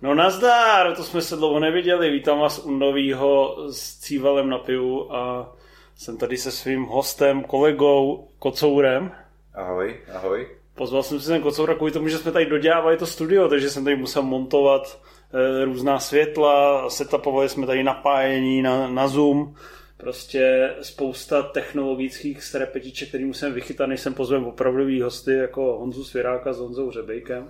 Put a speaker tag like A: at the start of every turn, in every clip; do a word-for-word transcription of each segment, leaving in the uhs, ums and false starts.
A: No nazdar, to jsme se dlouho neviděli. Vítám vás u novýho s Cívalem na pivu a jsem tady se svým hostem, kolegou Kocourem.
B: Ahoj, ahoj.
A: Pozval jsem si ten Kocoura kvůli tomu, že jsme tady dodělávali to studio, takže jsem tady musel montovat e, různá světla, setupovali jsme tady napájení na, na Zoom. Prostě spousta technologických strepetiček, který musíme vychytat, než sem pozveme opravdový hosty, jako Honzu Svěráka s Honzou Řebejkem.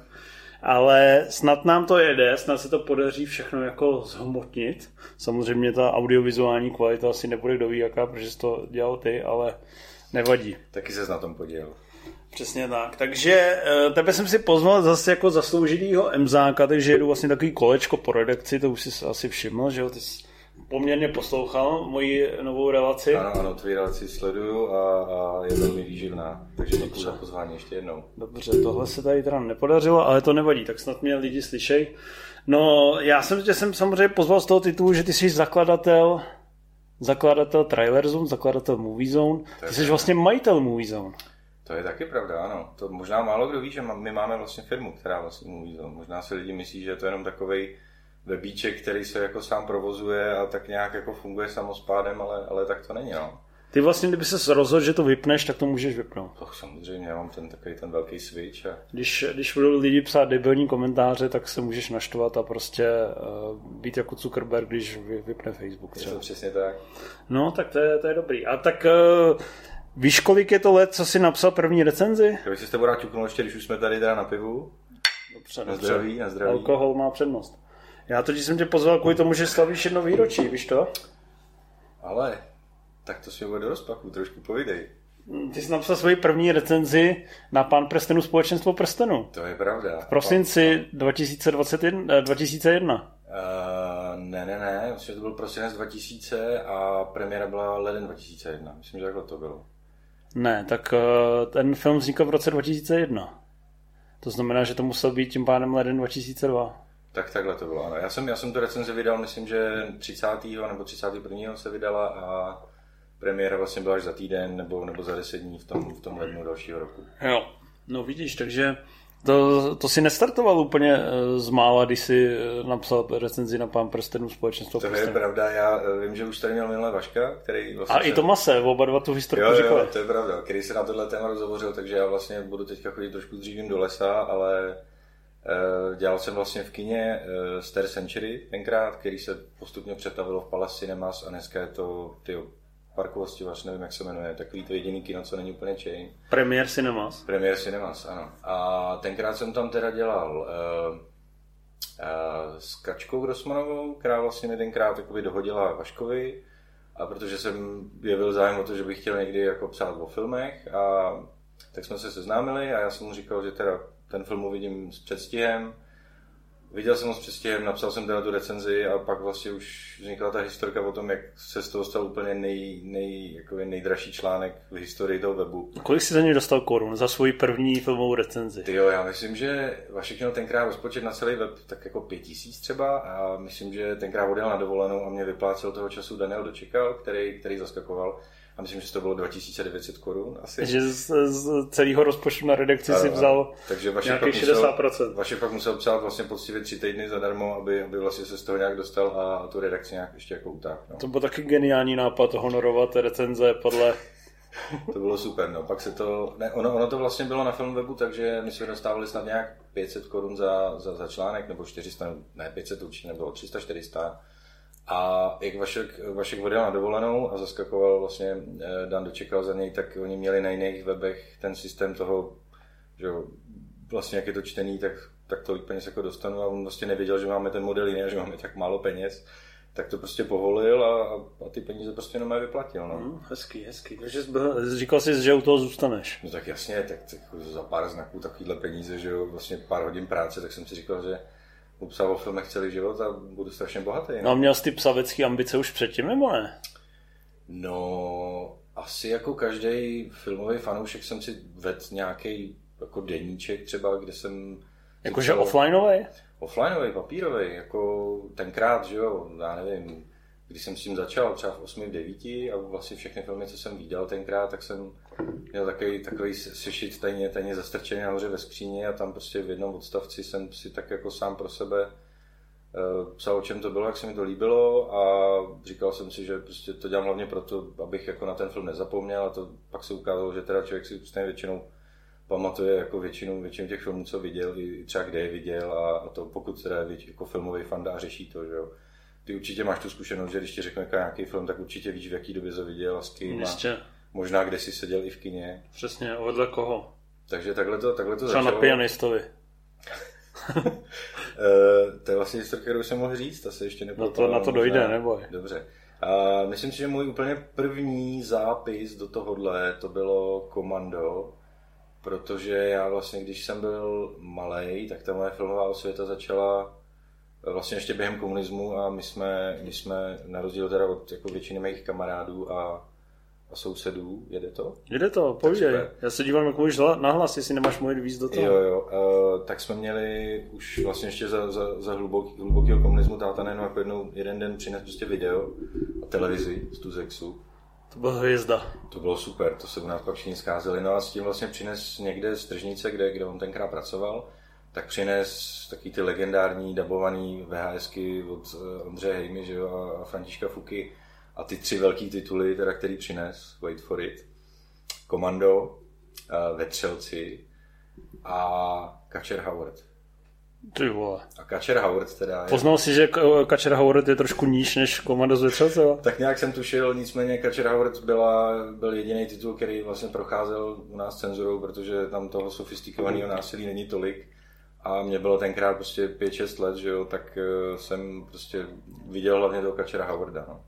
A: Ale snad nám to jede, snad se to podaří všechno jako zhmotnit. Samozřejmě ta audiovizuální kvalita asi nebude kdo ví jaká, protože jsi to dělal ty, ale nevadí.
B: Taky ses na tom podělil.
A: Přesně tak. Takže tebe jsem si pozval zase jako zasloužilýho emzáka, takže jedu vlastně takový kolečko po redakci, to už jsi asi všiml, že jo, ty jsi poměrně poslouchal moji novou relaci.
B: Ano, ano, tvoji relaci sleduju a, a je velmi výživná, takže děkuji za pozvání ještě jednou.
A: Dobře, tohle se tady teda nepodařilo, ale to nevadí, tak snad mě lidi slyšej. No, já jsem tě jsem samozřejmě pozval z toho titulu, že ty jsi zakladatel, zakladatel Trailer Zone, zakladatel Movie Zone, ty jsi vlastně majitel Movie Zone.
B: To je taky pravda, ano. To možná málo kdo ví, že my máme vlastně firmu, která vlastně Movie Zone. Možná si lidi myslí, že je to jenom takovej webíček, který se jako sám provozuje a tak nějak jako funguje samospádem, ale, ale tak to není, no.
A: Ty vlastně, kdyby se rozhodl, že to vypneš, tak to můžeš vypnout.
B: To samozřejmě, já mám ten takový ten velký switch. A...
A: Když, když budou lidi psát debilní komentáře, tak se můžeš naštvat a prostě uh, být jako Zuckerberg, když vypne Facebook.
B: Je to přesně tak.
A: No, tak to je, to je dobrý. A tak uh, víš, kolik je to let, co jsi napsal první recenzi?
B: Kdyby si s tebou rád ťuknul ještě, když už jsme tady teda na pivu.
A: Dobře,
B: na zdraví, na zdraví.
A: Alkohol má přednost. Já totiž jsem tě pozval kvůli tomu, že slavíš jedno výročí, víš to?
B: Ale, tak to si bude do rozpaku, trošku povídej.
A: Ty jsi napsal svoji první recenzi na Pán prstenů Společenstvo prstenů.
B: To je pravda.
A: V prosinci dva tisíce dvacet jedna, dva tisíce jedna.
B: Uh, ne, ne, ne, myslím, že to byl prosinec dva tisíce a premiéra byla leden dva tisíce jedna. Myslím, že takhle to bylo.
A: Ne, tak uh, ten film vznikl v roce dva tisíce jedna. To znamená, že to musel být tím pádem leden dva tisíce dva.
B: Tak takhle to bylo, ano. Já jsem, já jsem tu recenzi vydal, myslím, že třicátého nebo třicátého prvního se vydala a premiéra vlastně byla až za týden nebo, nebo za deset dní v tom, v tom lednu dalšího roku.
A: Jo, no vidíš, takže to, to si nestartoval úplně z mála, když jsi napsal recenzi na Pán prstenů Společenstvo
B: To
A: prstenů.
B: je pravda, já vím, že už tady měl minule Vaška, který vlastně...
A: A se... i Tomase, oba dva tu historiku
B: říkali.
A: Jo,
B: to je pravda, který se na tohle téma rozhovořil, takže já vlastně budu teďka chodit trošku dřívím do lesa, ale... Dělal jsem vlastně v kině Star Century tenkrát, který se postupně přetavilo v Palace Cinemas a dneska je to tyjo, Parkovostivař, nevím jak se jmenuje, takový to jediný kino, co není úplně chain.
A: Premier Cinemas.
B: Premier Cinemas, ano. A tenkrát jsem tam teda dělal uh, uh, s Kačkou Grossmanovou, která vlastně mi tenkrát takový dohodila Vaškovi, a protože jsem jevil zájem o to, že bych chtěl někdy jako psát o filmech, a tak jsme se seznámili a já jsem mu říkal, že teda ten film uvidím s předstihem. Viděl jsem ho s předstihem, napsal jsem teda tu recenzi a pak vlastně už vznikla ta historka o tom, jak se z toho stal úplně nej, nej, jako nejdražší článek v historii toho webu.
A: Kolik jsi za něj dostal korun za svoji první filmovou recenzi?
B: Tyjo, já myslím, že Vašek měl tenkrát rozpočet na celý web tak jako pět tisíc třeba a myslím, že tenkrát odjel na dovolenou a mě vyplácel toho času Daniel Dočekal, který, který zaskakoval. A myslím, že to bylo dva tisíce devět set korun asi.
A: Že z, z celého rozpočtu na redakci ano, si vzal
B: takže
A: nějaký šedesát procent.
B: Musel, Vašek pak musel psát vlastně poctivě tři týdny zadarmo, aby, aby vlastně se z toho nějak dostal a tu redakci nějak ještě jako utáhl. No.
A: To byl taky geniální nápad honorovat recenze podle...
B: To bylo super, no. Pak se to... Ne, ono, ono to vlastně bylo na Filmwebu, takže my jsme dostávali snad nějak pět set korun za, za, za článek, nebo čtyři sta, ne pět set určitě nebylo, tři sta, čtyři sta. A jak Vašek, Vašek odjel na dovolenou a zaskakoval vlastně, Dan Dočekal za něj, tak oni měli na jiných webech ten systém toho, že vlastně jak je to čtený, tak, tak tolik peněz jako dostanu a on vlastně nevěděl, že máme ten model jiný, že máme tak málo peněz, tak to prostě povolil a, a ty peníze prostě jenom vyplatil. No.
A: Hmm, hezký, hezký. Takže říkal jsi, že u toho zůstaneš.
B: No tak jasně, tak, tak za pár znaků takovýhle peníze, že jo, vlastně pár hodin práce, tak jsem si říkal, že psal o filmech celý život a budu strašně bohatý.
A: No a měl jsi ty psavecký ambice už předtím, nebo ne?
B: No, asi jako každý filmový fanoušek jsem si vedl nějaký jako deníček třeba, kde jsem...
A: Jakože psal... offlineový?
B: Offlineový, papírový, jako tenkrát, že jo, já nevím, když jsem s tím začal třeba v osmi, v devíti a vlastně všechny filmy, co jsem viděl tenkrát, tak jsem měl takový, takový sešit tajně, tajně zastrčený nahoře ve skříni a tam prostě v jednom odstavci jsem si tak jako sám pro sebe psal, o čem to bylo, jak se mi to líbilo a říkal jsem si, že prostě to dělám hlavně proto, abych jako na ten film nezapomněl a to pak se ukázalo, že teda člověk si prostě většinou pamatuje jako většinu, většinu těch filmů, co viděl, i třeba kde je viděl a, a to pokud teda je jako filmový fanda a řeší to, že jo. Ty určitě máš tu zkušenost, že když ti řeknu nějaký film, tak určitě víš, v jaký době to viděl a s kým a možná kde jsi seděl i v kině.
A: Přesně, vedle koho.
B: Takže takhle to, takhle to
A: třeba
B: začalo.
A: Na pianistovi.
B: To je vlastně historka, kterou jsem mohl říct, ta se ještě nepotala.
A: No to, na to dojde, možná... neboj.
B: Dobře. A myslím si, že můj úplně první zápis do tohohle, to bylo Komando, protože já vlastně, když jsem byl malej, tak ta moje filmová osvěta začala vlastně ještě během komunismu a my jsme, my jsme na rozdíl teda od jako většiny mých kamarádů a a sousedů, jede to?
A: Jede to, povídej. Já se dívám, jak mluvíš nahlas, jestli nemáš mluvit víc do toho.
B: Jo, jo, uh, tak jsme měli už vlastně ještě za, za, za hluboký, hlubokýho komunismu táta nejenom jako jednou, jeden den přines prostě video a televizi z Tuzexu.
A: To byla hvězda.
B: To bylo super, to se u nás pak všichni scházeli. No a s tím vlastně přines někde z tržnice, kde, kde on tenkrát pracoval, tak přines taky ty legendární dabovaný VHSky od Ondřeje Hejmy, že jo, a Františka Fuky. A ty tři velký tituly, teda, který přines, Wait for it, Komando, uh, Vetřelci a Kačer Howard.
A: Ty vole.
B: A Kačer Howard teda... Je...
A: Poznal jsi, že Kačer Howard je trošku níž než Komando z Vetřelce?
B: Tak nějak jsem tušil, nicméně Kačer Howard byla, byl jediný titul, který vlastně procházel u nás cenzurou, protože tam toho sofistikovaného násilí není tolik. A mě bylo tenkrát prostě pět šest let, že jo, tak uh, jsem prostě viděl hlavně toho Kačera Howarda, no.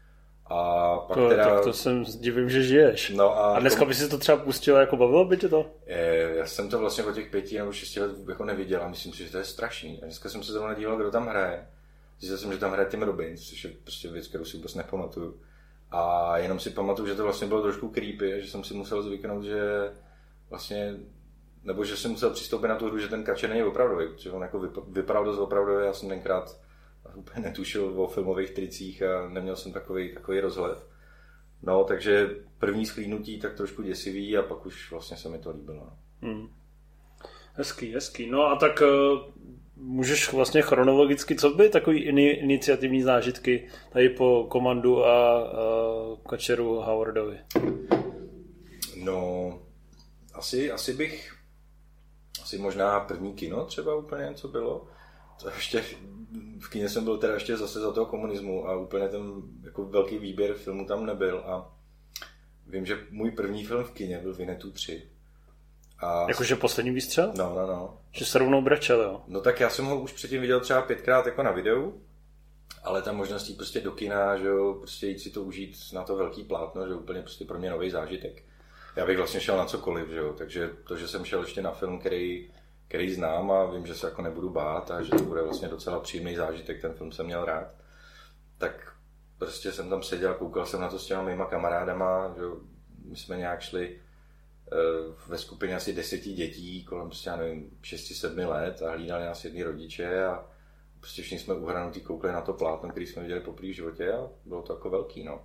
B: A pak
A: to,
B: teda...
A: Tak to jsem divím, že žiješ.
B: No a,
A: a dneska tom... by si to třeba pustil, jako bavilo by tě to?
B: Je, já jsem to vlastně po těch pěti nebo šesti let jako neviděl a myslím si, že to je strašný. A dneska jsem se zrovna díval, kdo tam hraje. Zjistil jsem, že tam hraje Tim Robbins, což je prostě věc, kterou si vůbec nepamatuju. A jenom si pamatuju, že to vlastně bylo trošku creepy, že jsem si musel zvyknout, že vlastně... Nebo že jsem musel přistoupit na tu hru, že ten Kačer není opravdový, protože on jako vypadal dost opravdový. Já jsem tenkrát úplně netušil o filmových tricích a neměl jsem takový, takový rozhled. No, takže první shlídnutí tak trošku děsivý a pak už vlastně se mi to líbilo.
A: Hmm. Hezký, hezký. No a tak uh, můžeš vlastně chronologicky, co by takový ini, iniciativní zážitky tady po Komandu a uh, Kačeru Howardovi?
B: No, asi, asi bych asi možná první kino třeba úplně něco bylo. To ještě, v kině jsem byl teda ještě zase za toho komunismu a úplně ten jako velký výběr filmů tam nebyl a vím, že můj první film v kině byl Winnetou tři. A...
A: Jakože poslední výstřel?
B: No, no, no.
A: Že se rovnou brečel, jo?
B: No tak já jsem ho už předtím viděl třeba pětkrát jako na videu, ale ta možnost jít prostě do kina, že jo, prostě jít si to užít na to velký plátno, že úplně prostě pro mě nový zážitek. Já bych vlastně šel na cokoliv, že jo, takže to, že jsem šel ještě na film, který, který znám a vím, že se jako nebudu bát a že to bude vlastně docela příjemný zážitek, ten film jsem měl rád, tak prostě jsem tam seděl, koukal jsem na to s těma mýma kamarádama, že jo, my jsme nějak šli ve skupině asi deseti dětí, kolem prostě, já nevím, šesti sedmi let a hlídali nás jedni rodiče a prostě všichni jsme uhranutí koukli na to plátno, který jsme viděli poprvé v životě a bylo to jako velký, no.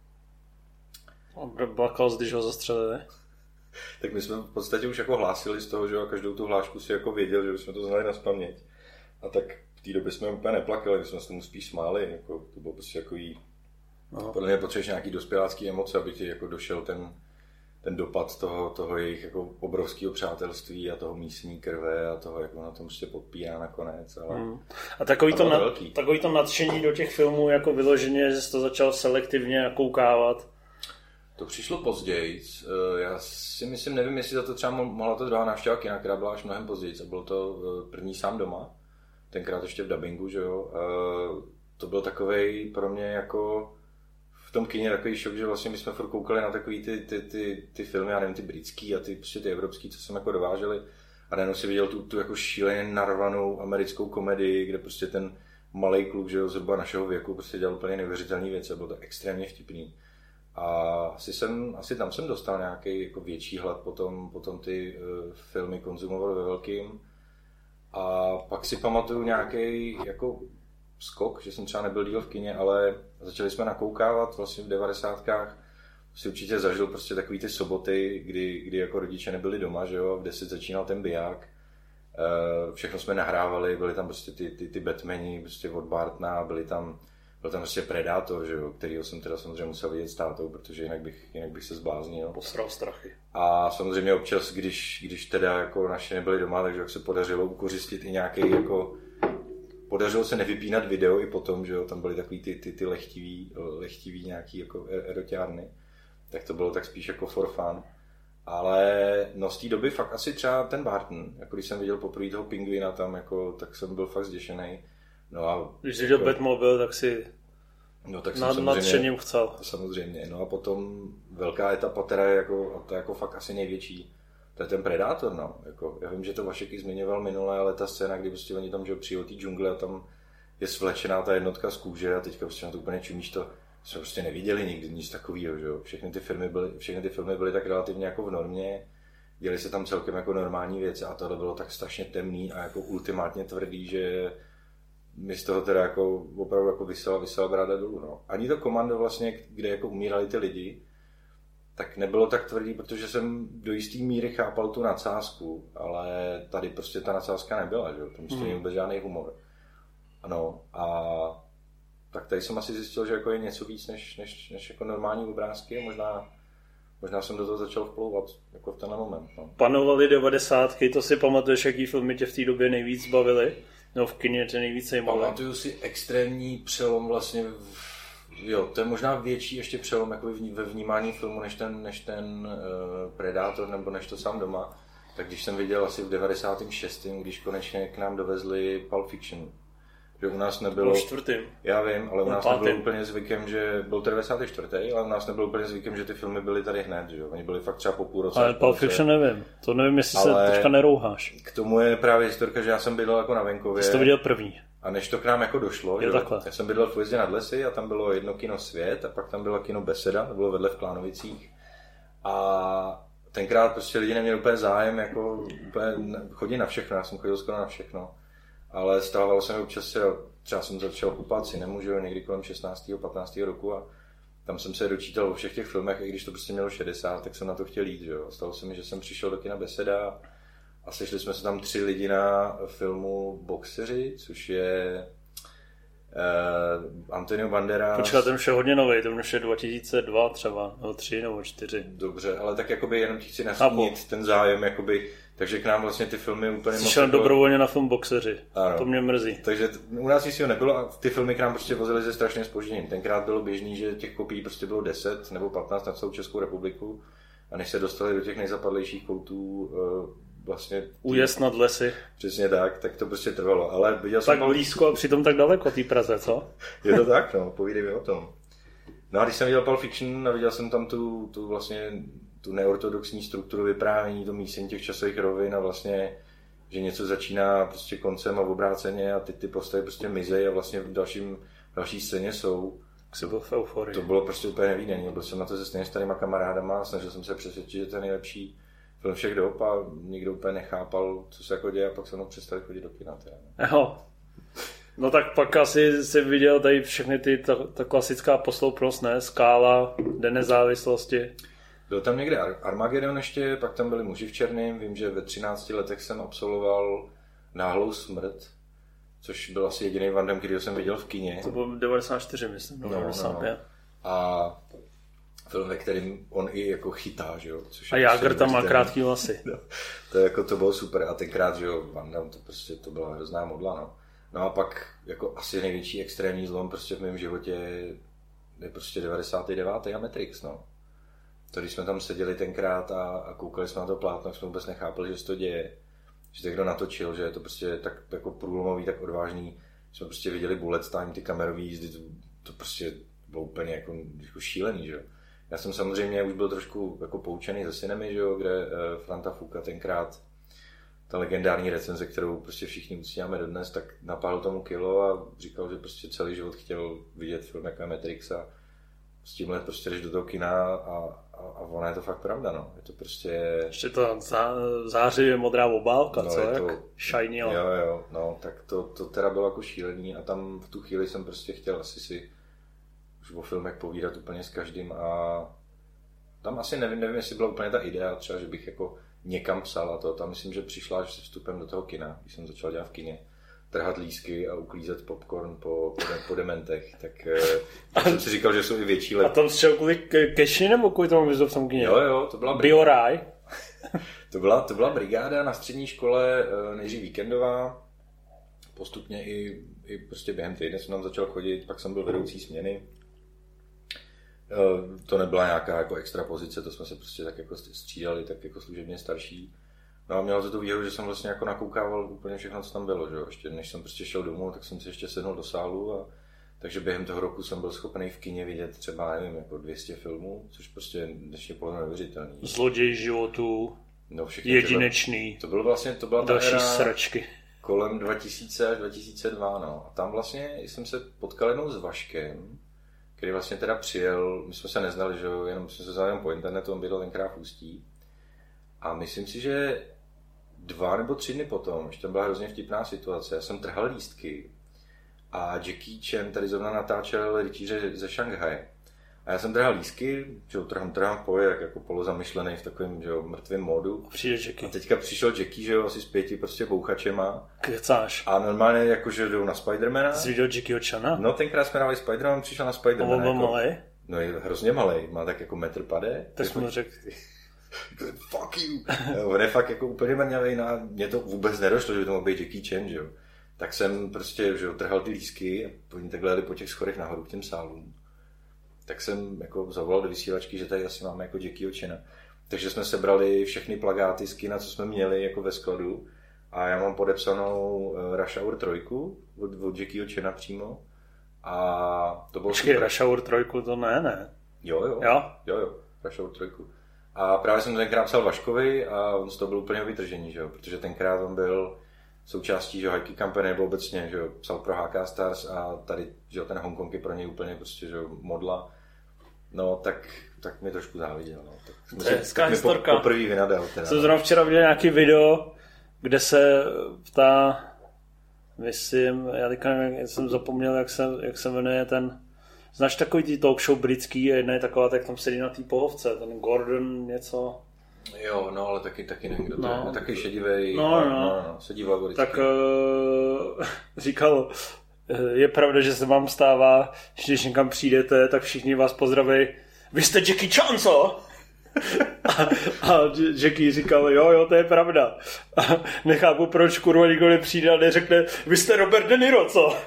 A: A Bakals, když ho zastřelili?
B: Tak my jsme v podstatě už jako hlásili z toho, že a každou tu hlášku si jako věděl, že jsme to znali nazpaměť. A tak v té době jsme úplně neplakali, my jsme se tomu spíš smáli, jako, to bylo prostě jako jí... No. Podle mě potřebuješ nějaký dospělácký emoce, aby ti jako došel ten, ten dopad toho, toho jejich jako obrovského přátelství a toho místní krve a toho, jak on na tom prostě podpírá nakonec. Ale...
A: Mm. A takový to, na, takový to nadšení do těch filmů jako vyloženě, že jsi to začal selektivně koukávat.
B: To přišlo později. Já si myslím, nevím, jestli za to třeba mohla ta druhá návštěva kina, která byla až mnohem později. A bylo to první Sám doma, tenkrát ještě v dabingu, že jo. To byl takovej pro mě jako v tom kině takový šok, že vlastně my jsme furt koukali na takový ty, ty, ty, ty filmy, já nevím, ty britský a ty, prostě ty evropský, co jsme jako dováželi. A najednou si viděl tu, tu jako šíleně narvanou americkou komedii, kde prostě ten malej kluk, že jo, zhruba našeho věku, prostě dělal úplně neuvěřitelné věci, bylo to extrémně vtipný. A asi, jsem, asi tam jsem dostal nějaký jako větší hlad, potom, potom ty uh, filmy konzumoval ve velkým. A pak si pamatuju nějaký jako skok, že jsem třeba nebyl díl v kině, ale začali jsme nakoukávat vlastně v devadesátkách. Si určitě zažil prostě takový ty soboty, kdy, kdy jako rodiče nebyli doma, že jo, v deset začínal ten biják. Všechno jsme nahrávali, byly tam prostě ty, ty, ty Batmani prostě od Bartna, byly tam, byl tam prostě Predátor, že jo, kterýho jsem teda samozřejmě musel vidět s tátou, protože jinak bych, jinak bych se zbláznil.
A: Posral strachy.
B: A samozřejmě občas, když, když teda jako naši nebyli doma, takže jak se podařilo ukořistit i nějaký jako... Podařilo se nevypínat video i potom, že jo, tam byly takový ty, ty, ty lehtivý, lehtivý nějaký jako eroťárny, tak to bylo tak spíš jako for fun. Ale no z té doby fakt asi třeba ten Barton, jako když jsem viděl poprvé toho pingvina tam, jako, tak jsem byl fakt zděšený. No a
A: když jsi viděl jako, Batmobile, tak si
B: no, tak
A: nad, nadšením chcel.
B: Samozřejmě, no a potom velká etapa teda je jako, to je jako fakt asi největší. To je ten Predátor, no. Jako, já vím, že to Vašek i zmiňoval minule, ale ta scéna, kdy prostě oni tam, že přijel té džungle a tam je svlečená ta jednotka z kůže a teďka prostě na to úplně čumíš, to jsme prostě neviděli nikdy nic takového, že jo. Všechny ty filmy byly, všechny ty filmy byly tak relativně jako v normě, děli se tam celkem jako normální věci a tohle bylo tak strašně temný a jako ultimátně tvrdý, že mi z toho teda jako opravdu jako vysela, vysela bráda dolů, no. Ani to Komando vlastně, kde jako umírali ty lidi, tak nebylo tak tvrdý, protože jsem do jistý míry chápal tu nadsázku, ale tady prostě ta nadsázka nebyla, že jo, tam prostě není vůbec žádný humor. Ano, a tak tady jsem asi zjistil, že jako je něco víc než, než, než jako normální obrázky, možná, možná jsem do toho začal vplouvat jako v tenhle moment. No.
A: Panovaly devadesátky, to si pamatuješ, jaký filmy tě v té době nejvíc bavily? No v kině tě nejvíc zajímavé.
B: Pamatuju si extrémní přelom vlastně v... Jo, to je možná větší ještě přelom jako ve vnímání filmu než ten, než ten uh, Predátor nebo než to Sám doma. Tak když jsem viděl asi v devadesátém šestém když konečně k nám dovezli Pulp Fiction. Že u nás nebylo...
A: Byl čtvrtým.
B: Já vím, ale u nás nebylo úplně zvykem, že... Byl to devadesátý čtvrtý ale u nás nebylo úplně zvykem, že ty filmy byly tady hned, že jo. Oni byli fakt třeba po půl roce.
A: Ale Pulp Fiction nevím. To nevím, jestli ale se teďka nerouháš.
B: K tomu je právě historka, že já jsem bydlel jako na venkově.
A: Jsi to viděl první.
B: A než to k nám jako došlo, že? Já jsem bydlel v Ujezdě nad Lesy a tam bylo jedno kino Svět a pak tam bylo kino Beseda, to bylo vedle v Klánovicích. A tenkrát prostě lidi neměli úplně zájem, jako úplně chodit na všechno, já jsem chodil skoro na všechno. Ale stávalo se mi občas, třeba jsem začal kupovat cinemu, že jo, někdy kolem šestnáctého patnáctého roku a tam jsem se dočítal o všech těch filmech, i když to prostě mělo šedesát, tak jsem na to chtěl jít, že jo. Stalo se mi, že jsem přišel do kina Beseda a sešli jsme se tam tři lidi na filmu Boxeři, což je uh, Antonio Banderas.
A: Počkat, ten už je hodně novej, ten už je dva tisíce dva třeba, nebo tři, nebo čtyři.
B: Dobře, ale tak jakoby jenom ti chci nastínit ten zájem, jakoby, takže k nám vlastně ty filmy úplně
A: moc... Jsi šel dobrovolně na film Boxeři, ano. To mě mrzí.
B: Takže t- u nás nic nebylo a ty filmy k nám prostě vozily se strašným zpožděním. Tenkrát bylo běžný, že těch kopií prostě bylo deset nebo patnáct na celou Českou republiku a než se dostali do těch nejzapadlejších koutů uh, vlastně...
A: Újezd nad Lesy.
B: Přesně tak, tak to prostě trvalo, ale viděl
A: tak
B: jsem...
A: blízko a přitom tak daleko té Praze, co?
B: Je to tak, no, povídej mi o tom. No a když jsem viděl Pulp Fiction a viděl jsem tam tu, tu vlastně tu neortodoxní strukturu vyprávění, to mísení těch časových rovin a vlastně, že něco začíná prostě koncem a obráceně a ty, ty postavy prostě mizej a vlastně v dalším, další scéně jsou.
A: Jsi byl v euforii.
B: To bylo prostě úplně nevídaný. Byl jsem na to se stejně starýma kamarádama a snažil jsem se přesvědčit, že to je nejlepší film všech dob a nikdo úplně nechápal, co se jako děje a pak se mnou přestali chodit do kina.
A: Jo. No tak pak asi jsi viděl tady všechny ty, ta, ta klasická posloupnost, ne? Skála, Den nezávislosti.
B: Byl tam někde Armageddon ještě, pak tam byli Muži v černém. Vím, že ve třinácti letech jsem absolvoval Náhlou smrt, což byl asi jediný Van Damme, který jsem viděl v kině.
A: To byl devadesát čtyři, myslím. No, devadesát pět. No.
B: A film, ve kterým on i jako chytá, že jo.
A: Což a Jágr tam má krátký vlasy.
B: No, to, jako, to bylo super a tenkrát, že jo, Van Damme, to prostě to byla hrozná modla, no. No a pak jako asi největší extrémní zlom prostě v mém životě je prostě devadesátý devátý a Matrix, no. To, když jsme tam seděli tenkrát a, a koukali jsme na to plátno, jsme vůbec nechápali, že se to děje. Že to někdo natočil, že je to prostě tak jako průlomový, tak odvážný. Jsme prostě viděli bullet time, ty kamerové jízdy, to, to prostě bylo úplně jako, jako šílený, že jo. Já jsem samozřejmě už byl trošku jako poučený ze Cinemy, že jo, kde uh, Franta Fuka tenkrát ta legendární recenze, kterou prostě všichni uctíváme dodnes, tak napálil tomu kilo a říkal, že prostě celý život chtěl vidět film jako Matrix a s tímhle prostě jdeš do toho kina a, a, a ona je to fakt pravda, no. Je to prostě...
A: Ještě to zá, zářivě modrá obálka,
B: no,
A: co?
B: Jak
A: to... shinila.
B: Jo, jo, no, tak to, to teda bylo jako šílený a tam v tu chvíli jsem prostě chtěl asi si už o filmech povídat úplně s každým a tam asi nevím, nevím, jestli byla úplně ta idea třeba, že bych jako někam psal a to. Tam myslím, že přišla až se vstupem do toho kina, když jsem začal dělat v kině. Trhat lísky a uklízet popcorn po, po dementech, tak uh, jsem si říkal, že jsou i větší lepší.
A: A tam střel kvůli keši nebo kvůli tomu bys v tom kině?
B: Jo, jo, to byla
A: Bioraj.
B: to, byla, to byla brigáda na střední škole, nejdřív víkendová, postupně i, i prostě během týdne jsem tam začal chodit, pak jsem byl vedoucí směny. To nebyla nějaká jako extra pozice, to jsme se prostě tak jako střídali, tak jako služebně starší. No a měl to tu výhodu, že jsem vlastně jako nakoukával úplně všechno, co tam bylo, že jo. Ještě než jsem prostě šel domů, tak jsem si ještě sednul do sálu a takže během toho roku jsem byl schopný v kině vidět třeba, nevím, jako dvě stě filmů, což prostě dnešně podle mě neuvěřitelný.
A: Zloděj životů,
B: no,
A: jedinečný,
B: to, to bylo vlastně, to byla ta
A: další
B: era
A: sračky.
B: Kolem dva tisíce až dva tisíce dva, no. A tam vlastně jsem se potkal jednou s Vaškem, který vlastně teda přijel, my jsme se neznali, že jo, jenom jsme se znali po internetu, on bydlel tenkrát v Ústí. A myslím si, že dva nebo tři dny potom, ještě tam byla hrozně vtipná situace, já jsem trhal lístky a Jackie Chan tady zrovna natáčel Rytíře ze Šanghaje. A já jsem trhal lístky, že jo, trhám, trhám v poje, jak jako polozamyšlený v takovém, že jo, mrtvém módu.
A: Přijde Jackie.
B: A teďka přišel Jackie, že jo, asi s pěti prostě bouchačema.
A: Kecáš.
B: A normálně jakože jdou na Spidermana.
A: Jsi viděl Jackieho Chana?
B: No tenkrát jsme dávali Spiderman, přišel na Spidermana.
A: On byl
B: jako,
A: malej?
B: No je hrozně malej, má tak jako metr pade.
A: Tak jsem mu řekl.
B: Fuck you. On je fakt jako úplně mrňavej, na mě to vůbec nedošlo, že by to mohl být Jackie Chan, že jo. Tak jsem prostě, že jo, trhal ty lístky a oni takhle jeli po těch schodech nahoru k těm sálům. Tak jsem jako zavolal do vysílačky, že tady asi máme jako Jackieho Chana. Takže jsme sebrali všechny plakáty z kina, co jsme měli jako ve skladu. A já mám podepsanou Rush Hour trojku od, od Jackieho Chana přímo. A to bylo
A: Počkej,
B: super.
A: Rush Hour trojku, to ne, ne?
B: Jo, jo.
A: Jo?
B: Jo, jo. Rush Hour trojku. A právě jsem tenkrát psal Vaškovi a on z toho byl úplně vytržení, že jo? Protože tenkrát on byl součástí, že jo, Haiky Company nebo obecně, že jo, psal pro H K Stars a tady, že jo, ten Hongkong je pro něj úplně prostě, že jo, modla. No, tak, tak mi trošku záviděl, no. Tak
A: to je hezká historka.
B: Po, poprvý vynadal teda.
A: Jsem zrovna včera viděl nějaký video, kde se ta, myslím, já teďka nevím, jak jsem zapomněl, jak se, jak se jmenuje ten, znáš takový ty talk show britský a jedna je taková, tak tam sedí na té pohovce, ten Gordon něco.
B: Jo, no, ale taky, taky nevím, kdo to
A: no.
B: je. Taky šedivej.
A: No, no.
B: no, no, no sedí v lavoricky.
A: Tak uh, říkal, je pravda, že se vám stává, že když někam přijdete, tak všichni vás pozdraví. Vy jste Jackie Chan, co? a, a Jackie říkal, jo, jo, to je pravda. A nechápu, proč kurva nikdo nepřijde a neřekne, vy jste Robert De Niro, co?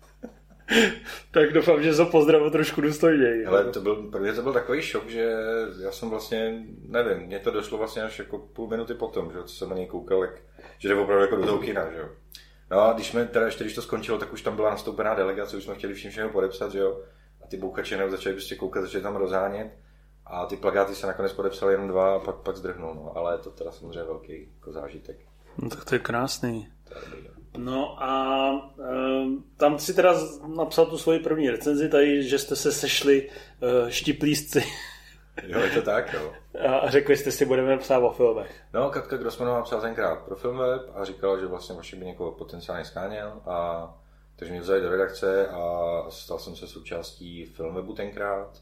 A: Tak doufám, že se pozdravil trošku důstojněji.
B: Ale to byl, prvně to byl takový šok, že já jsem vlastně, nevím, mně to došlo vlastně až jako půl minuty potom, že, co jsem na něj koukal, jak, že jde opravdu jako do toho kina, že jo. No a když, jsme, teda ještě když to skončilo, tak už tam byla nastoupená delegace, už jsme chtěli všim všechno podepsat, že jo. A ty bouchače začali prostě koukat, začali tam rozhánět. A ty plakáty se nakonec podepsali jenom dva a pak, pak zdrhnul, no. Ale je to teda samozřejmě velký jako zážitek.
A: No tak to je krásný.
B: To je dobrý, no.
A: No a um, tam si teda napsal tu svoji první recenzi, tady, že jste se sešli uh, štiplísci.
B: Jo, je to tak, jo.
A: A řekli jste si, budeme psát o filmech.
B: No, Katka Grossmanová psala tenkrát pro Filmweb a říkala, že vlastně Vašek by někoho potenciálně skáněl a takže mě vzali do redakce a stal jsem se součástí Filmwebu tenkrát.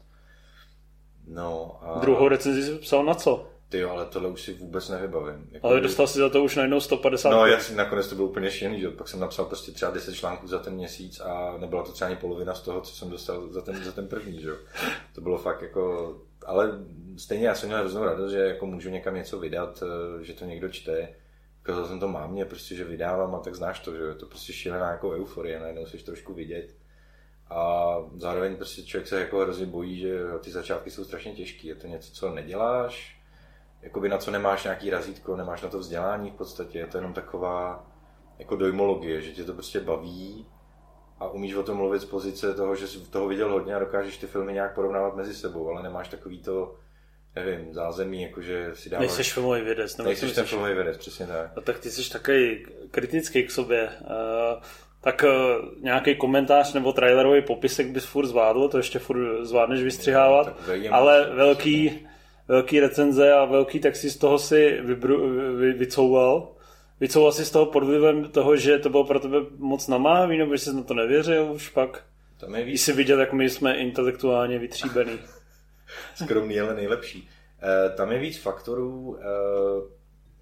B: No a...
A: Druhou recenzi jsi psal na co?
B: Ty jo, ale tohle už si vůbec nevybavím. Jako
A: ale dostal si za to už najednou sto padesát.
B: No jasně, nakonec to bylo úplně šílený, že pak jsem napsal prostě třeba deset článků za ten měsíc a nebyla to třeba ani polovina z toho, co jsem dostal za ten, za ten první, že jo. To bylo fakt jako, ale stejně já jsem měl hroznou radost, že jako můžu někam něco vydat, že to někdo čte. Ukázal jsem to mámě, prostě, že vydávám a tak znáš to, že je to prostě šílená jako euforie, najednou jsi trošku vidět. A zároveň prostě člověk se jako hrozně bojí, že ty začátky jsou strašně těžké. Je to něco, co neděláš, jakoby na co nemáš nějaký razítko, nemáš na to vzdělání v podstatě, je to jenom taková jako dojmologie, že tě to prostě baví a umíš o tom mluvit z pozice toho, že jsi toho viděl hodně a dokážeš ty filmy nějak porovnávat mezi sebou, ale nemáš takový to, nevím, zázemí, jakože si dáváš...
A: Nejseš filmový vědec.
B: Nejseš ten filmový vědec, přesně tak.
A: A tak ty jsi takový kritický k sobě. Uh, tak uh, nějaký komentář nebo trailerový popisek bys furt zvládl, to ještě furt zvládneš vystřihávat, no, ale velký, velký recenze a velký texty z toho si vybru, vy, vycouval. Vycouval si z toho pod vlivem toho, že to bylo pro tebe moc namáhavý, nebo že jsi na to nevěřil už pak?
B: Tam je víc.
A: Jsi viděl, jak my jsme intelektuálně vytříbený.
B: Skromný, ale nejlepší. E, tam je víc faktorů. E,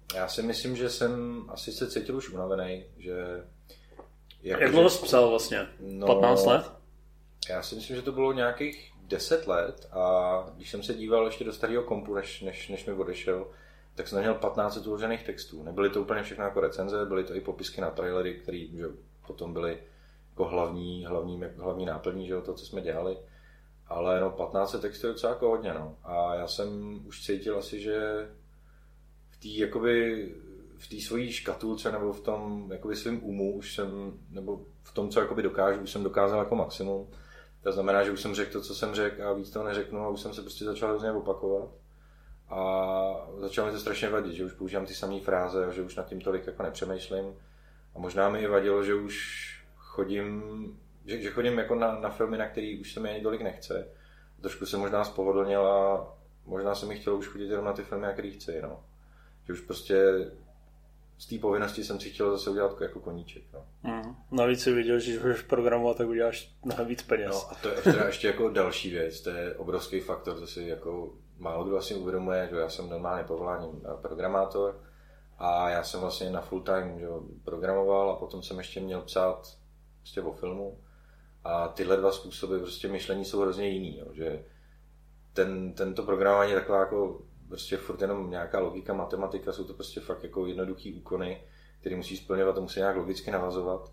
B: Já si myslím, že jsem asi se cítil už unavený, že...
A: Jako, Jak dlouho jsi psal vlastně?
B: No,
A: patnáct let?
B: Já si myslím, že to bylo nějakých deset let a když jsem se díval ještě do starého kompu, než, než, než mi odešel, tak jsem měl patnáct uložených textů. Nebyly to úplně všechno jako recenze, byly to i popisky na trailery, které potom byly jako hlavní, hlavní, hlavní náplní, že, to, co jsme dělali. Ale no, patnáct textů je docela jako hodně. No. A já jsem už cítil asi, že v té jakoby v té svojí škatulce nebo v tom jakoby svým umu už jsem, nebo v tom, co jakoby dokážu, už jsem dokázal jako maximum. To znamená, že už jsem řekl to, co jsem řekl a víc toho neřeknu a už jsem se prostě začal hrozně opakovat. A začalo mi to strašně vadit, že už používám ty samé fráze a že už nad tím tolik jako nepřemýšlím. A možná mi i vadilo, že už chodím, že, že chodím jako na, na filmy, na který už se mi ani tolik nechce. Trošku jsem možná spohodlnil a možná se mi chtělo už chodit jenom na ty filmy, na který chci. No. Že už prostě z té povinnosti jsem si chtěl zase udělat jako koníček. No.
A: Mm. Navíc si viděl, že když budeš programovat, tak uděláš mnohem víc peněz.
B: No a to je teda ještě jako další věc, to je obrovský faktor, to si jako málo kdo asi uvědomuje, že já jsem normálně povoláním programátor a já jsem vlastně na full time že, programoval a potom jsem ještě měl psát prostě o filmu a tyhle dva způsoby prostě myšlení jsou hrozně jiný, jo, že ten, tento programování je taková jako prostě furt jenom nějaká logika, matematika, jsou to prostě fakt jako jednoduchý úkony, který musí splňovat a musí nějak logicky navazovat.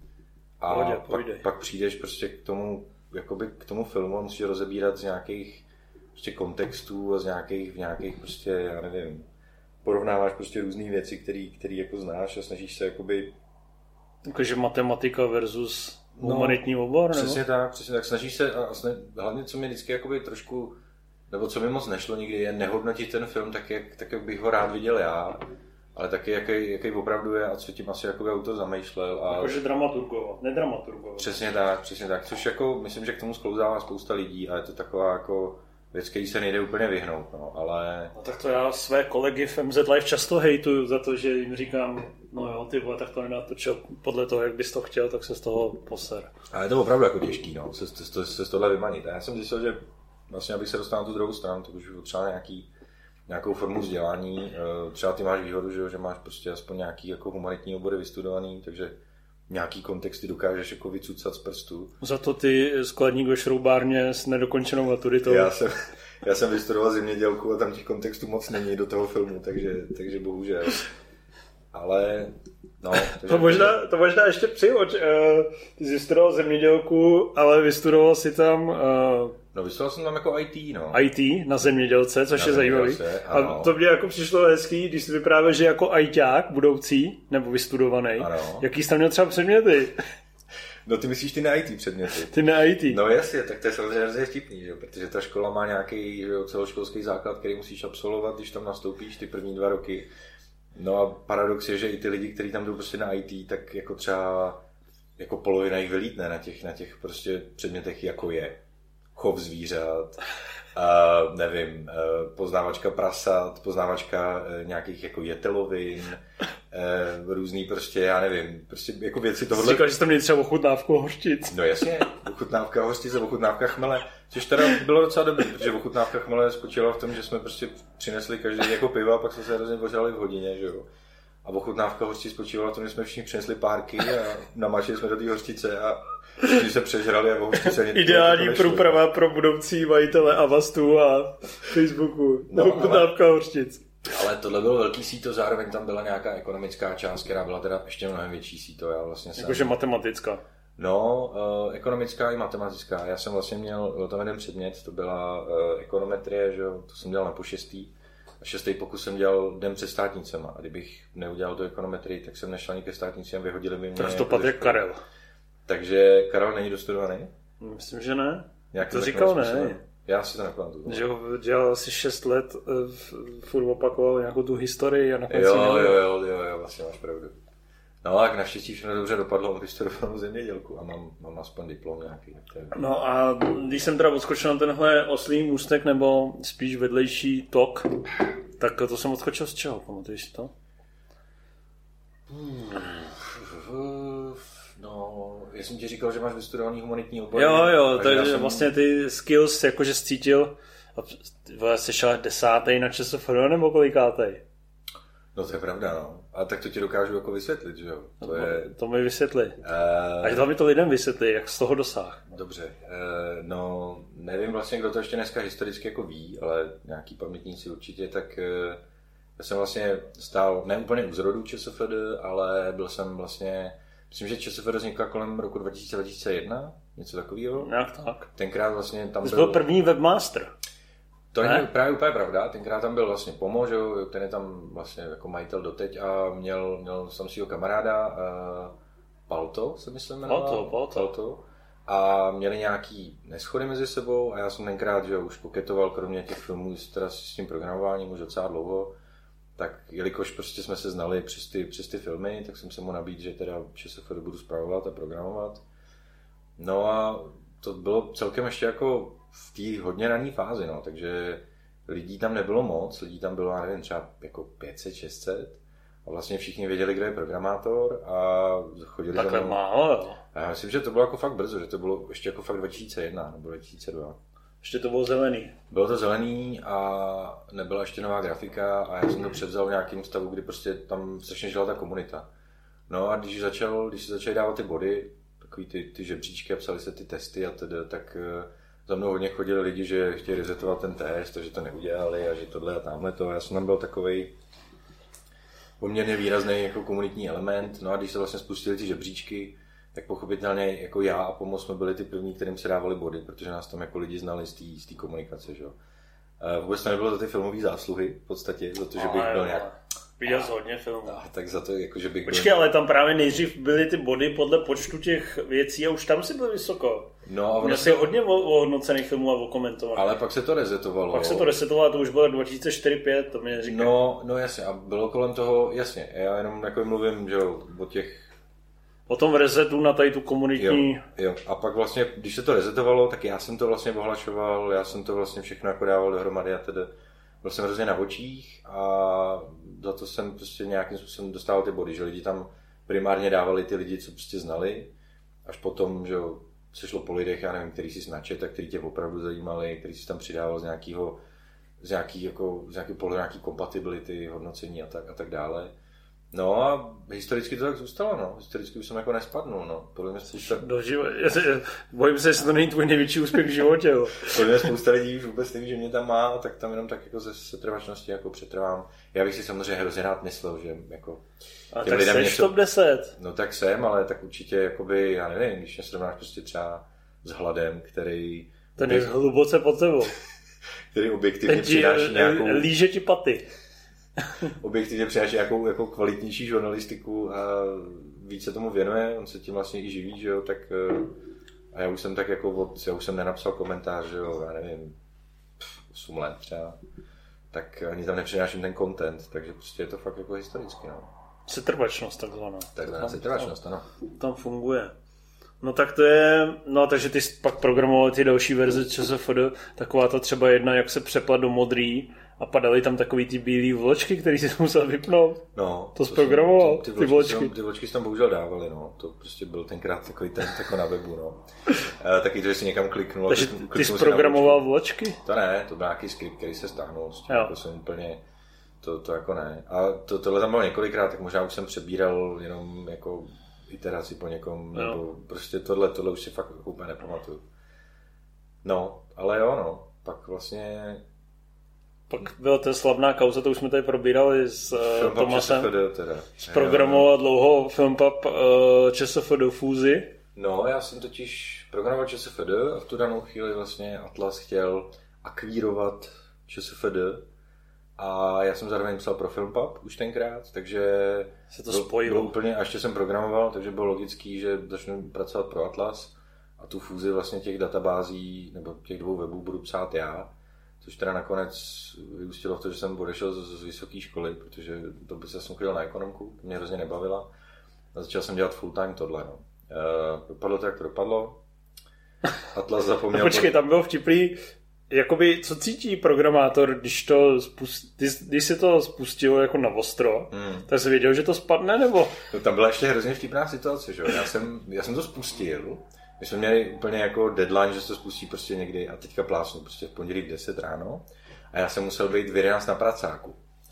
B: A
A: Pohodě,
B: pak, pak přijdeš prostě k tomu, jakoby k tomu filmu a musíš rozebírat z nějakých prostě kontextů a z nějakých, v nějakých prostě, já nevím, porovnáváš prostě různé věci, který, který jako znáš a snažíš se jakoby...
A: Jakože matematika versus humanitní no, obor, nebo?
B: Přesně tak, přesně tak, snažíš se a snaž, hlavně co mi vždycky jakoby trošku, nebo co mi moc nešlo nikdy, je nehodnotit ten film tak, jak, tak, jak bych ho rád viděl já, ale taky, jaký, jaký opravdu je a co tím asi jakoby autor zamýšlel. A...
A: Jakože dramaturgova, nedramaturgova.
B: Přesně tak, přesně tak, což jako, myslím, že k tomu sklouzává spousta lidí a je to taková jako věc, který se nejde úplně vyhnout, no, ale...
A: No tak to já své kolegy v M Z Live často hejtuju za to, že jim říkám, no jo, ty vole, tak to nenatočil podle toho, jak bys to chtěl, tak se z toho poser.
B: Ale je to opravdu jako těžký, no, se, se, se, se z tohle vymanit. A já jsem zjistil, že vlastně, abych se dostal na tu druhou stranu, tak už potřeba nějaký, nějakou formu vzdělání. Třeba ty máš výhodu, že, že máš prostě aspoň nějaký jako humanitní obory vystudovaný, takže nějaký kontexty dokážeš jako vycucat z prstů.
A: Za to ty skladník ve šroubárně s nedokončenou maturitou.
B: Já jsem, já jsem vystudoval zemědělku a tam těch kontextů moc není do toho filmu, takže, takže bohužel. Ale no... Takže...
A: To, možná, to možná ještě přihoď. Ty jsi vystudoval zemědělku, ale vystudoval si tam... Uh...
B: No vystudoval jsem tam jako I T, no.
A: I T na zemědělce, což na je zajímavý. A to mě jako přišlo hezký, když jsi vyprávěl, že jako ajťák budoucí, nebo vystudovaný, ano. Jaký jsi tam měl třeba předměty?
B: No ty myslíš ty na I T předměty?
A: Ty na I T.
B: No jasně, tak to je samozřejmě hrozně vtipný, že? Protože ta škola má nějaký že, celoškolský základ, který musíš absolvovat, když tam nastoupíš ty první dva roky. No a paradox je, že i ty lidi, kteří tam jdou prostě na I T, tak jako třeba jako polovina jich vylítne na těch, na těch prostě předmětech, jako je chov zvířat, uh, nevím, uh, poznávačka prasat, poznávačka uh, nějakých jako jetelovin, uh, různý prostě, já nevím, prostě jako věci tohohle...
A: Jsi říkal, že jsi tam měl třeba ochutnávku hořčic.
B: No jasně, ochutnávka hořčic a ochutnávka chmele, což teda bylo docela dobrý, protože ochutnávka chmele spočívala v tom, že jsme prostě přinesli každý jako piva a pak jsme se hrozně pořádali v hodině, že jo. A ochutnávka hořčic spočívala v tom, že jsme všichni přinesli párky a namačili jsme do té hořčice a všichni se přežrali a hořčice...
A: Ideální průprava pro budoucí majitele Avastu a Facebooku. No, ochutnávka ale... hořčic.
B: Ale tohle bylo velký síto, zároveň tam byla nějaká ekonomická část, která byla teda ještě mnohem větší síto. Já vlastně jsem...
A: Jakože matematická.
B: No, uh, ekonomická i matematická. Já jsem vlastně měl tam jeden předmět, to byla uh, ekonometrie, že jo, to jsem dělal na pošestý. A šestý pokus jsem dělal den před státnicema. A kdybych neudělal tu ekonometrii, tak jsem nešel ani ke státnicím, vyhodili by mě...
A: To stopad jak Karel.
B: Takže Karel není dostudovaný?
A: Myslím, že ne.
B: Nějaký
A: to říkal ne.
B: Já si to nepamatuju.
A: Že ho dělal asi šest let, furt opakoval nějakou tu historii a nakonec
B: jo, jo, jo, jo, jo, vlastně máš pravdu. No tak naštěstí všechno dobře dopadlo, mám vystudovanou zemědělku a mám, mám aspoň diplom nějaký.
A: No a když jsem teda odskočil na tenhle oslý můstek nebo spíš vedlejší tok, tak to jsem odskočil z čeho, pamatuješ si to?
B: No, já jsem ti říkal, že máš vystudovaný humanitní obor.
A: Jo, jo, takže jsem... vlastně ty skills, jakože jsi cítil, jsi šel desátej na ČSFR nebo kolikátej?
B: No to je pravda, no. A tak to ti dokážu jako vysvětlit, že jo? To,
A: no,
B: je...
A: to mi vysvětli.
B: Uh...
A: Až hlavně to lidem vysvětli, jak z toho dosáh.
B: Dobře. Uh, no, nevím vlastně, kdo to ještě dneska historicky jako ví, ale nějaký pamětníci určitě, tak uh, já jsem vlastně stál, ne úplně u zrodu ČSFD, ale byl jsem vlastně, myslím, že ČSFD vznikla kolem roku dva tisíce dva tisíce jedna, něco takového.
A: Nějak tak.
B: Tenkrát vlastně tam
A: byl...
B: byl...
A: byl první webmaster.
B: To není právě úplně pravda, tenkrát tam byl vlastně Pomo, že jo, ten je tam vlastně jako majitel doteď a měl, měl tam svýho kamaráda uh, Palto, se myslím jmenoval.
A: Palto, Palto.
B: Palto. A měli nějaký neschody mezi sebou a já jsem tenkrát, že jo, už koketoval, kromě těch filmů teda s tím programováním už docela dlouho, tak jelikož prostě jsme se znali přes ty, přes ty filmy, tak jsem se mu nabídl, že teda ČSFD budu spravovat a programovat. No a to bylo celkem ještě jako v té hodně rané fázi, no, takže lidí tam nebylo moc, lidí tam bylo, já nevím, třeba jako pět set šest set a vlastně všichni věděli, kdo je programátor a chodili
A: takhle
B: tam...
A: málo, jo.
B: A já myslím, že to bylo jako fakt brzo, že to bylo ještě jako fakt dva tisíce jedna nebo dva tisíce dva.
A: Ještě to bylo zelený.
B: Bylo to zelený a nebyla ještě nová grafika a já jsem to převzal v nějakém stavu, kdy prostě tam strašně žila ta komunita. No a když začal, když se začaly dávat ty body, takový ty, ty žebříčky a psali se ty testy a tedy, tak za mnou hodně chodili lidi, že chtěli resetovat ten test, že to neudělali a že tohle a tamhle to. Já jsem tam byl takovej poměrně výrazný jako komunitní element. No a když se vlastně spustili ty žebříčky, tak pochopitelně jako já a Pomoc jsme byli ty první, kterým se dávali body, protože nás tam jako lidi znali z té komunikace, že jo. Vůbec to nebylo za ty filmové zásluhy v podstatě, za to, že bych byl nějak...
A: Viděl jsi hodně filmů.
B: A, tak za to, jako, že bych
A: Počkej, byl... ale tam právě nejdřív byly ty body podle počtu těch věcí a už tam si byl vysoko.
B: No,
A: Měl jsi hodně ohodnocených filmů a okomentovaných.
B: Ale pak se to resetovalo.
A: Pak se to resetovalo, to už bylo dva tisíce čtyři pět, to mi říká.
B: No, no jasně, a bylo kolem toho, jasně, já jenom jako mluvím, že jo, o těch...
A: O tom resetu na tady tu komunitní...
B: Jo, jo, a pak vlastně, když se to resetovalo, tak já jsem to vlastně ohlašoval, já jsem to vlastně všechno jako dával dohromady a tedy byl jsem hrozně na očích a za to jsem prostě nějakým způsobem dostával ty body, že lidi tam primárně dávali ty lidi, co prostě znali, až potom, že jo, se šlo po lidech, já nevím, který si značet a který tě opravdu zajímali, který si tam přidával z nějakého, z nějaký, jako, z nějakého pohledu nějaký compatibility, hodnocení a tak, a tak dále. No a historicky to tak zůstalo, no. Historicky už jsem jako nespadnul, no. Podle mě spousta...
A: Do života. Bojím se, jestli to není tvůj největší úspěch v životě, jo.
B: Podle mě spousta lidí už vůbec neví, že mě tam má, tak tam jenom tak jako ze setrvačnosti jako přetrvám. Já bych si samozřejmě hrozně rád myslel, že jako...
A: A tak jsi něco... top deset.
B: No tak jsem, ale tak určitě jakoby, já nevím, když mě srovnáš prostě třeba s Hladem, který...
A: Ten je hluboce pod tebou.
B: Který objektivně přináší nějakou...
A: Líže ti paty.
B: Objektivně přináší nějakou jako kvalitnější žurnalistiku a víc se tomu věnuje, on se tím vlastně i živí, že jo, tak a já už jsem tak jako od, já už jsem nenapsal komentář, že jo, já nevím, osm let třeba, tak ani tam nepřináším ten content, takže prostě je to fakt jako historicky, no.
A: Setrvačnost takzvaná.
B: Takzvaná setrvačnost, ano.
A: Tam funguje. No tak to je, no takže ty pak programoval ty další verze ČSFD, taková ta třeba jedna, jak se přeplat do modrý a padaly tam takový ty bílý vločky, který si musel vypnout.
B: No.
A: To zprogramoval,
B: ty,
A: ty,
B: ty
A: vločky.
B: vločky. Ty vločky se tam bohužel dávali, no. To prostě byl tenkrát takový ten tako na webu, no. A taky to, že si někam kliknul.
A: Takže ty, ty jsi programoval vločky?
B: To ne, to byl nějaký skript, který se stáhnul. S tím jako jsem úplně, to, to jako ne. A to, tohle tam bylo několikrát, tak možná už jsem přebíral jenom jako iteraci po někom,
A: no.
B: Nebo prostě tohle, tohle už si fakt úplně nepamatuju. No, ale jo, no. Pak vlastně...
A: Pak byla ta slavná kauza, to už jsme tady probírali s uh, Tomasem.
B: Teda.
A: Zprogramoval dlouho FilmPub uh, ČSFD fúzi.
B: No, já jsem totiž programoval ČSFD a v tu danou chvíli vlastně Atlas chtěl akvírovat ČSFD a já jsem zároveň psal pro FilmPub už tenkrát, takže
A: se to spojilo.
B: Bylo úplně, a ještě jsem programoval, takže bylo logický, že začnu pracovat pro Atlas a tu fúzi vlastně těch databází nebo těch dvou webů budu psát já. Což teda nakonec vyústilo v to, že jsem odešel z, z vysoké školy, protože to by se jsem chodil na ekonomku, to mě hrozně nebavila. A začal jsem dělat full time tohle. No. E, dopadlo to, jak to dopadlo. Atlas zapomněl...
A: Počkej, tam bylo vtipný, jakoby, co cítí programátor, když to spust, když, když se to spustilo jako na ostro, hmm. tak jsi věděl, že to spadne, nebo?
B: No, tam byla ještě hrozně vtipná situace, že? Já jsem, já jsem to spustil. My jsme měli úplně jako deadline, že se to spustí prostě někdy a teďka plásnu prostě v pondělí v deset ráno a já jsem musel být v jedenáct na pracáku.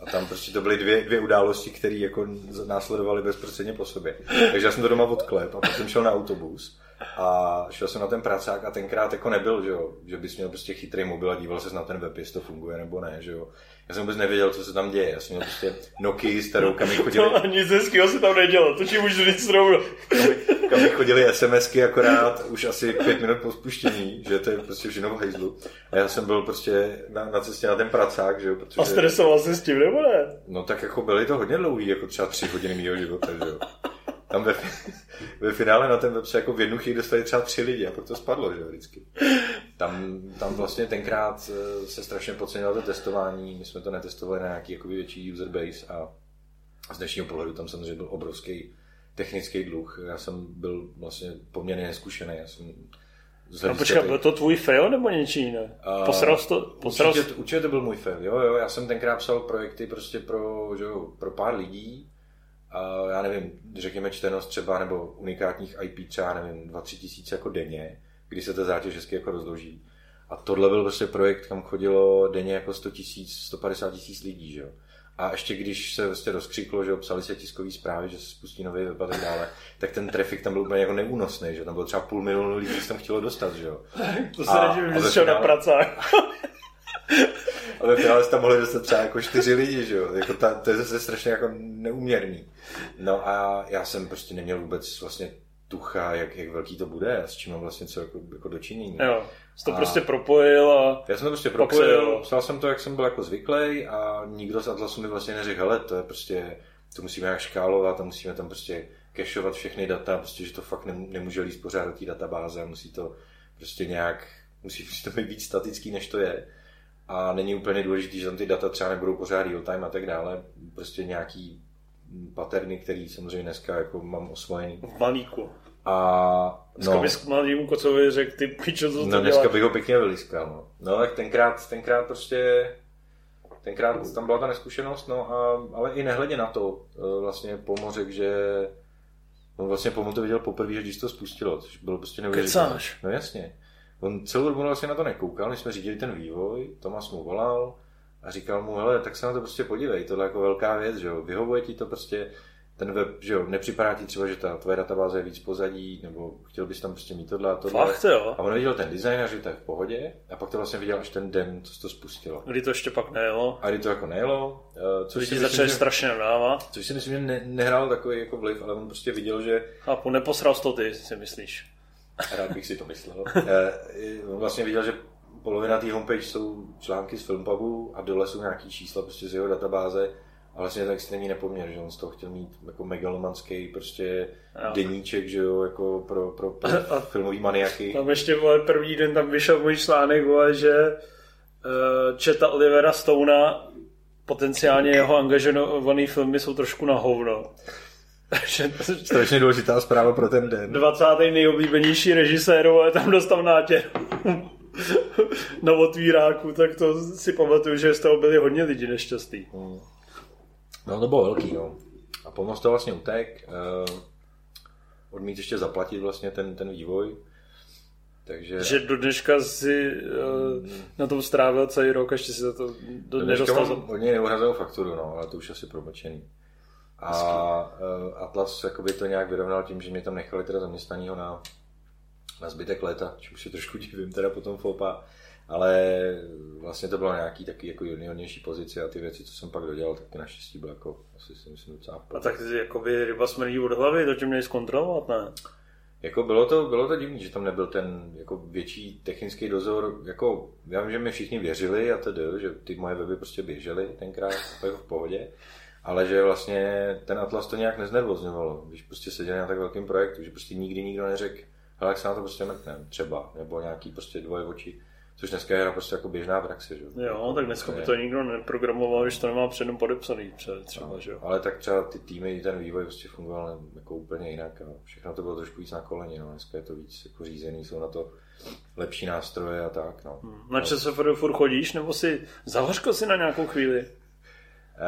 B: A tam prostě to byly dvě, dvě události, které jako následovaly bezprostředně po sobě. Takže já jsem to doma odklep a pak jsem šel na autobus a šel jsem na ten pracák a tenkrát jako nebyl, že jo, že bys měl prostě chytrý mobil a díval ses na ten web, jestli to funguje nebo ne, že jo. Já jsem vůbec nevěděl, co se tam děje. Já jsem měl prostě Nokia starou, kam mi chodili...
A: To nic hezkýho se tam nedělo, to čím můžu říct rovno.
B: Kam mi chodili SMSky akorát už asi pět minut po spuštění, že to je prostě všechno v hejzlu. A já jsem byl prostě na, na cestě na ten pracák, že jo. Protože...
A: A stresoval se s tím, nebo ne?
B: No tak jako byly to hodně dlouhý, jako třeba tři hodiny mýho života, že jo. Tam ve, ve finále na ten web se jako v jednu chvíli dostali třeba tři lidi a pak to spadlo, že jo, vždycky. Tam, tam vlastně tenkrát se strašně podcenilo to testování, my jsme to netestovali na nějaký jakoby větší user base a z dnešního pohledu tam samozřejmě byl obrovský technický dluh. Já jsem byl vlastně poměrně neskušený, já jsem...
A: No počkej, byl to tvůj fail nebo něčí jiné? Posral jsi to? Posral
B: určitě, jsi... určitě to byl můj fail, jo, jo, já jsem tenkrát psal projekty prostě pro, že jo, pro pár lidí. A já nevím, řekněme čtenost třeba, nebo unikátních I P třeba, nevím, dva tři tisíce jako denně, kdy se ta zátěž hezky jako rozloží. A tohle byl prostě projekt, kam chodilo denně jako sto tisíc, sto padesát tisíc lidí, že jo. A ještě když se vlastně rozkřiklo, že psali se tiskový zprávy, že se spustí nový web a tak dále, tak ten trafik tam byl úplně jako neúnosný, že tam bylo třeba půl milionu lidí, co tam chtělo dostat, že jo.
A: To se nedivím, že jsi šel na pracák.
B: A ve finále tam mohli dostat třeba jako čtyři lidi, že jo. Jako ta, to je zase strašně jako neuměrný. No a já jsem prostě neměl vůbec vlastně tucha, jak, jak velký to bude a s čím mám vlastně co jako, jako dočinění.
A: Jo, jsi to a prostě propojil a...
B: Já jsem to prostě propojil, psal jsem to, jak jsem byl jako zvyklý a nikdo z Atlasu mi vlastně neřekl, hele, to je prostě, to musíme jak škálovat a musíme tam prostě cacheovat všechny data, prostě, že to fakt nemůže líst pořád do té databáze, musí to prostě nějak, musí to být víc statický, než to je. A není úplně důležité, že tam ty data třeba nebudou pořád real time a tak dále. Prostě nějaký paterny, který samozřejmě dneska jako mám osvojený.
A: V malíku.
B: A
A: dneska no, bys malýmu kocovi řekl, ty pičo, co to
B: no, dneska bych ho pěkně vylískal. No. no tak tenkrát, tenkrát prostě tenkrát tam byla ta neskušenost, no a, ale i nehledě na to vlastně Pomo řekl, že on vlastně Pomo to viděl poprvé, že když to spustilo, což bylo prostě neuvěřitelné.
A: Kecáš?
B: No jasně. On celou dobu vlastně na to nekoukal, my jsme řídili ten vývoj, Tomas mu volal a říkal mu, hele, tak se na to prostě podívej, tohle je jako velká věc, že jo, vyhovuje ti to prostě, ten web, že jo, nepřipadá ti třeba, že ta tvoje databáze je víc pozadí, nebo chtěl bys tam prostě mít tohle a tohle.
A: Fakt, jo.
B: A on viděl ten design a že to je v pohodě a pak to vlastně viděl až ten den, co se to spustilo.
A: Kdy to ještě pak nejelo.
B: A kdy to jako nejelo.
A: Což si začali že... strašně nadávat.
B: Což si myslím, že ne, nehrál takový jako vliv, ale on prostě viděl, že...
A: Chápu, neposral jsi to ty, si myslíš.
B: Rád bych si to myslel. On vlastně viděl, že polovina té homepage jsou články z Filmpubu a dole jsou nějaký čísla prostě z jeho databáze a vlastně tak extrémní nepoměr, že on z toho chtěl mít jako megalomanský prostě jo. deníček, že jo, jako pro, pro, pro filmový maniaky.
A: Tam ještě vole, první den tam vyšel můj článek, vole, že uh, četa Olivera Stonea potenciálně jeho angažovaný filmy jsou trošku na hovno.
B: Strašně důležitá zpráva pro ten den.
A: dvacátý nejoblíbenější režisér, ale tam dostal nátěr na otvíráku, tak to si pamatuju, že z toho byli hodně lidi nešťastný.
B: Hmm. No to bylo velký, no. A Pomoc to vlastně utek. Uh, odmít ještě zaplatit vlastně ten, ten vývoj. Takže... Že
A: do dneška si uh, na tom strávil celý rok, ještě si za to do,
B: do
A: nedostal.
B: Dneška mám od něj neuhrazenou fakturu, no, ale to už asi promlčený. A uh, Atlas jakoby to nějak vyrovnal tím, že mě tam nechali teda zaměstnanýho na, na zbytek léta, čemu se trošku divím teda potom fopa, ale vlastně to bylo nějaký taky jako juniornější pozici a ty věci, co jsem pak dodělal, tak naštěstí bylo jako asi si myslím docela v pohodě.
A: A tak jakoby ryba smrdí od hlavy, to tě měli zkontrolovat, ne?
B: Jako bylo to, bylo to divný, že tam nebyl ten jako větší technický dozor, jako já vím, že mi všichni věřili a tedy, že ty moje weby prostě běžely tenkrát jako v pohodě. Ale že vlastně ten Atlas to nějak neznervozňovalo, když prostě seděli na tak velkým projektu, že prostě nikdy nikdo neřekl, hele, jak se na to prostě mrknem, třeba, nebo nějaký prostě dvoje oči, což dneska je prostě jako běžná praxe, že jo.
A: Jo, tak dneska by to nikdo neprogramoval, když to nemá předem podepsaný třeba, no, že jo.
B: Ale tak třeba ty týmy, ten vývoj prostě fungoval jako úplně jinak a všechno to bylo trošku víc na koleni, no, dneska je to víc jako řízený, jsou na to lepší nástroje a tak, no.
A: Hmm. Na čem se furt chodíš, nebo si zavařko si na nějakou chvíli?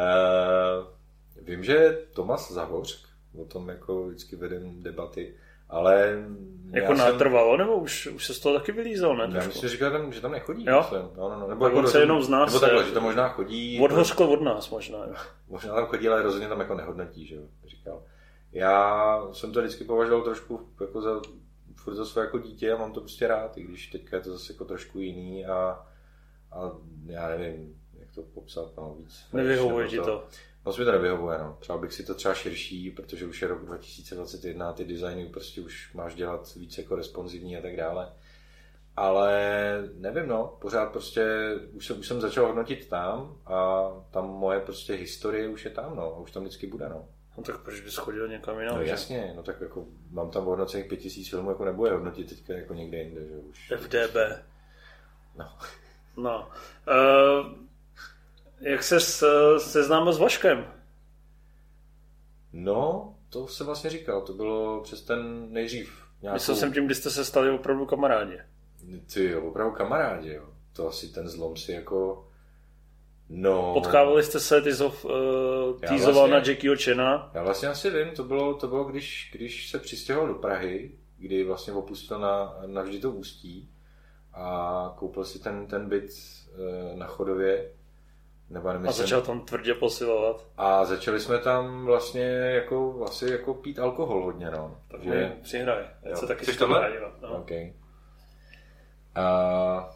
B: Uh, vím, že Tomas Zahořk, o tom jako vždycky vedem debaty, Ale...
A: Jako natrvalo, jsem... nebo už, už se z toho taky vylízal, ne?
B: Já myslím, že říkal, že tam nechodí.
A: Jo?
B: Myslím. No, no, no.
A: Nebo jako se jenom z nás.
B: Nebo takhle, že to možná chodí...
A: Odhořklo od nás možná. Jo.
B: Možná tam chodí, ale rozhodně tam jako nehodnotí, že jo, říkal. Já jsem to vždycky považoval trošku jako za, furt za své jako dítě a mám to prostě rád, i když teďka je to zase jako trošku jiný a, a já nevím, jak to popsat, no víc.
A: Nevyhovuje ti to?
B: No, mi to nevyhovuje, no. Přál bych si to třeba širší, protože už je rok dva tisíce dvacet jedna a ty designy prostě už máš dělat víc jako responsivní a tak dále. Ale nevím, no, pořád prostě, už jsem, už jsem začal hodnotit tam a tam moje prostě historie už je tam, no, a už tam vždycky bude, no.
A: No tak proč bys chodil někam jinam?
B: No jasně, no tak jako mám tam hodnocených pět tisíc filmů, jako nebude hodnotit teďka jako někde jinde, že už.
A: F D B.
B: No.
A: No. Uh, jak se seznámil s Vaškem?
B: No, to jsem vlastně říkal, to bylo přes ten nejdřív.
A: Nějakou... Myslel jsem tím, kdy jste se stali opravdu kamarádi.
B: Ty jo, opravdu kamarádi, jo. To asi ten zlom si jako... No...
A: Potkávali jste se, ty jsi uh, týzoval vlastně, na Jackieho Chana.
B: Já vlastně asi vím, to bylo, to bylo když, když se přistěhoval do Prahy, kdy vlastně opustil na, navždy to Ústí a koupil si ten, ten byt uh, na Chodově. Nebo nevím,
A: a začal tam tvrdě posilovat.
B: A začali jsme tam vlastně jako, asi jako pít alkohol hodně, no.
A: Tak mě přihraj, já se taky
B: chceš tohle?
A: No.
B: Okay. Uh,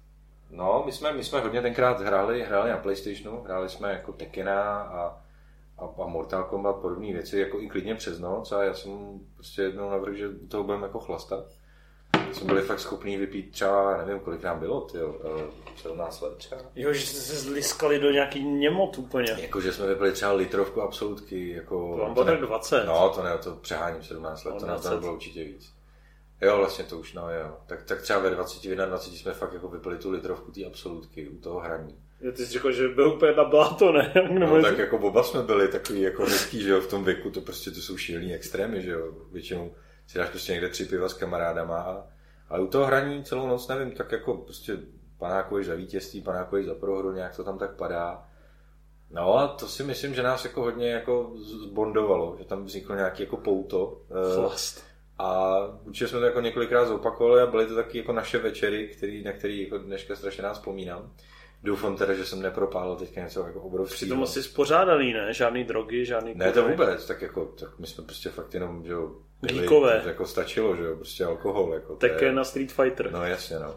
B: no, my jsme, my jsme hodně tenkrát hráli, hráli na PlayStationu, hráli jsme jako Tekkena a, a, a Mortal Kombat, podobné věci, jako i klidně přes noc a já jsem prostě jednou navrhl, že toho budeme jako chlastat. Jsme byli fakt schopní vypít třeba, nevím, kolik nám bylo, tyjo, sedmnáct let třeba.
A: Jo, že jste se zliskali do nějaký němot úplně.
B: Jako, že jsme vypili třeba litrovku absolutky, jako...
A: To vám bylo tak dvacet.
B: No, to ne, to přeháním sedmnáct let, no, to nás tam bylo určitě víc. Jo, vlastně to už, no jo. Tak, tak třeba ve dvacet, dvacet jsme fakt jako vypili tu litrovku té absolutky u toho hraní.
A: Jo, ty jsi řekl, že byl úplně na bláto, ne?
B: No tak jako oba jsme byli takový jako hezký, že jo, v tom věku, to prostě to jsou šílený extrémy, že jo. Většinou si dáš prostě někde tři piva s kamarádama a ale u toho hraní celou noc, nevím, tak jako prostě panákuješ za vítězství, panákuješ za prohru, nějak to tam tak padá. No a to si myslím, že nás jako hodně jako zbondovalo, že tam vzniklo nějaký jako pouto.
A: Flast.
B: A určitě jsme to jako několikrát zopakovali a byly to taky jako naše večery, který, na který jako dneška strašně nás vzpomínám. Doufám teda, že jsem nepropálil teďka něco jako obrovského.
A: Přitom asi spořádaný, ne? Žádný drogy, žádný...
B: Ne, to vůbec, tak jako, tak my jsme prostě fakt jenom, že jo...
A: Díkové.
B: Jako stačilo, že jo, prostě alkohol, jako...
A: Tak je na Street Fighter.
B: No jasně, no.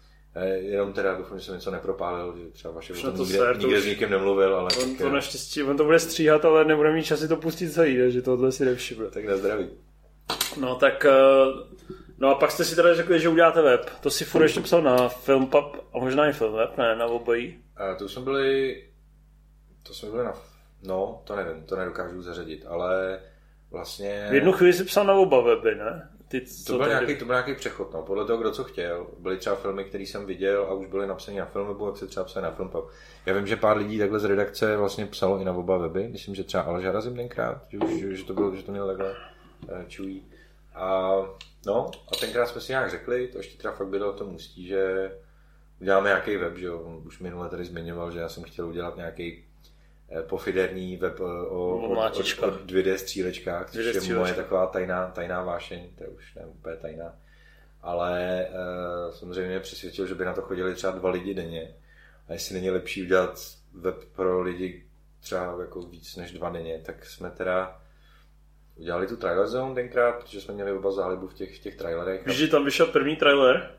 B: Jenom teda doufám, že jsem něco nepropálil, že třeba vaše
A: to
B: nikde,
A: ser,
B: nikde
A: už...
B: s nikým nemluvil, ale...
A: On to naštěstí, on to bude stříhat, ale nebude mít čas si to pustit celý, ne? Že tohle si nevšiml.
B: Tak na zdraví.
A: No tak... No a pak jste si teda řekli, že uděláte web. To si furt ještě psal na Filmpub a možná i Filmweb, ne? Na obojí.
B: A to jsme byli... To jsme byli na... No, to nevím, to nedokážu zařadit, ale vlastně...
A: V jednu chvíli jsi psal na oba weby, ne? Ty,
B: to, byl nějaký, to byl nějaký přechod, no, podle toho, kdo co chtěl. Byly třeba filmy, které jsem viděl a už byly napsané na Filmwebu, jak se třeba psali na Filmpub. Já vím, že pár lidí takhle z redakce vlastně psalo i na oba weby. Myslím, že třeba Aleš Harazim tenkrát, že, že, že, to bylo, že to měl takhle uh, čují. A no, a tenkrát jsme si nějak řekli, to ještě teda fakt bylo v tom Ústí, že uděláme nějaký web, že jo. On už minule tady zmiňoval, že já jsem chtěl udělat nějaký pofiderní web o, o, o, o dvě dé střílečkách, což je moje taková tajná, tajná vášeň, to je už ne úplně tajná. Ale uh, samozřejmě mě přesvědčil, že by na to chodili třeba dva lidi denně. A jestli není lepší udělat web pro lidi třeba jako víc než dva denně, tak jsme teda udělali tu Trailer Zone tenkrát, protože jsme měli oba zálibu v těch, v těch trailerech.
A: Víš, že tam vyšel první trailer?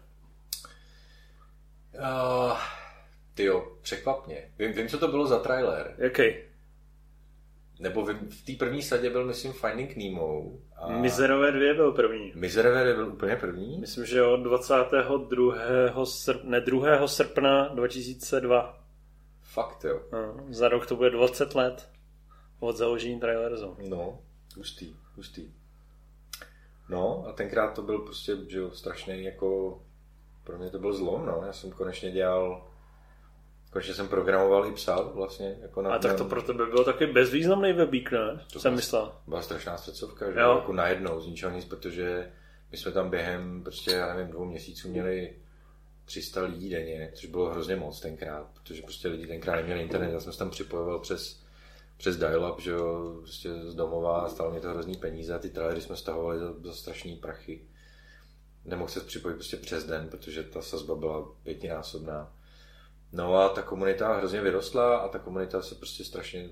B: Uh, Tyjo, překvapně. Vím, vím, co to bylo za trailer.
A: Jaký? Nebo
B: vím, v té první sadě byl, myslím, Finding Nemo. A...
A: Mizerové dvě byl první.
B: Mizerové dvě byl úplně první?
A: Myslím, že od dvacátého druhého srpna, ne, druhého srpna dva tisíce dva.
B: Fakt, jo.
A: No, za rok to bude dvacet let od založení Trailer Zone.
B: No, hustý, hustý. No, a tenkrát to byl prostě, že jo, strašný jako... Pro mě to byl zlom, no. Já jsem konečně dělal... Konečně jsem programoval i psal vlastně. Jako na,
A: a tak to pro tebe bylo taky bezvýznamný webík, ne? To jsem myslel.
B: Byla strašná střecovka, že jo? Jako najednou, z ničeho nic, protože my jsme tam během, prostě, já nevím, dvou měsíců měli tři sta lidí denně, což bylo hrozně moc tenkrát, protože prostě lidi tenkrát neměli internet, já jsem se tam připojoval přes, přes dial-up, že jo, prostě z domova, stalo mě to hrozný peníze a ty trailery jsme stahovali za, za strašný prachy. Nemohl se připojit prostě přes den, protože ta sazba byla pětinásobná. No a ta komunita hrozně vyrostla a ta komunita se prostě strašně,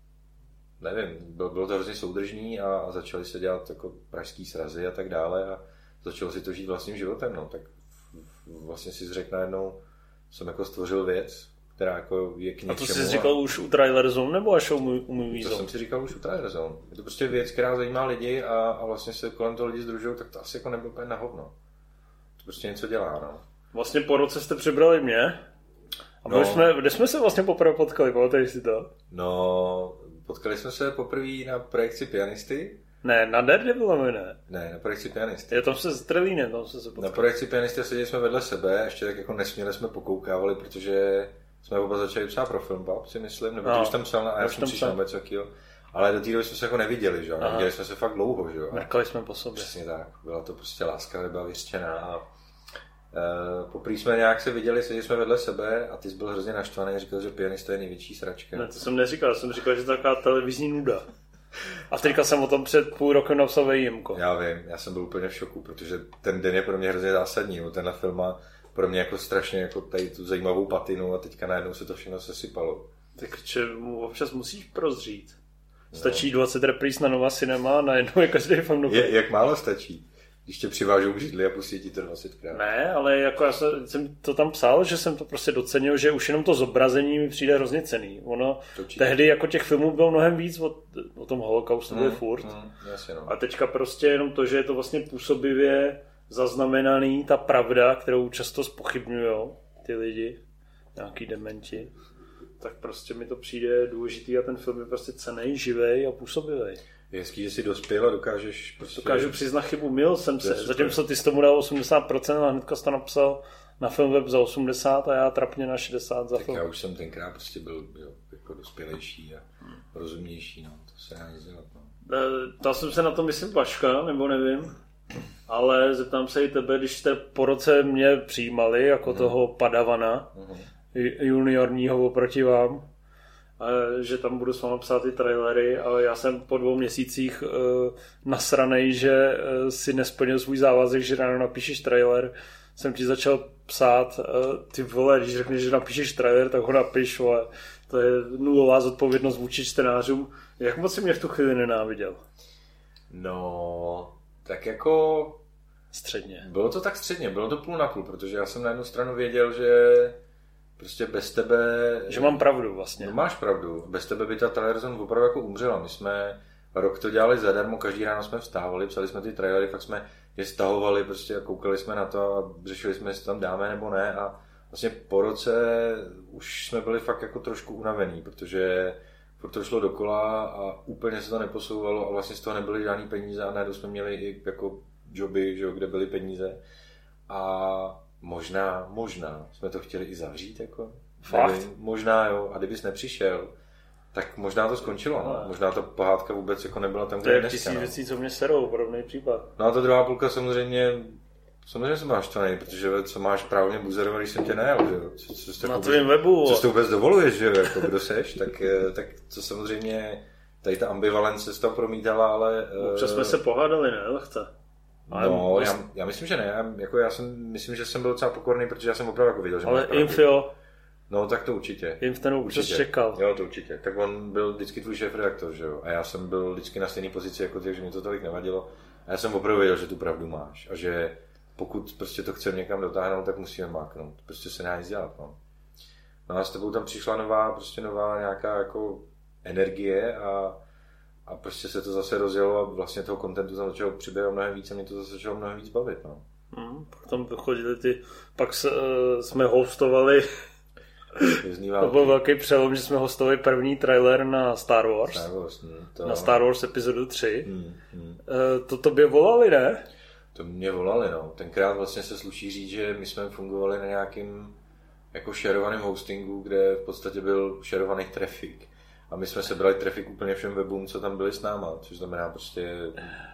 B: nevím, bylo, bylo to hrozně soudržný a, a začaly se dělat jako pražský srazy a tak dále a začalo si to žít vlastním životem, no, tak vlastně si řekl najednou, jsem jako stvořil věc, která jako je k něčemu.
A: A to jsi říkal a... už u Trailer Zone nebo až u Movie Zone?
B: To jsem si říkal už u Trailer Zone. Je to prostě věc, která zajímá lidi a, a vlastně se kolem toho lidi sdružují, tak to asi jako nebylo úplně na hovno. To prostě něco dělá, no.
A: Vlastně po roce jste přibrali mě. A no. jsme, kde jsme se vlastně poprvé potkali, pamatuješ si to?
B: No, potkali jsme se poprvé na projekci Pianisty.
A: Ne, na Daredevilovi ne.
B: Ne, na projekci Pianisty.
A: Je tam se s Trelínem, tam se se potkali.
B: Na projekci Pianisty seděli jsme vedle sebe, ještě tak jako nesměle jsme pokoukávali, protože jsme oba začali psát pro Filmpub, si myslím, nebo no, už tam psal a já jsem přišel nebo něco takového. Ale do té doby jsme se jako neviděli, že jo? Neviděli jsme se fakt dlouho, že jo?
A: Mrkali jsme po sobě.
B: Přesně tak, byla to prostě láska, byla vyřčená a Uh, poprvé jsme nějak se viděli, seděli jsme vedle sebe a ty jsi byl hrozně naštvaný a říkal, že Pianista je největší sračka.
A: Ne, to jsem neříkal, jsem říkal, že to je taková televizní nuda. A teďka jsem o tom před půl rokem napsal vejímko.
B: Já vím, já jsem byl úplně v šoku, protože ten den je pro mě hrozně zásadní. Tenhle film má pro mě jako strašně jako tady tu zajímavou patinu a teďka najednou se to všechno sesypalo.
A: Takže mu občas musíš prozřít. Stačí no. dvacet repríz na Nova Cinema a najednou je každý film nový.
B: Je, jak málo stačí? Když tě přivážou k židli a pustí ti to dvacetkrát.
A: Ne, ale jako já jsem, jsem to tam psal, že jsem to prostě docenil, že už jenom to zobrazení mi přijde hrozně cenný. Ono tehdy jako těch filmů bylo mnohem víc o, o tom holokaustu mm, furt. Mm,
B: jasně, no.
A: A teďka prostě jenom to, že je to vlastně působivě zaznamenaný, ta pravda, kterou často zpochybňujou ty lidi, nějaký dementi, tak prostě mi to přijde důležitý a ten film je prostě cenný, živej a působivej.
B: Je hezký, že jsi dospěl a dokážeš... Prostě...
A: Dokážu přiznat chybu, mil jsem se. Zatímco ty jsi tomu dal osmdesát procent a hnedka jsi to napsal na Filmweb za osmdesát a já trapně na šedesát za
B: tak
A: film.
B: Já už jsem tenkrát prostě byl jo, jako dospělejší a rozumnější, no. To se dá nic dělat, no.
A: Dal jsem se na to, myslím, Vaška, nebo nevím. Ale zeptám se i tebe, když jste po roce mě přijímali jako mm. toho padavana mm. juniorního oproti vám, že tam budu s vámi psát ty trailery, ale já jsem po dvou měsících uh, nasranej, že uh, si nesplnil svůj závazek, že ráno napíšeš trailer. Jsem ti začal psát, uh, ty vole, když řekneš, že napíšeš trailer, tak ho napiš, vole. To je nulová zodpovědnost vůči čtenářům. Jak moc jsi mě v tu chvíli nenáviděl?
B: No, tak jako...
A: Středně.
B: Bylo to tak středně, bylo to půl na půl, protože já jsem na jednu stranu věděl, že prostě bez tebe...
A: Že mám pravdu vlastně.
B: No máš pravdu. Bez tebe by ta Trailer Zone opravdu jako umřela. My jsme rok to dělali zadarmo, každý ráno jsme vstávali, psali jsme ty trailery, fakt jsme je stahovali prostě a koukali jsme na to a řešili jsme, jestli tam dáme nebo ne a vlastně po roce už jsme byli fakt jako trošku unavení, protože furt to šlo dokola a úplně se to neposouvalo a vlastně z toho nebyly žádný peníze a najednou jsme měli i jako joby, že, kde byly peníze a možná, možná jsme to chtěli i zavřít, jako.
A: Fakt?
B: Nevím, možná jo, a kdybys nepřišel, tak možná to skončilo, no. Možná ta pohádka vůbec jako nebyla tam, kde je dneska.
A: To je tisíc věcí, co mě serou, podobný případ.
B: No a ta druhá půlka samozřejmě, samozřejmě jsem máš to nej, protože co máš právně buzerovat, když jsem tě najel, že jo. Co, co, co
A: na tvým webu.
B: Co to vůbec dovoluješ, že jo, jako kdo seš, tak, tak to samozřejmě, tady ta ambivalence se tam promítala, ale...
A: Občas jsme se pohádali, ne, lehce.
B: No, já, já myslím, že ne. Já, jako já jsem, myslím, že jsem byl docela pokorný, protože já jsem opravdu jako viděl, že
A: ale Inf jo.
B: No, tak to určitě.
A: Inf ten určitě čekal.
B: Jo, to určitě. Tak on byl vždycky tvůj šéf-redaktor, že jo. A já jsem byl vždycky na stejné pozici jako ty, takže mi to tolik nevadilo. A já jsem opravdu věděl, že tu pravdu máš. A že pokud prostě to chceme někam dotáhnout, tak musíme máknout. Prostě se nedá nic dělat, no. No a s tebou tam přišla nová, prostě nová nějaká jako energie a A prostě se to zase rozjelo a vlastně toho kontentu tam začalo přibývat mnohem víc a mě to zase začalo mnohem víc bavit. No.
A: Mm, pak tam chodili ty, pak se, uh, jsme hostovali, to byl velký přelom, že jsme hostovali první trailer na Star Wars,
B: Star Wars mm, to...
A: na Star Wars epizodu tři.
B: Mm, mm.
A: Uh, to tobě volali, ne?
B: To mě volali, no. Tenkrát vlastně se sluší říct, že my jsme fungovali na nějakým jako šerovaným hostingu, kde v podstatě byl šerovaný trafik. A my jsme sebrali trafik úplně všem webům, co tam byli s náma, což znamená prostě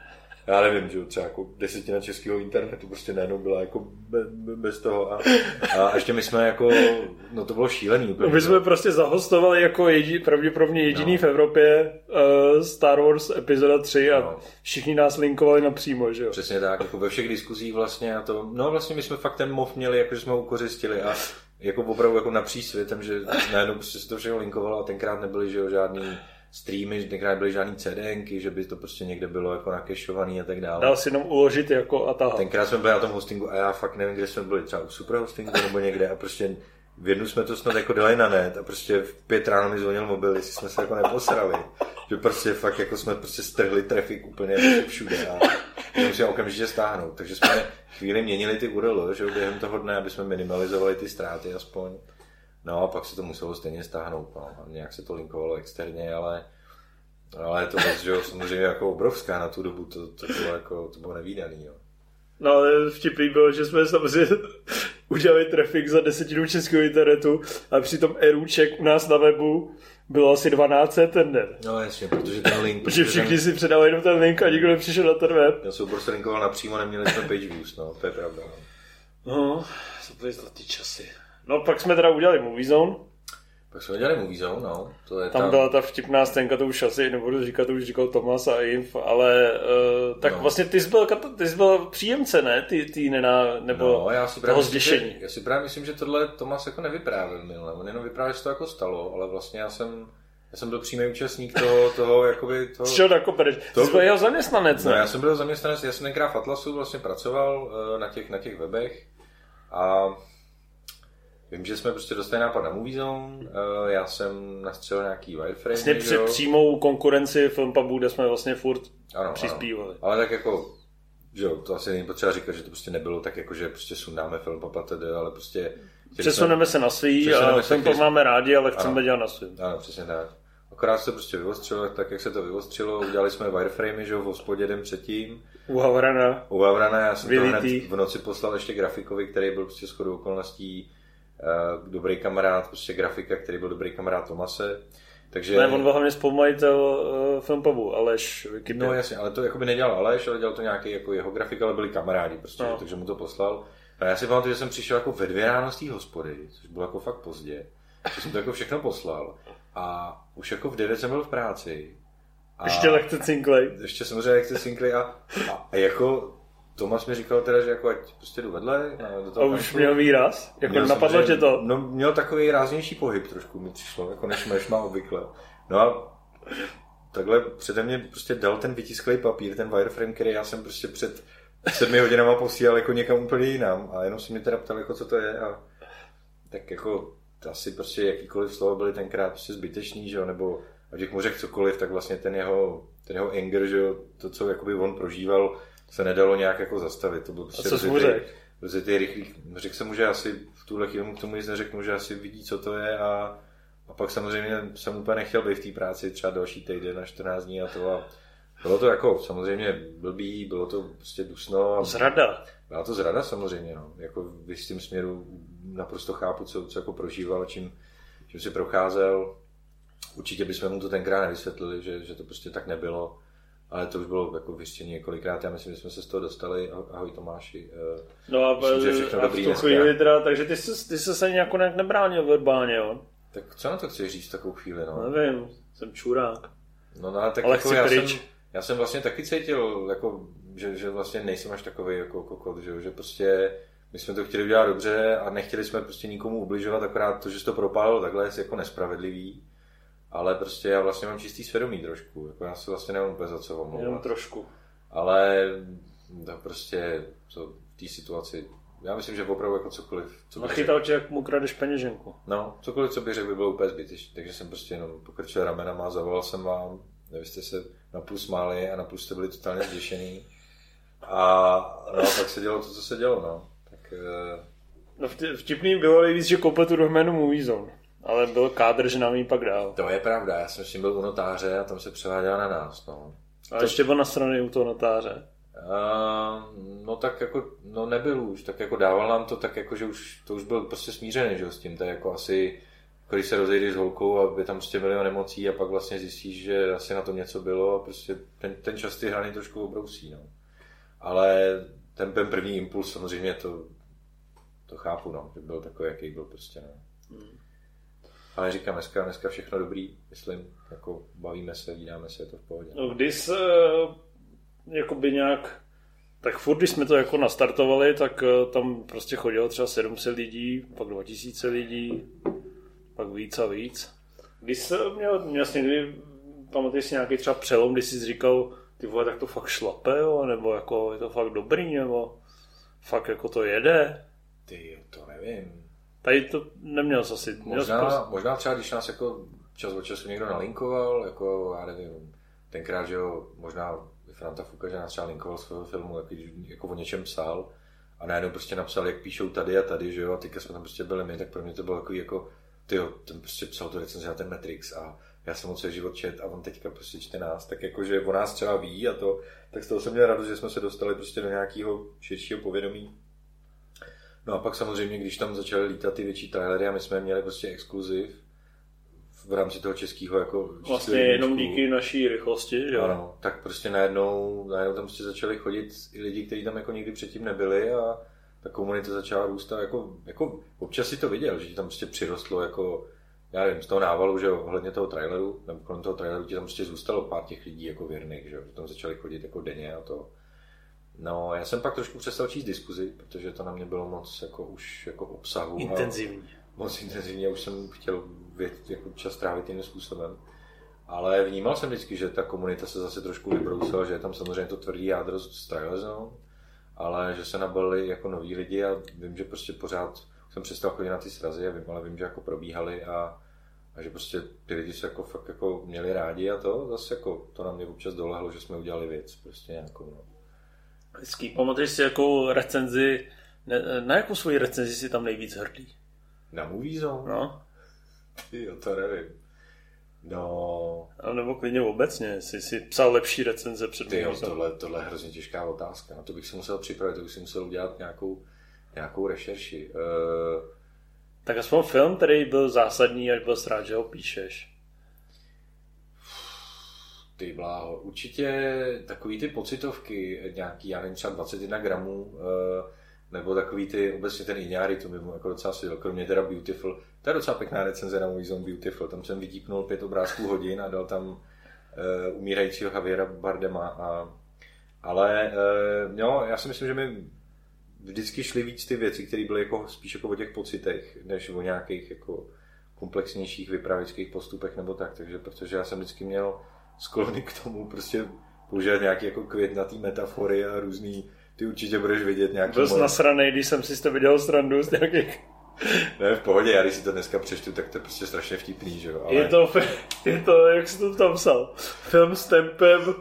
B: já nevím, že třeba jako desetina českého internetu prostě najednou byla jako be, be, bez toho a, a ještě my jsme jako, no to bylo šílený. Úplně,
A: my jsme prostě zahostovali jako jedi, pravděpodobně jediný no. v Evropě uh, Star Wars epizoda tři a no. všichni nás linkovali napřímo, že jo?
B: Přesně tak, jako ve všech diskuzích vlastně a to, no vlastně my jsme fakt ten mov měli, jako že jsme ho ukořistili a jako opravdu jako napříč světem, že najednou prostě se to všechno linkovalo a tenkrát nebyly, že jo, žádný streamy, tenkrát byly žádný CDnky, že by to prostě někde bylo jako nakešovaný a tak dále.
A: Dal si jenom uložit jako a tahat.
B: Tenkrát jsme byli na tom hostingu a já fakt nevím, kde jsme byli, třeba u super hostingu nebo někde a prostě v jednu jsme to snad jako dali na net a prostě v pět ráno mi zvonil mobil, jestli jsme se jako neposrali. Že prostě fakt jako jsme prostě strhli trafik úplně všude a musíme okamžitě stáhnout. Takže jsme chvíli měnili ty U R L, že během toho dne, aby jsme minimalizovali ty ztráty aspoň. No a pak se to muselo stejně stáhnout. No. A nějak se to linkovalo externě, ale, ale to věc, že samozřejmě jako obrovská na tu dobu, to, to bylo jako, to bylo nevídaný. Jo.
A: No ale vtipný bylo, že jsme samozřejmě udělali trafik za desetinu českého internetu a přitom erůček u nás na webu bylo asi dvanáct set ten den.
B: No jasně, protože ten link...
A: Protože všichni ten... si předali jenom ten link a nikdo nepřišel na ten web.
B: Já jsem prostě linkoval napřímo, neměli jsme page views, no, to je pravda.
A: No, no to byly zlatý časy. No pak jsme teda udělali Movie Zone.
B: Pak jsme udělali Movie Zone, no. To je
A: tam, tam byla ta vtipná scénka, to už asi nebudu říkat, to už říkal Tomas a Inf, ale uh, tak no. vlastně ty jsi byl, ty jsi byl příjemce, ne? Ty, ty nená, nebo
B: no, já si
A: toho
B: myslím,
A: zděšení.
B: Že, já si právě myslím, že tohle Tomas jako nevyprávěl minule. On jenom vyprávěl, že to jako stalo, ale vlastně já jsem Já jsem byl přímý účastník toho, toho jakoby... Toho,
A: z čeho nakopereš? Ty jsi byl jeho zaměstnanec,
B: ne?
A: No,
B: já jsem byl zaměstnanec, já jsem tenkrát v Atlasu vlastně pracoval uh, na těch, na těch webech a vím, že jsme prostě dostali nápad na Movie Zone, uh, já jsem nastřelil nějaký wireframe.
A: Vlastně při přímou konkurenci Filmpabu, kde jsme vlastně furt
B: ano,
A: přispívali.
B: Ano. Ale tak jako, že jo, to asi není potřeba říkat, že to prostě nebylo tak jako, že prostě sundáme Filmpab a tedy, ale prostě...
A: Přesuneme se na svý a Filmpab máme rádi, ale chceme ano, dělat na svý.
B: Ano, přesně tak. Akorát se prostě vyostřilo, tak jak se to vyostřilo, udělali jsme wireframey, že jo, v hospodě den předtím.
A: U Havrana.
B: U Havrana, já jsem Vylitý. To hned v noci poslal ještě grafikovi, který byl prostě shodou okolností uh, dobrý kamarád, prostě grafika, který byl dobrý kamarád Tomase. Takže...
A: Ne, on byl hlavně spolumajitel uh, Filmpabu, Aleš Wikipedia.
B: No jasně, ale to jakoby nedělal Aleš, ale dělal to nějaký jako jeho grafik, ale byli kamarádi prostě, no. Takže mu to poslal. A já si pamatuju, že jsem přišel jako ve dvě ráno z té hospody, což bylo jako fakt pozdě. Že jsem to jako všechno poslal. A už jako v devět jsem byl v práci. A
A: ještě lehce cinklej.
B: Ještě samozřejmě lehce cinklej a, a, a jako Tomas mi říkal teda, že jako ať prostě jdu vedle.
A: Do toho a už kanku. Měl výraz? Jako měl napadlo tě to?
B: No měl takový ráznější pohyb trošku mi přišlo, jako než, než má obvykle. No a takhle přede mě prostě dal ten vytisklej papír, ten wireframe, který já jsem prostě před sedmi hodinama posílal jako někam úplně jinam a jenom si mě teda ptal, jako co to je a tak jako asi prostě jakýkoliv slovo byly tenkrát prostě zbytečný, že jo, nebo ať bych mu řekl cokoliv, tak vlastně ten jeho, ten jeho anger, že jo, to, co jakoby on prožíval, se nedalo nějak jako zastavit. To bylo prostě
A: a co jsi mu řekl?
B: Ty rychlý, řekl jsem mu, že asi v tuhle chvíli mu k tomu nic neřeknu, že asi vidí, co to je a, a pak samozřejmě jsem úplně nechtěl být v té práci třeba další týden na čtrnáct dní a to a bylo to jako samozřejmě blbý, bylo to prostě dusno. A
A: zrada.
B: Byla to zrada samozřejmě, no. Jako v jistým směru naprosto chápu, co, co jako prožíval, čím, čím si procházel. Určitě bychom mu to tenkrát nevysvětlili, že, že to prostě tak nebylo, ale to už bylo jako vyřčení několikrát. Já myslím, že jsme se z toho dostali. Ahoj Tomáši.
A: No a, myslím, a v tu chvíli teda, takže ty jsi, ty jsi se nějak nebránil verbálně, jo?
B: Tak co na to chceš říct takovou chvíli, no?
A: Nevím, jsem čurák.
B: No, no tak
A: ale
B: jako já jsem, já jsem vlastně taky cítil, jako, že, že vlastně nejsem až takovej jako kokot, že, že prostě my jsme to chtěli udělat dobře a nechtěli jsme prostě nikomu ubližovat, akorát to, že se to propálilo takhle, je jako nespravedlivý. Ale prostě já vlastně mám čistý svědomí trošku, jako já se vlastně nevím úplně za co omlouvat.
A: Jenom trošku.
B: Ale to prostě to v té situaci, já myslím, že opravdu jako cokoliv.
A: Co nachytal tě, jak mu kradeš peněženku.
B: No, cokoliv, co bych řekl, by bylo úplně zbytečný, takže jsem prostě jenom pokrčil ramenama a zavolal jsem vám, vy jste se napůl smáli a napůl jste byli totálně zděšený. A no, tak se dělo to, co se dělo, no. Tak,
A: no vtipný bylo nejvíc, že koupil tu doménu Movie Zone. Ale byl kádr, že nám ji pak dál.
B: To je pravda, já jsem s tím byl u notáře a tam se převáděl na nás. No.
A: A to... ještě byl na straně u toho notáře?
B: Uh, no tak jako, no nebyl už, tak jako dával nám to tak jako, že už, to už byl prostě smířený, že s tím, to je jako asi, když se rozejdeš s holkou a je tam prostě milion emocí a pak vlastně zjistíš, že asi na tom něco bylo a prostě ten, ten čas ty hrany trošku obrousí, no. Ale ten, ten první impuls samozřejmě to, to chápu, no, že byl takový, jaký byl prostě, no. Hmm. Ale říkám, dneska, dneska všechno dobrý, myslím, jako bavíme se, vídáme se, je to v pohodě.
A: No, když se jakoby nějak, tak furt, když jsme to jako nastartovali, tak tam prostě chodilo třeba sedm set lidí, pak dva tisíce lidí, pak víc a víc. Když jsi měl, měl jsi někdy, pamatuješ si nějaký třeba přelom, když jsi říkal, ty vole, tak to fakt šlape, jo? Nebo jako je to fakt dobrý, nebo fakt jako to jede?
B: Ty, to nevím.
A: Tady to neměl jsi asi.
B: Možná,
A: prostě...
B: možná třeba, když nás jako čas od času někdo nalinkoval, jako já nevím, tenkrát, že jo, možná Franta Fuka, že nás třeba linkoval svého filmu, jako, jako o něčem psal a najednou prostě napsal, jak píšou tady a tady, že jo, a teďka jsme tam prostě byli my, tak pro mě to bylo takový jako, tyjo, ten prostě psal tu recenzi na ten Matrix a já jsem mu celý život čet a on teďka prostě čte nás, tak jako, že o nás třeba ví a to, tak z toho jsem měl radost, že jsme se dostali prostě do nějakého širšího povědomí. No a pak samozřejmě, když tam začaly lítat ty větší trailery a my jsme měli prostě exkluziv v rámci toho českého jako...
A: Vlastně jenom díky naší rychlosti, jo?
B: Ano, tak prostě najednou, najednou tam prostě začali chodit i lidi, kteří tam jako nikdy předtím nebyli a ta komunita začala růst a jako, jako občas si to viděl, že ti tam prostě přirostlo jako, já nevím, z toho návalu, že jo, ohledně toho traileru, nebo kolem toho traileru ti tam prostě zůstalo pár těch lidí jako věrných, že jo, že tam začali chodit jako denně a to. No, já jsem pak trošku přestal číst diskuzi, protože to na mě bylo moc jako už jako obsahu.
A: Intenzivní.
B: Moc intenzivní, už jsem chtěl vědět, jako čas trávit jiným způsobem. Ale vnímal jsem vždycky, že ta komunita se zase trošku vybrousila, že je tam samozřejmě to tvrdý jádro z Trailer Zone, ale že se nabalili jako noví lidi a vím, že prostě pořád jsem přestal chodit na ty srazy a vím, ale vím, že jako probíhali a, a že prostě ty lidi se jako fakt jako měli rádi a to zase jako to na mě občas dolehlo, že jsme udělali věc prostě nějakou, no.
A: Hezký. Pamatuješ si jakou recenzi, ne, na jakou svoji recenzi si tam nejvíc hrdý?
B: Na Movie Zone?
A: No.
B: Jo, to nevím. No...
A: A nebo klidně obecně, jsi si psal lepší recenze před
B: Ty jo, tohle, tohle je hrozně těžká otázka. Na to bych si musel připravit, to bych si musel udělat nějakou, nějakou rešerši. Uh...
A: Tak aspoň film, který byl zásadní, až byl rád, že ho píšeš.
B: Ty bláho, určitě takový ty pocitovky, nějaký, já nevím, třeba dvacet jedna gramů, nebo takový ty, obecně ten Iñárritu, to mi jako docela svěděl, kromě teda Beautiful, to je docela pěkná recenze na Movie Zone Beautiful, tam jsem vytípnul pět obrázků hodin a dal tam uh, umírajícího Javiera Bardema, a, ale uh, no, já si myslím, že mi vždycky šly víc ty věci, které byly jako, spíš jako o těch pocitech, než o nějakých jako komplexnějších vypravěčských postupech nebo tak, takže protože já jsem vždycky měl sklony k tomu prostě používat nějaký jako květnatý metafory a různý, ty určitě budeš vidět nějaký...
A: Byl jsi nasranej, když jsem si to viděl srandu z nějakých...
B: Ne, v pohodě, já když si to dneska přečtu, tak to je prostě strašně vtipný, že jo, ale...
A: Je to, je to, jak jsi to tam psal, film s tempem,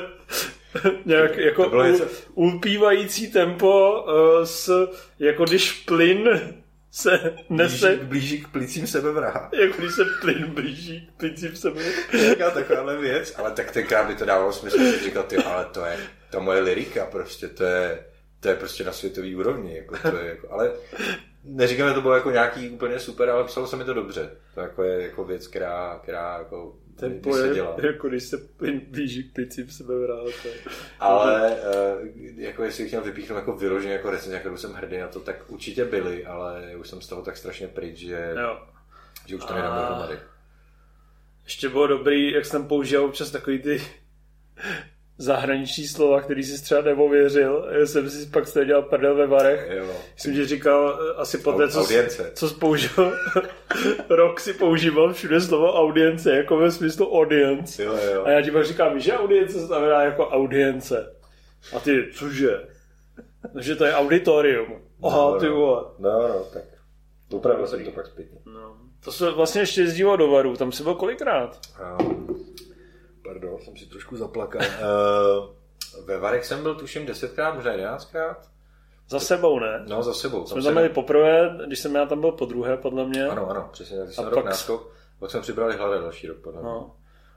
A: nějak jako u, něco... ulpívající tempo uh, s, jako když plyn se nese...
B: Blíží, blíží k plicím sebevraha.
A: Jako když se plyn blíží k plicím sebevraha.
B: Nějaká takováhle věc, ale tak tenkrát by to dávalo smysl, že říkal, ty, ale to je, ta moje lyrika prostě, to je, to je prostě na světový úrovni, jako to je, jako, ale neříkám, že to bylo jako nějaký úplně super, ale psalo se mi to dobře. To jako je jako věc, která, která jako
A: tempo je, jako když se plyn blíží k plicím sebevraha.
B: Ale jako jestli chtěl vypíchnout jako vyloženě jako recenzi, kterou jsem hrdý na to, tak určitě byly, ale už jsem z toho tak strašně pryč, že, že už to nedám dohromady.
A: Ještě bylo dobrý, jak jsem používal občas takový ty zahraniční slova, který si třeba neověřil. Já jsem si pak se dělal prdel ve varech.
B: Jo.
A: Myslím, že říkal asi poté, co, co jsi použil. Rok si používal všude slovo audience, jako ve smyslu audience.
B: Jo, jo.
A: A já ti pak říkám, že audience znamená jako audience. A ty, cože? Takže to je auditorium. Aha, ty vole.
B: No, no, tak. Upravil jsem to pak zpětně.
A: No. To se vlastně ještě jezdilo do Varu. Tam jsi byl kolikrát?
B: Um, pardon, jsem si trošku zaplakal. uh, ve Varech jsem byl tuším desetkrát, možná jedenáctkrát.
A: Za sebou, ne?
B: No, za sebou.
A: Jsme tam byli poprvé, když jsem já tam byl po druhé, podle mě.
B: Ano, ano, přesně. Když jsem rok náskok, pak jsme přibrali Hlada další rok, podle mě. No.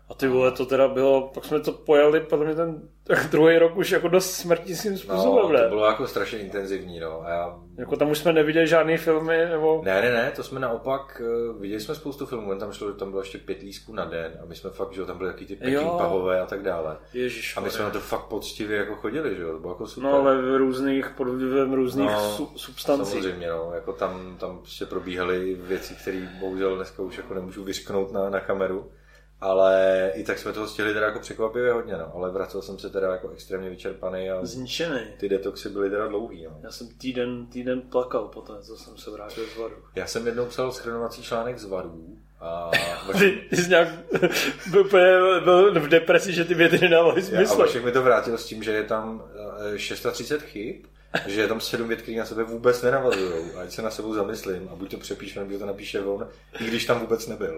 A: A ty vole, to teda bylo, pak jsme to pojali, podle mě ten druhý rok už jako dost smrtícím způsobem,
B: no, to bylo jako strašně intenzivní, no. A já...
A: Jako tam už jsme neviděli žádný filmy, nebo...
B: Ne, ne, ne, to jsme naopak, uh, viděli jsme spoustu filmů, tam šlo, že tam bylo ještě pět lístků na den a my jsme fakt, že tam byly taky ty Peking Pahové a tak dále.
A: Ježiš,
B: a my jsme na to fakt poctivě jako chodili, že jo, to bylo jako super.
A: No, ale v různých, pod vlivem různých no, su- substancí.
B: Samozřejmě, no, jako tam, tam prostě probíhaly věci, které bohužel dneska už jako nemůžu vyřknout na, na kameru. Ale i tak jsme toho stihli teda jako překvapivě hodně, no. Ale vracel jsem se teda jako extrémně vyčerpaný a
A: zničený.
B: Ty detoxy byly teda dlouhý, no.
A: Já jsem týden, týden plakal poté, co jsem se vrátil z Varu.
B: Já jsem jednou psal shrnovací článek z Varů a...
A: Ty, ty jsi nějak byl, byl v depresi, že ty věty nedávaly smysl.
B: A Vašek mi to vrátil s tím, že je tam třicet šest chyb, že je tam sedm vět, které na sebe vůbec nenavazujou. A ať se na sebou zamyslím a buď to přepíšu, nebo to napíše on, i když tam vůbec nebyl.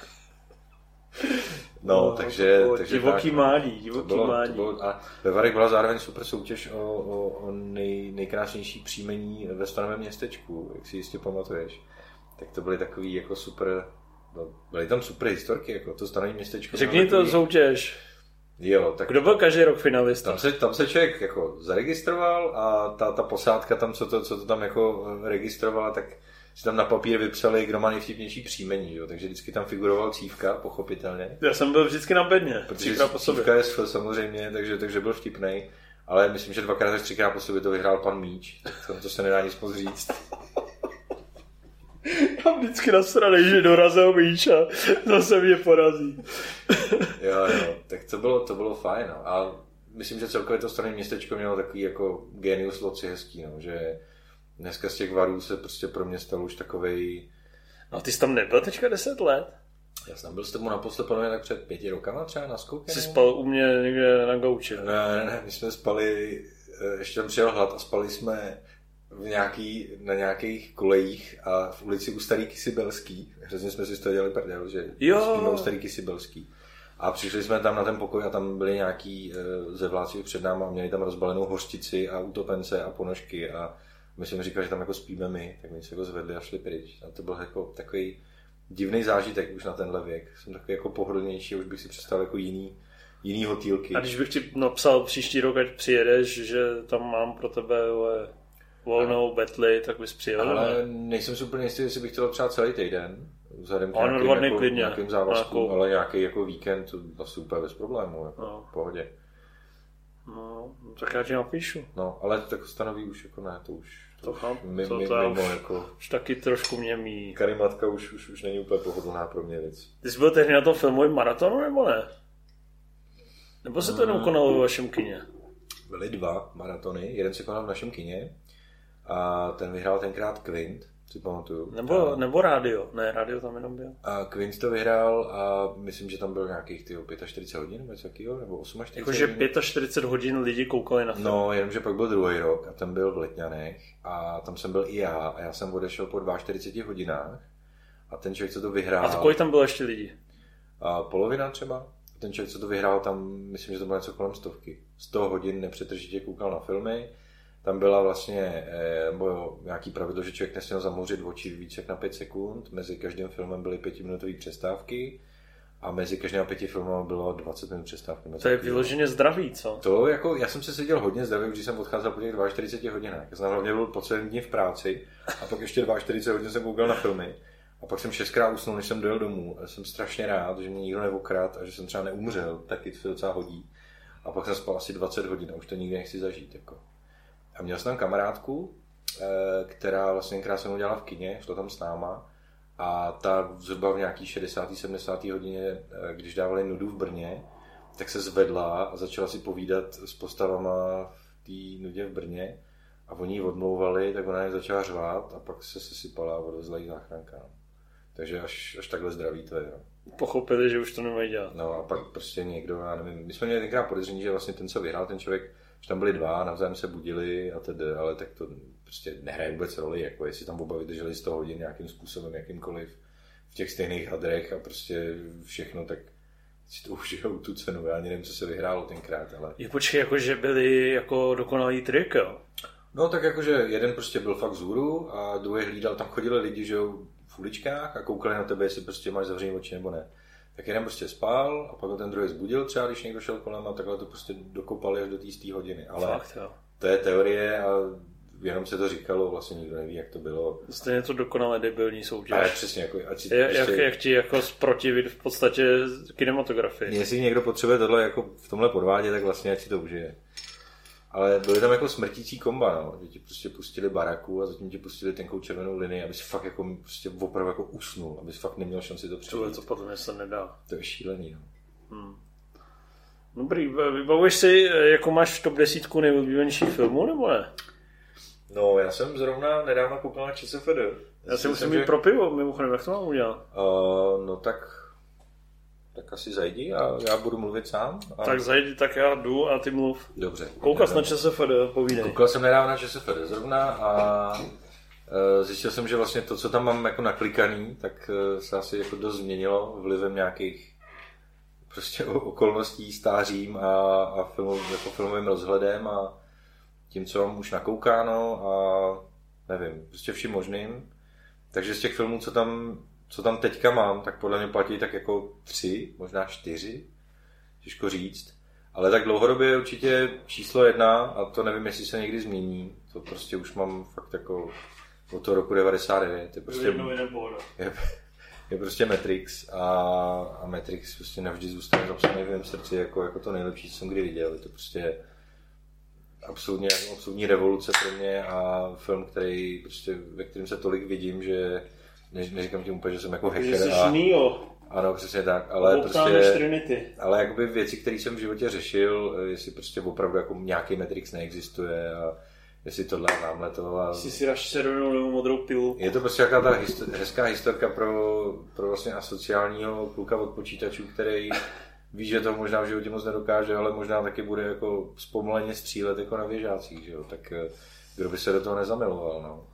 B: No, no, takže... takže
A: divoký
B: tak,
A: mádí, divoký
B: to bylo,
A: mádí.
B: To bylo, a ve Varech byla zároveň super soutěž o, o, o nej, nejkrásnější příjmení ve stanovém městečku, jak si jistě pamatuješ. Tak to byly takový jako super... No, byly tam super historky, jako to stanové městečko.
A: Řekni to soutěž.
B: Jo, tak...
A: Kdo byl každý rok finalista?
B: Tam se, tam se člověk jako zaregistroval a ta, ta posádka tam, co to, co to tam jako registrovala, tak si tam na papír vypsali, kdo má nejvtipnější příjmení, jo? Takže vždycky tam figuroval Cívka, pochopitelně.
A: Já jsem byl vždycky na bedně.
B: Protože Cívka je své samozřejmě, takže, takže byl vtipnej. Ale myslím, že dvakrát až třikrát po sobě to vyhrál pan Míč. To, to se nedá nic moc říct.
A: Já vždycky nasranej, že dorazil Míč a zase mě porazí.
B: Jo, jo, tak to bylo, to bylo fajn. No. A myslím, že celkově to staré městečko mělo takový jako genius loci hezký, no, že dneska z těch Varů se prostě pro mě stal už takovej...
A: No ty jsi tam nebyl teďka deset let?
B: Já jsem byl s tebou naposled podle tak před pěti rokama třeba na skouke.
A: Jsi spal u mě někde na gauči.
B: Ne, ne, ne, my jsme spali, ještě tam přijel hlad a spali jsme v nějaký, na nějakých kolejích a v ulici u Starý Kysibelský. Hrozně jsme si z toho dělali prdel, že
A: jo.
B: Spíme u Starý Kysibelský. A přišli jsme tam na ten pokoj a tam byli nějaký zevláci před náma a měli tam rozbalenou hořčici a utopence a ponožky a my jsme říkali, že tam jako spíme my, tak my se jako zvedli a šli pryč. A to byl jako takový divný zážitek už na tenhle věk. Jsem takový jako pohodlnější, už bych si představil jako jiný, jiný hotýlky.
A: A když bych ti napsal příští rok, ať přijedeš, že tam mám pro tebe volnou a... betli, tak bys přijel.
B: Ale nejsem si úplně jistý, jestli bych chtěl třeba celý týden. Vzhledem k
A: nějakým,
B: jako, nějakým závazkům,
A: nějakou...
B: ale nějaký jako víkend, to asi úplně bez problémů, jako
A: no.
B: v pohodě.
A: No, tak já ti napíšu.
B: No, ale tak stanoví už jako ne, to už
A: to, to, chápu,
B: mi,
A: to,
B: mi,
A: to
B: mimo
A: už,
B: jako...
A: už taky trošku mě mí.
B: Karimatka už, už, už není úplně pohodlná pro mě věc.
A: Ty jsi byl tehdy na tom filmovém maratonu, nebo ne? Nebo se to jenom konalo ve vašem kině?
B: Byly dva maratony, jeden se konal v našem kině a ten vyhrál tenkrát Quint, si pamatuju.
A: Nebo,
B: a...
A: nebo rádio, ne, rádio tam jenom byl.
B: A Quint to vyhrál a myslím, že tam bylo nějakých tyho čtyřicet pět hodin, nebo něco takového, nebo čtyřicet osm
A: Jakože čtyřicet pět hodin lidi koukali na film.
B: No, jenomže pak byl druhý rok a ten byl v Letňanech a tam jsem byl i já a já jsem odešel po čtyřiceti dvou hodinách a ten člověk, co to vyhrál...
A: A to kolik tam bylo ještě lidí? A
B: polovina třeba. Ten člověk, co to vyhrál, tam myslím, že to bylo něco kolem stovky. sto hodin nepřetržitě koukal na filmy. Tam byla vlastně nebo nějaký pravidlo, že člověk nesměl zamouřit oči víc jak na pět sekund. Mezi každým filmem byly pětiminutové přestávky a mezi každým pěti filmem bylo dvacet minut přestávky.
A: To je vyloženě zdravý, co?
B: To jako, já jsem se seděl hodně zdravý, když jsem odcházel po těch čtyřiceti dvou hodinách. Já jsem hlavně byl po celém dní v práci a pak ještě čtyřicet dva hodin jsem koukal na filmy. A pak jsem šestkrát usnul, než jsem dojel domů. A jsem strašně rád, že mě nikdo neokradl a že jsem třeba neumřel, taky to se docela hodí. A pak jsem spal asi dvacet hodin a už to nikdy nechci zažít. Jako. A měl jsem tam kamarádku, která vlastně krát se mnou dělala v kině, šla tam s náma. A ta zhruba v nějaký šedesáté sedmdesáté hodině, když dávali nudu v Brně, tak se zvedla a začala si povídat s postavama v té nudě v Brně. A oni ji odmlouvali, tak ona je začala řvát a pak se sesypala a odvezla jí záchranka. Takže až, až takhle zdraví to je. No.
A: Pochopili, že už to nemají dělat.
B: No a pak prostě někdo, já nevím, my jsme měli tenkrát podezření, že vlastně ten, co vyhrál, ten člověk, že tam byli dva, navzájem se budili a tedy, ale tak to prostě nehraje vůbec roli, jako jestli tam oba vydrželi sto hodin nějakým způsobem, jakýmkoliv v těch stejných hadrech a prostě všechno, tak si to užijou tu cenu. Já nevím, co se vyhrálo tenkrát, ale...
A: Je počkej, jako že byli jako dokonalý trik, jo?
B: No tak jakože jeden prostě byl fakt vzhůru a druhý hlídal, tam chodili lidi, že jo, v uličkách a koukali na tebe, jestli prostě máš zavřený oči nebo ne. tak jeden prostě spal a pak ho ten druhý zbudil třeba, když někdo šel kolem a takhle to prostě dokopali až do té stý hodiny. Ale
A: Fakt, jo.
B: To je teorie a jenom se to říkalo, vlastně nikdo neví, jak to bylo.
A: Stejně to dokonale debilní soutěž.
B: Ale přesně, jako, ať si
A: jak,
B: prostě...
A: jak ti jako zprotivit v podstatě kinematografii.
B: Jestli někdo potřebuje tohle jako v tomhle podvádět, tak vlastně ať si to užije. Ale byly tam jako smrtící komba, no. Že ti prostě pustili baraku a zatím ti pustili tenkou červenou linii, abys fakt jako prostě opravdu jako usnul, abys fakt neměl šanci to přijít.
A: Tohle to podle mě se nedá.
B: To je šílený, no.
A: Hmm. Dobrý, vybavuješ si, jako máš v top desítku nejoblíbenějších filmů, nebo ne?
B: No, já jsem zrovna nedávno koukal na ČSFD.
A: Já si musím mít pro pivo, mimochodem, jak to mám udělat?
B: Uh, no tak, tak asi zajdi a já budu mluvit sám. A...
A: Tak zajdi, tak já jdu a ty mluv.
B: Dobře.
A: Koukal jsi na ČSFD, povídej.
B: Koukal jsem nedávno na ČSFD zrovna a uh, zjistil jsem, že vlastně to, co tam mám jako naklikaný, tak uh, se asi jako dost změnilo vlivem nějakých prostě okolností, stářím a, a film, jako filmovým rozhledem a tím, co mám už nakoukáno a nevím, prostě vším možným. Takže z těch filmů, co tam, co tam teďka mám, tak podle mě platí tak jako tři, možná čtyři, těžko říct. Ale tak dlouhodobě je určitě číslo jedna a to nevím, jestli se někdy změní. To prostě už mám fakt jako od toho roku devadesát devět. Je prostě, je, je prostě Matrix a, a Matrix prostě navždy zůstane zapsaný v mém srdci jako, jako to nejlepší, co jsem kdy viděl. Je to prostě absolutně, absolutní revoluce pro mě a film, který prostě, ve kterém se tolik vidím, že ne, neříkám tím úplně, že jsem jako hacker.
A: A,
B: ano, přesně tak, ale prostě, ale jakoby věci, které jsem v životě řešil, jestli prostě opravdu jako nějaký Matrix neexistuje a jestli tohle a tamhle to a...
A: Jestli si dáš červenou nebo modrou pilu.
B: Je to prostě jaká ta histo- hezká historka pro, pro vlastně asociálního kluka od počítačů, který ví, že to možná v životě moc nedokáže, ale možná taky bude jako zpomaleně střílet jako na věžácích, že jo? Tak kdo by se do toho nezamiloval, no.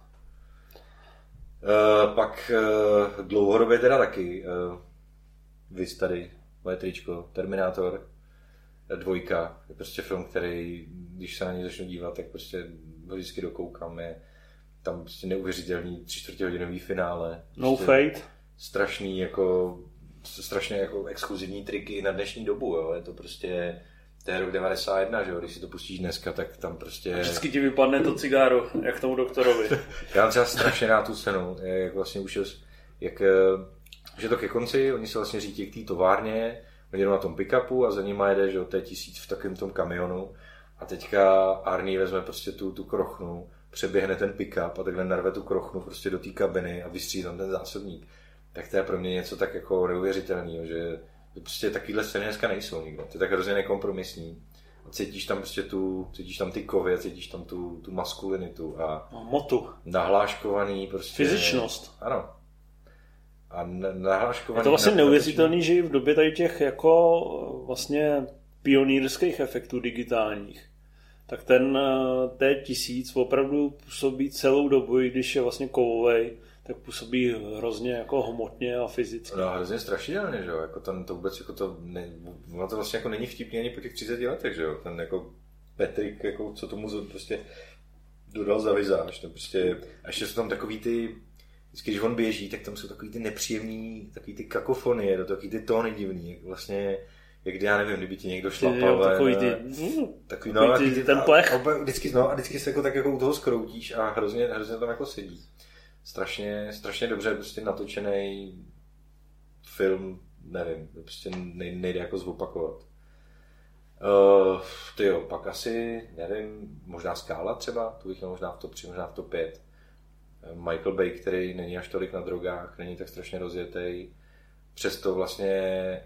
B: E, pak e, dlouhodobě teda taky e, Vys tady, moje tričko, Terminátor dvojka, je prostě film, který, když se na něj začnu dívat, tak prostě ho vždycky dokoukám, je tam prostě neuvěřitelný tři čtvrtě hodinový finále.
A: No
B: prostě
A: Fate.
B: Strašný jako strašně jako exkluzivní triky na dnešní dobu, jo. Je to prostě, to je rok devadesát jedna, že jo, když si to pustíš dneska, tak tam prostě...
A: Vždycky ti vypadne to cigáro, jak tomu doktorovi.
B: Já mám třeba strašně rád tu scénu, jak vlastně už je, jak, že to ke konci, oni se vlastně řítí k té továrně, oni jdou na tom pick-upu a za nima jede, že jo, to je tisíc v takovém tom kamionu a teďka Arnie vezme prostě tu, tu krochnu, přeběhne ten pick-up a takhle narve tu krochnu prostě do té kabiny a vystřílí tam ten zásobník. Tak to je pro mě něco tak jako neuvěřitelného, že prostě takovýhle scény dneska nejsou nikdo. To je tak hrozně nekompromisní. A cítíš tam prostě tu, cítíš tam ty kovy, cítíš tam tu, tu maskulinitu a
A: motu.
B: Nahláškovaný prostě...
A: Fyzičnost.
B: Ano. A nahláškovaný...
A: Je to vlastně neuvěřitelný, že i v době tady těch jako vlastně pionýrských efektů digitálních, tak ten T tisíc opravdu působí celou dobu, i když je vlastně kovovej, tak působí hrozně jako hmotně a fyzicky.
B: No hrozně strašidelně, že jo, jako ten, to vůbec jako to, ne, ono to vlastně jako není vtipný ani po těch třiceti letech, že jo, ten jako Patrick, jako co tomu prostě dodal za vizáž, to prostě, a ještě jsou tam takový ty, vždycky, když on běží, tak tam jsou takový ty nepříjemný, takový ty kakofonie, do takový ty tóny divný, jak vlastně, jak já nevím, kdyby ti někdo šlapal,
A: takový ty,
B: takový, no,
A: ty, ty, ten plech.
B: A, a vždycky, no, a vždycky se jako tak jako u toho skroutíš a hrozně, hrozně tam jako sedí. Strašně, strašně dobře prostě natočený film, nevím, prostě nejde jako zopakovat. Uh, tyjo, pak asi, nevím, možná Skála třeba, tu bych měl možná v top tři, možná v top pět. Michael Bay, který není až tolik na drogách, není tak strašně rozjetý, přesto vlastně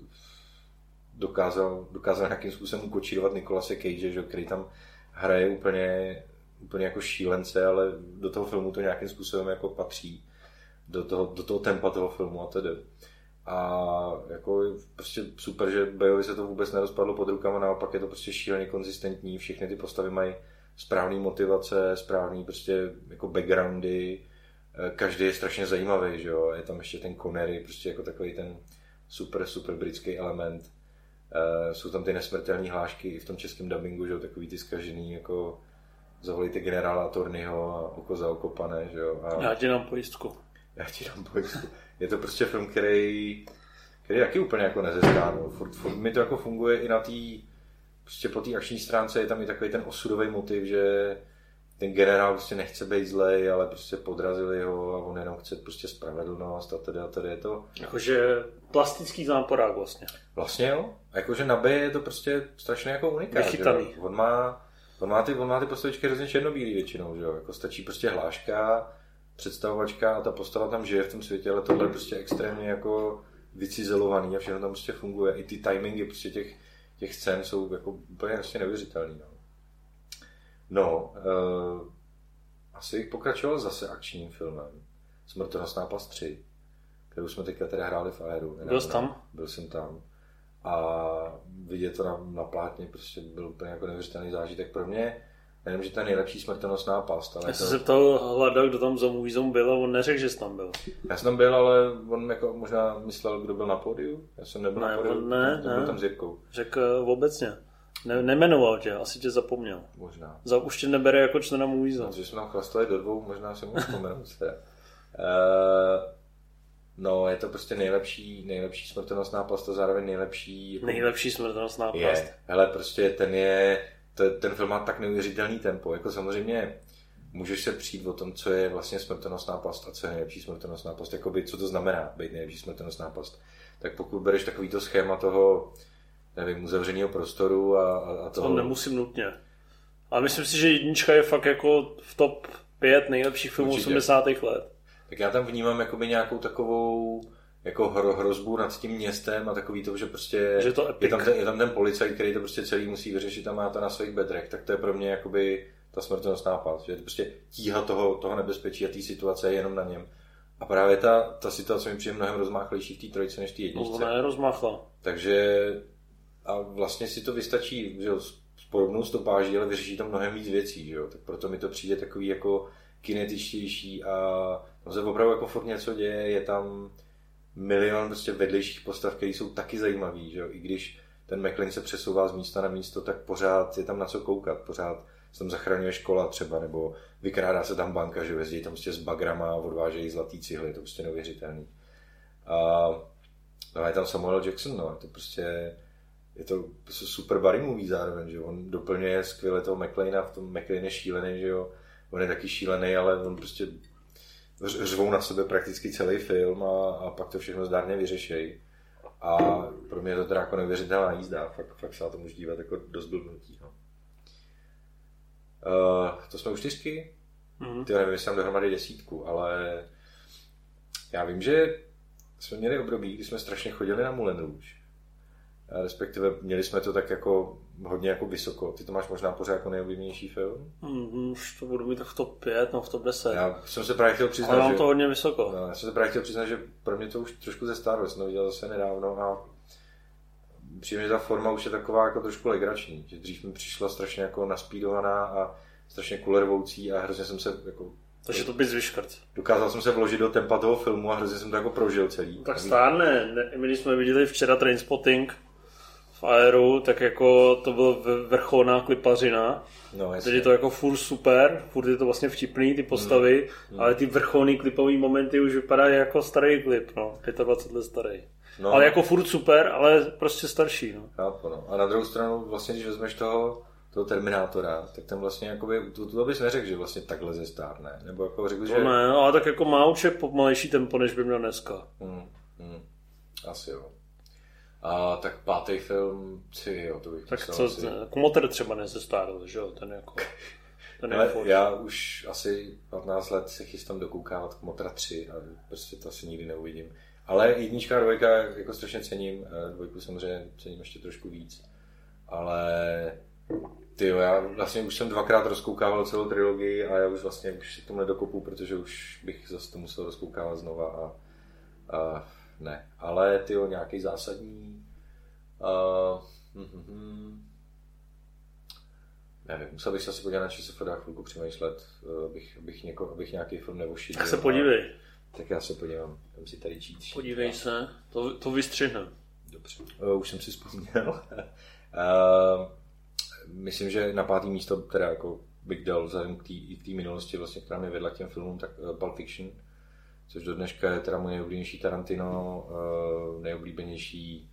B: dokázal, dokázal nějakým způsobem ukočírovat Nicolase Cage, že, který tam hraje úplně úplně jako šílence, ale do toho filmu to nějakým způsobem jako patří. Do toho, do toho tempa toho filmu a tedy. A jako prostě super, že Bayovi se to vůbec nerozpadlo pod rukama, naopak je to prostě šíleně konzistentní, všechny ty postavy mají správný motivace, správný prostě jako backgroundy, každý je strašně zajímavý, že jo, je tam ještě ten Connery, prostě jako takový ten super, super britský element. Jsou tam ty nesmrtelné hlášky i v tom českém dabingu, že jo, takový ty zkažený jako zavolíte generála Tornyho a oko za oko, pane, že jo. A
A: já ti dám pojistku.
B: Já ti dám pojistku. Je to prostě film, který, který taky úplně jako nezestárnul. Furt, furt mi to jako funguje i na té, prostě po té akční stránce je tam i takový ten osudový motiv, že ten generál prostě nechce být zlej, ale prostě podrazili ho a on jenom chce prostě spravedlnost a tedy a tedy je to.
A: Jakože plastický záporák vlastně.
B: Vlastně jo. A jakože na B je to prostě strašně jako unikát.
A: Vychytaný.
B: On má, on má ty, on má ty postavičky hrozně černobílý většinou, že jo. Jako stačí prostě hláška, představovačka a ta postava tam žije v tom světě, ale tohle je prostě extrémně jako vycizelovaný a všechno tam prostě funguje. I ty timingy prostě těch, těch scén jsou jako úplně prostě neuvěřitelný. No, no uh, asi bych pokračoval zase akčním filmem. Smrtonosná past tři, kterou jsme teďka teda hráli v Aeru.
A: Byl jsi tam?
B: Byl jsem tam. A vidět to na, na plátně prostě byl úplně jako neuvěřitelný zážitek pro mě. Nevím, že to je nejlepší smrtonosná past. Ale
A: já jsem
B: to...
A: se ptal Hlada, kdo tam za Movie Zone byl a on neřekl, že jsi tam byl.
B: Já jsem tam byl, ale on jako možná myslel, kdo byl na pódiu. Já jsem nebyl
A: ne,
B: na pódiu,
A: ne,
B: byl
A: ne.
B: tam s Jirkou.
A: Řekl obecně. Ne, nemenoval tě, asi tě zapomněl.
B: Možná.
A: Za, už tě nebere jako člena Movie Zone.
B: Protože jsme tam chlastali do dvou, možná se mu vzpomenout. uh, no, je to prostě nejlepší, nejlepší smrtonosná past a zároveň nejlepší... Jako...
A: Nejlepší smrtonosná past.
B: Je. Hele, prostě ten je... To, ten film má tak neuvěřitelný tempo. Jako samozřejmě můžeš se přijít o tom, co je vlastně smrtonosná past a co je nejlepší smrtonosná past. Jakoby, co to znamená být nejlepší smrtonosná past. Tak pokud bereš takovýto schéma toho, nevím, uzavřeného prostoru a, a toho...
A: To nemusím nutně. Ale myslím si, že jednička je fakt jako v top pět nejlepších filmů osmdesátých let.
B: Tak já tam vnímám jakoby nějakou takovou jako hro, hrozbu nad tím městem a takový to, že prostě
A: že to
B: je, tam ten, je tam ten policajt, který to prostě celý musí vyřešit a má to na svých bedrech, tak to je pro mě jakoby ta smrtonosná past, že to prostě tíha toho, toho nebezpečí a té situace je jenom na něm. A právě ta, ta situace mi přijde mnohem rozmáchlejší v té trojce než v té jedničce.
A: Ona je rozmáchla.
B: Takže a vlastně si to vystačí, že jo, s podobnou stopáží, ale vyřeší to mnohem víc věcí, že jo, tak proto mi to přijde takový jako kinetičtější a tam se opravdu jako furt něco děje, je tam milion prostě vedlejších postav, které jsou taky zajímavý, že jo? I když ten McClane se přesouvá z místa na místo, tak pořád je tam na co koukat, pořád se tam zachraňuje škola třeba, nebo vykrádá se tam banka, že jezdí tam prostě s bagrama a odvážejí zlatý cihly, je to prostě neuvěřitelný. A no, je tam Samuel Jackson, no, to prostě je to super Barry movie zároveň, že on doplňuje skvěle toho McClanea, v tom McClane je šílený, že jo, on je taky šílený, ale on prostě řvou na sebe prakticky celý film a, a pak to všechno zdárně vyřešejí. A pro mě je to teda jako neuvěřitelná jízda. Fakt, fakt se na to můžu dívat jako dost blbnutí. No. Uh, to jsme už čtyřky? Mm-hmm. Ty nevím, jestli tam dohromady desítku, ale já vím, že jsme měli období, kdy jsme strašně chodili na Moulin Rouge. Respektive měli jsme to tak jako hodně jako vysoko. Ty to máš možná pořád jako nejoblíbenější film?
A: Mm, už to budu mít tak v top pět, no v top deset.
B: Já jsem se právě chtěl přiznat,
A: ale mám
B: že...
A: to hodně vysoko.
B: No, já jsem se právě chtěl přiznat, že pro mě to už trošku zestárlo. Jsem to viděl zase nedávno a přijde, že ta forma už je taková jako trošku legrační. Že dřív mi přišla strašně jako naspídovaná a strašně kulervoucí a hrozně jsem se jako...
A: Takže to bys vyškrt.
B: Dokázal jsem se vložit do tempa toho filmu a hrozně jsem to jako prožil celý.
A: Tak stárne. My když jsme viděli včera Trainspotting v Aeru, tak jako to byl vrcholná klipařina. No, teď je to jako furt super, furt je to vlastně vtipný, ty postavy, mm. ale ty vrcholný klipový momenty už vypadají jako starý klip, no, dvacet pět let starý. No. Ale jako furt super, ale prostě starší, no.
B: Chápu, no. A na druhou stranu vlastně, když vezmeš toho, toho Terminátora, tak tam vlastně jakoby, to, to bys neřekl, že vlastně takhle zestárne, nebo jako řekl, že...
A: No ne, ale tak jako má určitě pomalejší tempo, než by měl dneska.
B: Mm, mm. Asi jo. A tak pátý film, ty jo, to bych
A: tak
B: myslel
A: co,
B: asi...
A: Komoter třeba nezestárl, že jo, ten jako... Ten
B: ale já už asi patnáct let se chystám dokoukávat Komotra tři a prostě to asi nikdy neuvidím. Ale jednička a dvojka jako strašně cením, dvojku samozřejmě cením ještě trošku víc. Ale tyjo, já vlastně už jsem dvakrát rozkoukával celou trilogii a já už vlastně už se tomu nedokopu, protože už bych zase to musel rozkoukávat znova a, a ne. Ale tyjo, nějaký zásadní uh, hm, hm, nevím, musel bych se asi podívat na ČSFD a chvilku přemýšlet, abych, abych, něko, abych nějaký film nevošidil.
A: Tak se podívej.
B: Tak já se podívám, tam si tady čít.
A: Podívej se, to, to vystřihne.
B: Dobře, uh, už jsem si vzpomněl. uh, myslím, že na pátý místo teda jako bych dal vzhledem k té minulosti, vlastně, která mě vedla k těm filmům, tak uh, Pulp Fiction. což do dneška je teda můj nejoblíbenější Tarantino, uh, nejoblíbenější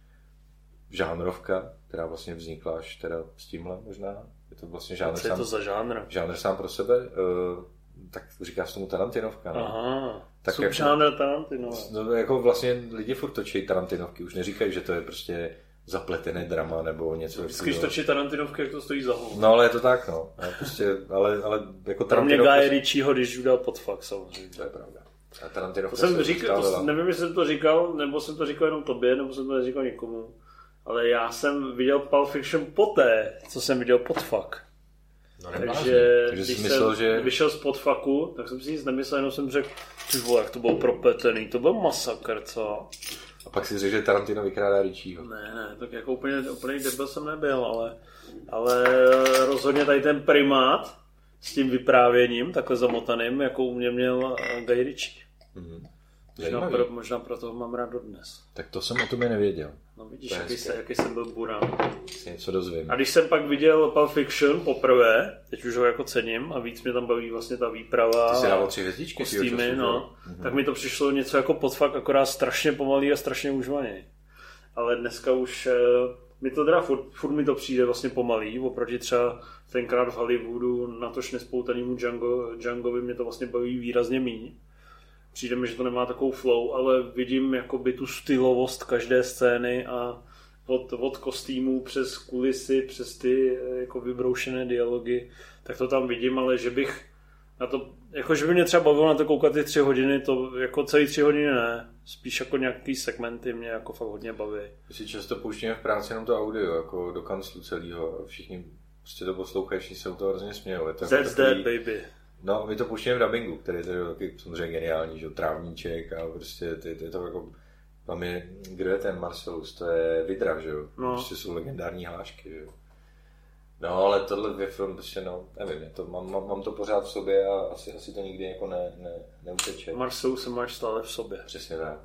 B: žánrovka, která vlastně vznikla až teda s tímhle možná. Je to vlastně žánr.
A: Co je to za žánr?
B: Žánr sám pro sebe, uh, tak říkáš tomu Tarantinovka. No?
A: Aha,
B: tak
A: subžánr
B: jako,
A: Tarantinova.
B: No, jako vlastně lidi furt točí Tarantinovky, už neříkají, že to je prostě zapletené drama nebo něco.
A: Když točí Tarantinovky, jak to stojí za hlavu.
B: No ale je to tak, no. Prostě, ale, ale jako
A: Tarantinovka... Pro mě Guy Ritchieho, když udal pod fakt, samozřejmě.
B: To je pravda. A Tarantinovka
A: to jsem říkal, to, nevím, jestli jsem to říkal, nebo jsem to říkal jenom tobě, nebo jsem to neříkal nikomu. Ale já jsem viděl Pulp Fiction poté, co jsem viděl Podfuck.
B: No,
A: takže
B: když
A: jsem
B: myslel, že...
A: vyšel z Podfucku, tak jsem si nic nemyslel, jenom jsem řekl, ty vole, jak to bylo propletený, to byl masakr, co?
B: A pak si řekl, že Tarantino vykrádá Ritchieho.
A: Ne, ne, tak jako úplně, úplně debil jsem nebyl, ale, ale rozhodně tady ten primát s tím vyprávěním, takhle zamotaným, jako u mě měl Guy Ritchie. Mm-hmm. Možná, pro, možná proto ho mám rád dodnes.
B: Tak to jsem o tobě nevěděl.
A: No vidíš, jaký, se, jaký jsem byl burán.
B: Si něco dozvím.
A: A když jsem pak viděl Pulp Fiction poprvé, teď už ho jako cením a víc mě tam baví vlastně ta výprava.
B: Ty jsi dával tři hvězdičky.
A: Kostýmy, no. Mm-hmm. Tak mi to přišlo něco jako Podfuck, akorát strašně pomalý a strašně užvaný. Ale dneska už mi to teda furt, furt mi to přijde vlastně pomalý, oproti třeba tenkrát v Hollywoodu natož nespoutanému Django, Djangovi mě to vlastně baví výrazně míň. Přijde mi, že to nemá takovou flow, ale vidím jakoby tu stylovost každé scény a od, od kostýmů přes kulisy, přes ty jako vybroušené dialogy, tak to tam vidím, ale že bych na to, jako že by mě třeba bavilo na to koukat ty tři hodiny, to jako celý tři hodiny ne, spíš jako nějaký segmenty mě jako fakt hodně baví.
B: My si často pouštíme v práci jenom to audio, jako do kanclu celého a všichni prostě to poslouchají, všichni se u toho hrozně smějou.
A: That's jako that, baby.
B: No, my to pouštíme v dabingu, který je taky samozřejmě geniální, že trávníček a prostě ty, ty to jako, tam je, kdo je ten Marcelus, to je Vidra, že jo, no. Prostě jsou legendární hlášky, že jo. No, ale tohle dvě film, prostě no, nevím, to, mám, mám, mám to pořád v sobě a asi, asi to nikdy jako ne, ne, neuteče.
A: Marcelus se máš stále v sobě.
B: Přesně tak.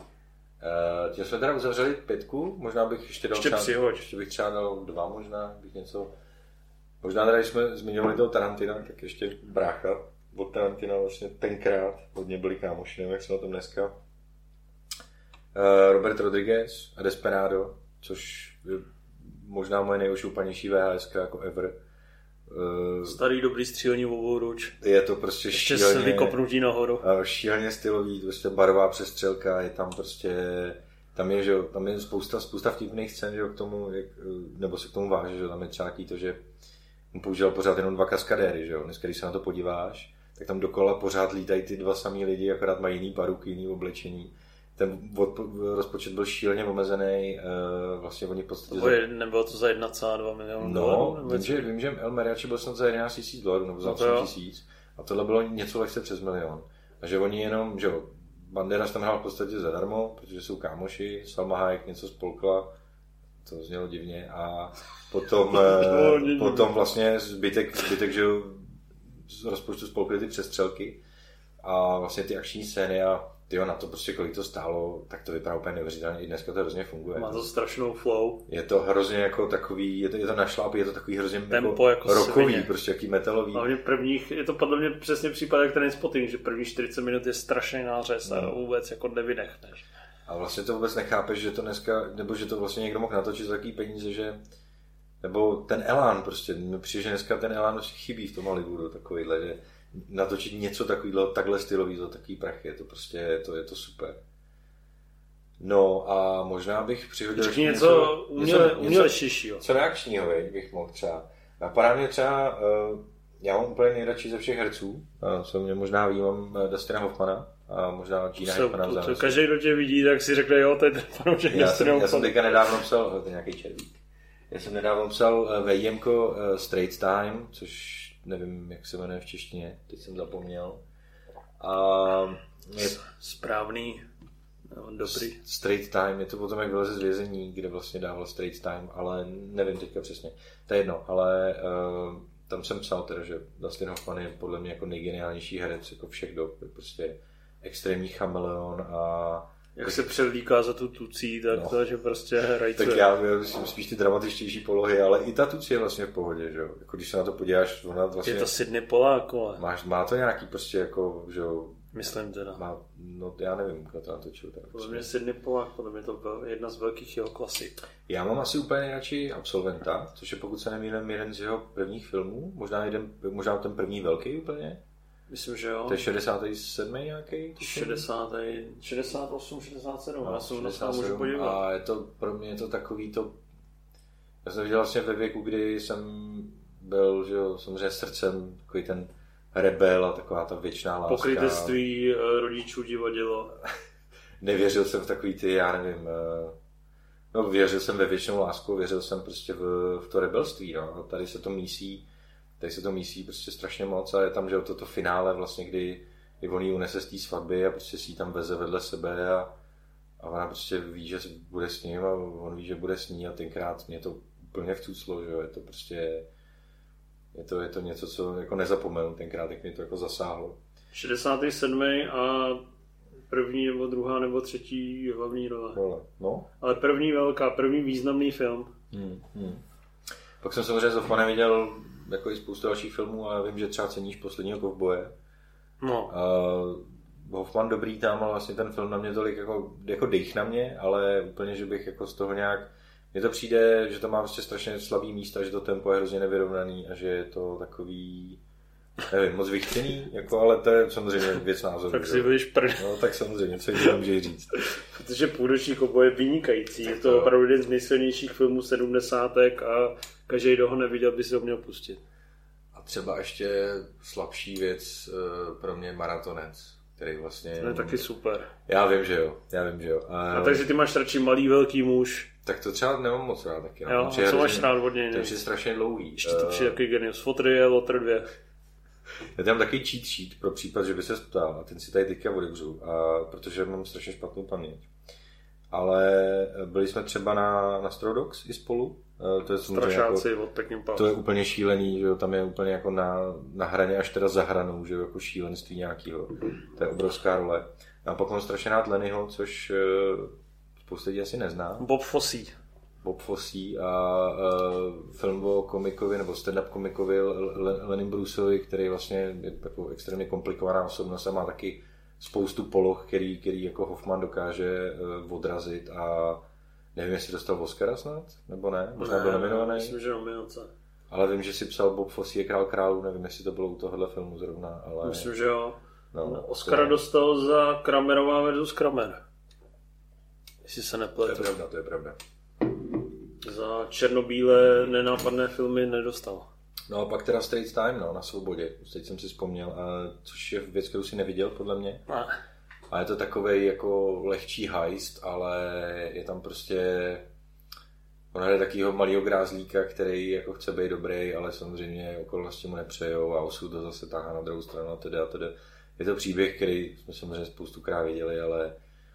B: Uh, Tím jsme teda uzavřeli pětku, možná bych ještě dal
A: ještě, třeba,
B: ještě bych třeba dal dva možná, bych něco, možná teda, když jsme zmiňovali toho Tarantina, tak ještě brácha od Tarantina vlastně tenkrát, hodně byli kámoši, nevím, jak se na tom dneska. Uh, Robert Rodriguez a Desperado, což je možná moje nejošoupanější V H S jako ever.
A: Uh, Starý dobrý střílení v obou ruč.
B: Je to prostě
A: ještě
B: šíleně...
A: Ještě vykopnutí nahoru.
B: Uh, šíleně stylový, prostě barvá přestřelka, je tam prostě... Tam je, že jo, tam je spousta, spousta vtipných scén, že jo, k tomu, jak, nebo se k tomu váže, že jo, tam je třeba to, že on používal pořád jenom dva kaskadéry, že jo, dneska, když se na to podíváš, tak tam dokola pořád lítají ty dva samý lidi, akorát mají jiný paruky, jiný oblečení. Ten rozpočet byl šíleně omezený, uh, vlastně oni v podstatě...
A: Za... Nebylo to za jedna celá dva milionu
B: no,
A: dolarů?
B: No, vím, že, vím, že El Mariachi byl snad za jedenáct tisíc dolarů, nebo za osm tisíc, a tohle bylo něco lehce přes milion. A že oni jenom, že jo, Banderas tam hrál v podstatě zadarmo, protože jsou kámoši, Salma Hayek něco spolkla, to znělo divně, a potom, no, potom vlastně zbytek, zbytek že jo, z rozpočtu spolkli ty přestřelky a vlastně ty akční scény a tyjo, na to prostě kolik to stálo, tak to vypadá úplně neuvěřitelně, i dneska to hrozně funguje.
A: Má to strašnou flow.
B: Je to hrozně jako takový, je to, je to na šlápy, je to takový hrozně
A: tempo
B: jako,
A: jako
B: rokový,
A: svině.
B: Prostě jaký metalový.
A: Hlavně prvních, je to podle mě přesně případ jak ten spotting, že první čtyřicet minut je strašný nářez a vůbec jako nevydechneš.
B: A vlastně to vůbec nechápeš, že to dneska, nebo že to vlastně někdo mohl natočit za taký peníze, že nebo ten elán prostě, mi přijde, že dneska ten elán chybí v tom Hollywoodu takovýhle, že natočit něco takového, takhle stylový za takový prachy, je to prostě, je to, je to super. No a možná bych přihodil
A: něco, něco uměle, umělejšího.
B: Co reakčního, veď, bych mohl třeba. Napadá mě třeba, uh, já mám úplně nejradši ze všech herců, uh, co mě možná ví, mám Dustina Hoffmana a možná Gina Hackmana v zámyslu.
A: Každý, kdo tě vidí, tak si řekne, jo, to je ten fanoušek Dustina Hoffmana.
B: Já jsem teďka nedávno psal, to je nějaký červík, já jsem nedávno psal VJMko uh, Straits Time, což nevím, jak se jmenuje v češtině, teď jsem zapomněl. A je
A: správný, no, dobrý.
B: Straight Time, je to potom, jak vyleze z vězení, kde vlastně dával Straight Time, ale nevím teďka přesně. To je jedno, ale uh, tam jsem psal teda, že Dustin Hoffman je podle mě jako nejgeniálnější herec jako všech dob, je prostě extrémní chameleon a
A: jak se převlíká za tu tucí, tak no. To, že prostě rajcuje.
B: Tak já myslím spíš ty dramatičtější polohy, ale i ta tucí je vlastně v pohodě, že jo. Jako když se na to podíváš, ona vlastně...
A: Je to Sidney Polák, ale...
B: Máš, má to nějaký prostě jako, že jo,
A: Myslím teda.
B: Má, no já nevím, kdo to natočil.
A: Podle mě Sidney Pollack, podle mě to byla jedna z velkých jeho klasik.
B: Já mám asi úplně nejradši Absolventa, což je pokud se nemýlím jeden z jeho prvních filmů, možná, jeden, možná ten první velký úplně.
A: Myslím, že jo.
B: To je šedesátý sedmý nějaký?
A: šedesát, šedesát osm, šedesát sedm.
B: No,
A: já jsem
B: šedesát
A: na to můžu podívat.
B: A je to, pro mě je to takový to... Já jsem viděl vlastně ve věku, kdy jsem byl, že jo, samozřejmě srdcem takový ten rebel a taková ta věčná láska.
A: Pokrytectví rodičů divadilo.
B: Nevěřil jsem v takový ty, já nevím, no věřil jsem ve věčnou lásku, věřil jsem prostě v, v to rebelství, no. A tady se to mísí, tady se to mísí prostě strašně moc a je tam, že jo, toto finále vlastně, kdy, kdy on jí unese z té svatby a prostě si ji tam veze vedle sebe a, a ona prostě ví, že bude s ním a on ví, že bude s ní a tenkrát mě to úplně vcuclo, že jo, je to prostě... Je to, je to něco, co jako nezapomenu tenkrát, jak mě to jako zasáhlo.
A: šedesátý sedmý a první nebo druhá nebo třetí hlavní role.
B: Role, no.
A: Ale první velká, první významný film.
B: Hmm, hmm. Pak jsem samozřejmě s Hoffmanem viděl jako i spoustu dalších filmů a vím, že třeba ceníš Posledního kovboje.
A: No.
B: Uh, Hoffman dobrý tam, ale vlastně ten film na mě tolik jako, jako dých na mě, ale úplně, že bych jako z toho nějak... Mně to přijde, že to má prostě strašně slabý místa, že to tempo je hrozně nevyrovnaný a že je to takový, nevím, moc vychtěný, jako, ale to je samozřejmě věc názoru.
A: Tak si budeš prd.
B: No tak samozřejmě, co jiného můžeš říct.
A: Protože Půlnoční kovboj je vynikající, je to opravdu jeden z nejsilnějších filmů sedmdesátek a každý, kdo ho neviděl, by si ho měl pustit.
B: A třeba ještě slabší věc pro mě Maratonec, který vlastně...
A: To je taky super.
B: Já vím, že jo, já vím, že jo. A,
A: a takže ty máš radši Malý velký muž.
B: Tak to třeba nemám moc rád taky.
A: Jo, a co máš rád od něj?
B: To je strašně dlouhý.
A: Ještě to přijde takový genius. Fotry je Lotr dva.
B: Je tam takový cheat sheet pro případ, že by se ptal a ten si tady teďka odebřu, a protože mám strašně špatnou paměť. Ale byli jsme třeba na, na Strodox i spolu. To je
A: Strašáci
B: jako,
A: od Pekým Pals.
B: To je úplně šílený, že jo, tam je úplně jako na, na hraně až teda za hranou, že jo, jako šílenství nějakého. To je obrovská role. A pak mám strašně rád Lennyho, což spousta lidí asi nezná.
A: Bob Fosse.
B: Bob Fosse a uh, film o komikovi, nebo stand-up komikovi Lennym Bruceovi, který vlastně je takovou extrémně komplikovaná osobnost a má taky spoustu poloh, který, který jako Hoffman dokáže uh, odrazit a nevím, jestli dostal Oscara snad, nebo ne, možná
A: ne,
B: byl nominovaný.
A: Myslím, že nominace.
B: Ale vím, že si psal Bob Fosse je král králů, nevím, jestli to bylo u tohohle filmu zrovna, ale...
A: Myslím, že jo.
B: No,
A: Oscara to... dostal za Kramerová versus Kramer. Jestli se nepletu.
B: To je pravda, to je pravda.
A: Za černobílé nenápadné filmy nedostal.
B: No a pak teda Straits Time, no, na Svobodě, teď jsem si vzpomněl, a, což je věc, kterou si neviděl, podle mě.
A: Ne.
B: A je to takovej jako lehčí heist, ale je tam prostě... On hraje takovýho malýho grázlíka, který jako chce být dobrý, ale samozřejmě okolnosti mu nepřejou a osud to zase táhá na druhou stranu a teda a teda. Je to příběh, který jsme samozřejmě spoustukrát viděli, ale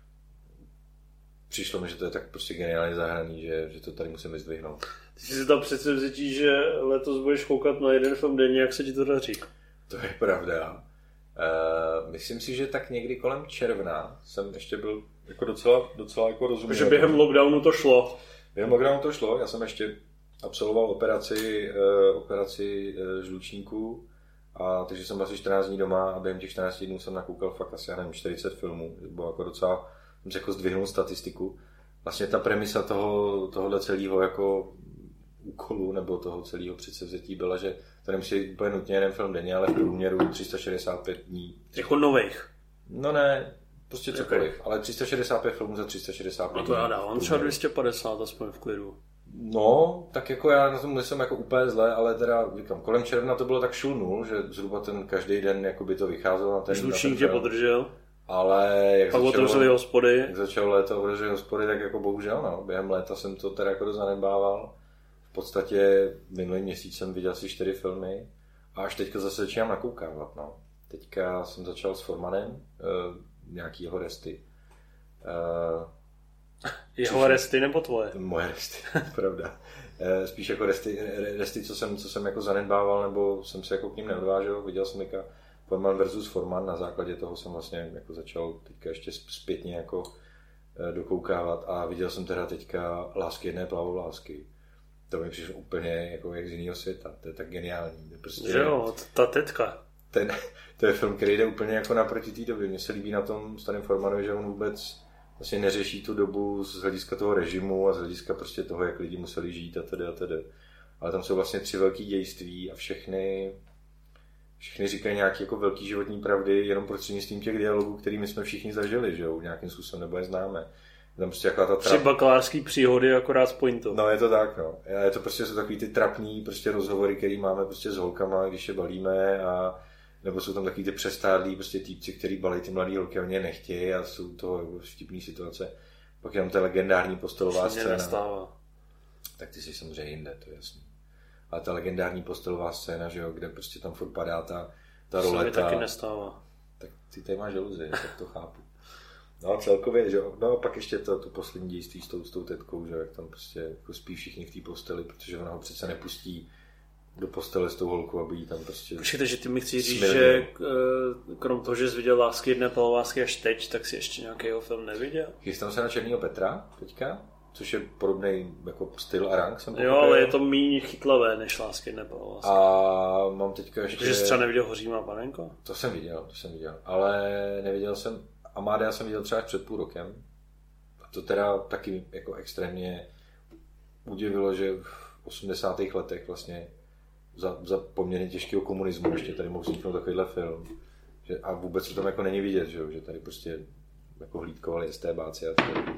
B: přišlo mi, že to je tak prostě geniálně zahraný, že, že to tady musím vyzdvihnout.
A: Ty si tam přece vzítí, že letos budeš koukat na jeden film denně, jak se ti to daří.
B: To je pravda. Uh, myslím si, že tak někdy kolem června jsem ještě byl jako docela, docela jako rozuměl.
A: Takže během lockdownu to šlo.
B: Během lockdownu to šlo, já jsem ještě absolvoval operaci, uh, operaci uh, žlučníků, a takže jsem asi čtrnáct dní doma a během těch čtrnácti dnů jsem nakoukal fakt asi, já nevím, čtyřicet filmů. Bylo jako docela, jsem si jako zdvihnul statistiku. Vlastně ta premisa toho, tohohle celého jako úkolu nebo toho celého předsevzetí byla, že to nemusí úplně nutně jeden film denně, ale v průměru tři sta šedesát pět dní.
A: Jako nových?
B: No ne, prostě cokoliv, okay. Ale tři sta šedesát pět filmů za tři sta šedesát pět
A: dní. A to já dávám třeba dvě stě padesát aspoň v klidu.
B: No, tak jako já na tom nejsem jako úplně zle, ale teda říkám, kolem června to bylo tak šul nul, že zhruba ten každý den jako by to vycházelo na ten...
A: Žlučník tě podržel.
B: Ale jak
A: pak otevřeli hospody.
B: Jak začalo léto otevřeli hospody, tak jako bohužel, no. Během léta jsem to teda jako zanedbával. V podstatě minulý měsíc jsem viděl asi čtyři filmy a až teďka zase začínám nakoukávat, no. Teďka jsem začal s Formanem, uh, nějaký jeho resty. Uh,
A: jeho Což resty nebo tvoje?
B: Moje resty, pravda. Uh, spíš jako resty, resty co, jsem, co jsem jako zanedbával, nebo jsem se jako k ním neodvážel. Viděl jsem teďka Forman versus Forman, na základě toho jsem vlastně jako začal teďka ještě zpětně jako dokoukávat a viděl jsem teda teďka Lásky jedné plavovlásky. To mi přišlo úplně jako jak z jiného světa, to je tak geniální. To prostě...
A: Že jo, ta tetka.
B: ten, to je film, který jde úplně jako naproti té době. Mně se líbí na tom Starém Formanovi, že on vůbec vlastně neřeší tu dobu z hlediska toho režimu a z hlediska prostě toho, jak lidi museli žít a tedy a tedy. Ale tam jsou vlastně tři velký dějství a všechny, všechny říkají nějaké jako velký životní pravdy jenom prostřednictvím těch dialogů, který my jsme všichni zažili, že jo, nějakým způsobem nebo je známe. Tam prostě ta trap...
A: Tři bakalářský příhody akorát s pointou.
B: No je to tak, no. A je to prostě jsou takový ty trapný prostě rozhovory, který máme prostě s holkama, když je balíme a nebo jsou tam takový ty přestádlí prostě týpci, který balí ty mladý holky a oni je nechtějí a jsou to jako vtipný situace. Pak je tam ta legendární postelová scéna. Nestává. Tak ty jsi samozřejmě jinde, to je jasný. Ale ta legendární postelová scéna, že jo, kde prostě tam furt padá ta, ta roleta. To
A: mi taky nestává.
B: Tak ty tady máš žaluzi, tak to chápu. No celkově, že jo, no a pak ještě to, to poslední dějství s tou, s tou tetkou, že jo, jak tam prostě jako spí všichni v té posteli, protože ona ho přece nepustí do postele s tou holkou, aby jí tam prostě...
A: Počkejte, že ty mi chci říct, smilně. Že krom toho, že jsi viděl Lásky jedné palovásky až teď, tak si ještě nějakýho film neviděl?
B: Chystám se na Černýho Petra teďka, což je podobný jako styl a rank, jsem pochopil.
A: Jo, ale je to méně chytlavé než Lásky jedné palovásky.
B: A mám teďka ještě...
A: Protože jsi třeba neviděl Hoří má panenko?
B: To jsem viděl, to jsem viděl, ale neviděl jsem... Amádea jsem viděl třeba před půl rokem. A to teda taky jako extrémně udivilo, že v osmdesátých letech vlastně za, za poměrně těžkého komunismu ještě tady mohl vzniknout takovýhle film. Že, a vůbec to tam jako není vidět, že, že tady prostě jako hlídkovali estébáci. A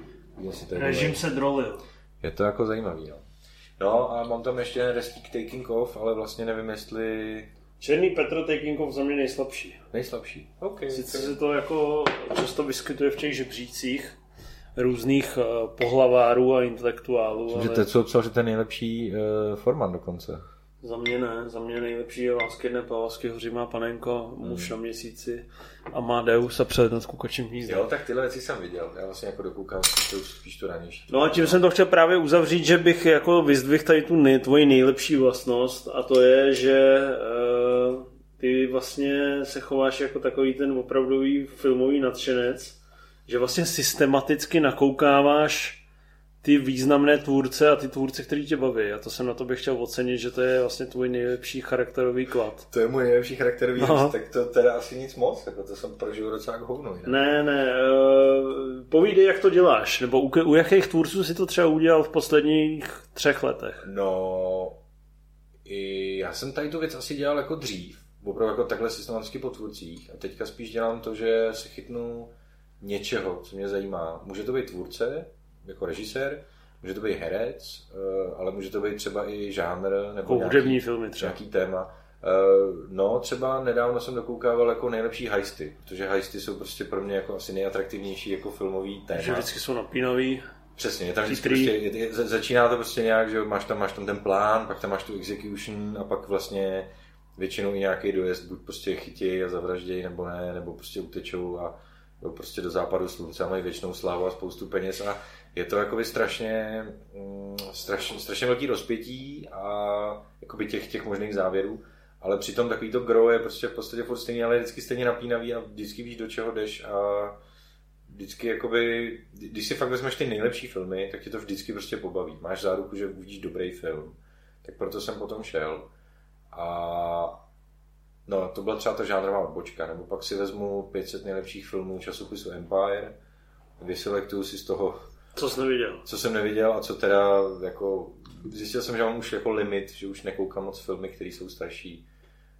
A: režim se drolil.
B: Je to jako zajímavý, no. No a mám tam ještě Restík Taking Off, ale vlastně nevím, jestli...
A: Černý Petr Taking Off za mě nejslabší.
B: Nejslabší, ok.
A: Sice se to jako často vyskytuje v těch žebřících různých uh, pohlavárů a intelektuálů.
B: Ale... Teď jsou psal, že to je nejlepší uh, Forman dokonce.
A: Za mě ne, za mě nejlepší je Lásky jedné palovásky, Hoří má panenko, Muž hmm. na měsíci, Amadeus a Přelet nad kukačím hnízdem.
B: Jo, tak tyhle věci jsem viděl, já vlastně jako dokoukám spíš to ranější.
A: No a tím jsem to chtěl právě uzavřít, že bych jako vyzdvihl tady tu nej, tvoji nejlepší vlastnost a to je, že uh, ty vlastně se chováš jako takový ten opravdový filmový nadšenec, že vlastně systematicky nakoukáváš ty významné tvůrce a ty tvůrce, který tě baví. A to jsem na to bych chtěl ocenit, že to je vlastně tvůj nejlepší charakterový klad.
B: To je můj nejlepší charakterový no. Tak to teda asi nic moc, jako to jsem prožil docela jako hovno. Ne,
A: ne, ne uh, povídej, jak to děláš, nebo u, u jakých tvůrců si to třeba udělal v posledních třech letech?
B: No, i já jsem tady tu věc asi dělal jako dřív, opravdu jako takhle systematicky po tvůrcích a teďka spíš dělám to, že se chytnu něčeho, co mě zajímá. Může to být tvůrce, jako režisér, může to být herec, ale může to být třeba i žánr nebo
A: hudební filmy třeba.
B: Nějaký téma. No, třeba nedávno jsem dokoukával jako nejlepší heisty, protože heisty jsou prostě pro mě jako asi nejatraktivnější jako filmový téma.
A: Že vždycky jsou napínavý.
B: Přesně, je tam vždycky prostě, je, je, začíná to prostě nějak, že máš tam, máš tam ten plán, pak tam máš tu execution a pak vlastně většinou i nějaký dojezd, buď prostě chytějí a zavraždějí, nebo ne, nebo prostě utečou a jo, prostě do západu slunce a mají věčnou slávu a spoustu peněz a je to jakoby strašně, strašně, strašně velký rozpětí a jakoby těch, těch možných závěrů, ale přitom takový to gro je prostě v podstatě furt stejný, ale je vždycky stejně napínavý a vždycky víš, do čeho jdeš a vždycky jakoby, když si fakt vezmeš ty nejlepší filmy, tak tě to vždycky prostě pobaví. Máš záruku, že uvidíš dobrý film. Tak proto jsem potom šel a no, to byla třeba ta žánrová odbočka, nebo pak si vezmu pět set nejlepších filmů časopisu Empire, vyselektuju si z toho,
A: co jsem neviděl.
B: Co jsem neviděl a co teda jako, zjistil jsem, že mám už jako limit, že už nekoukám moc filmy, které jsou starší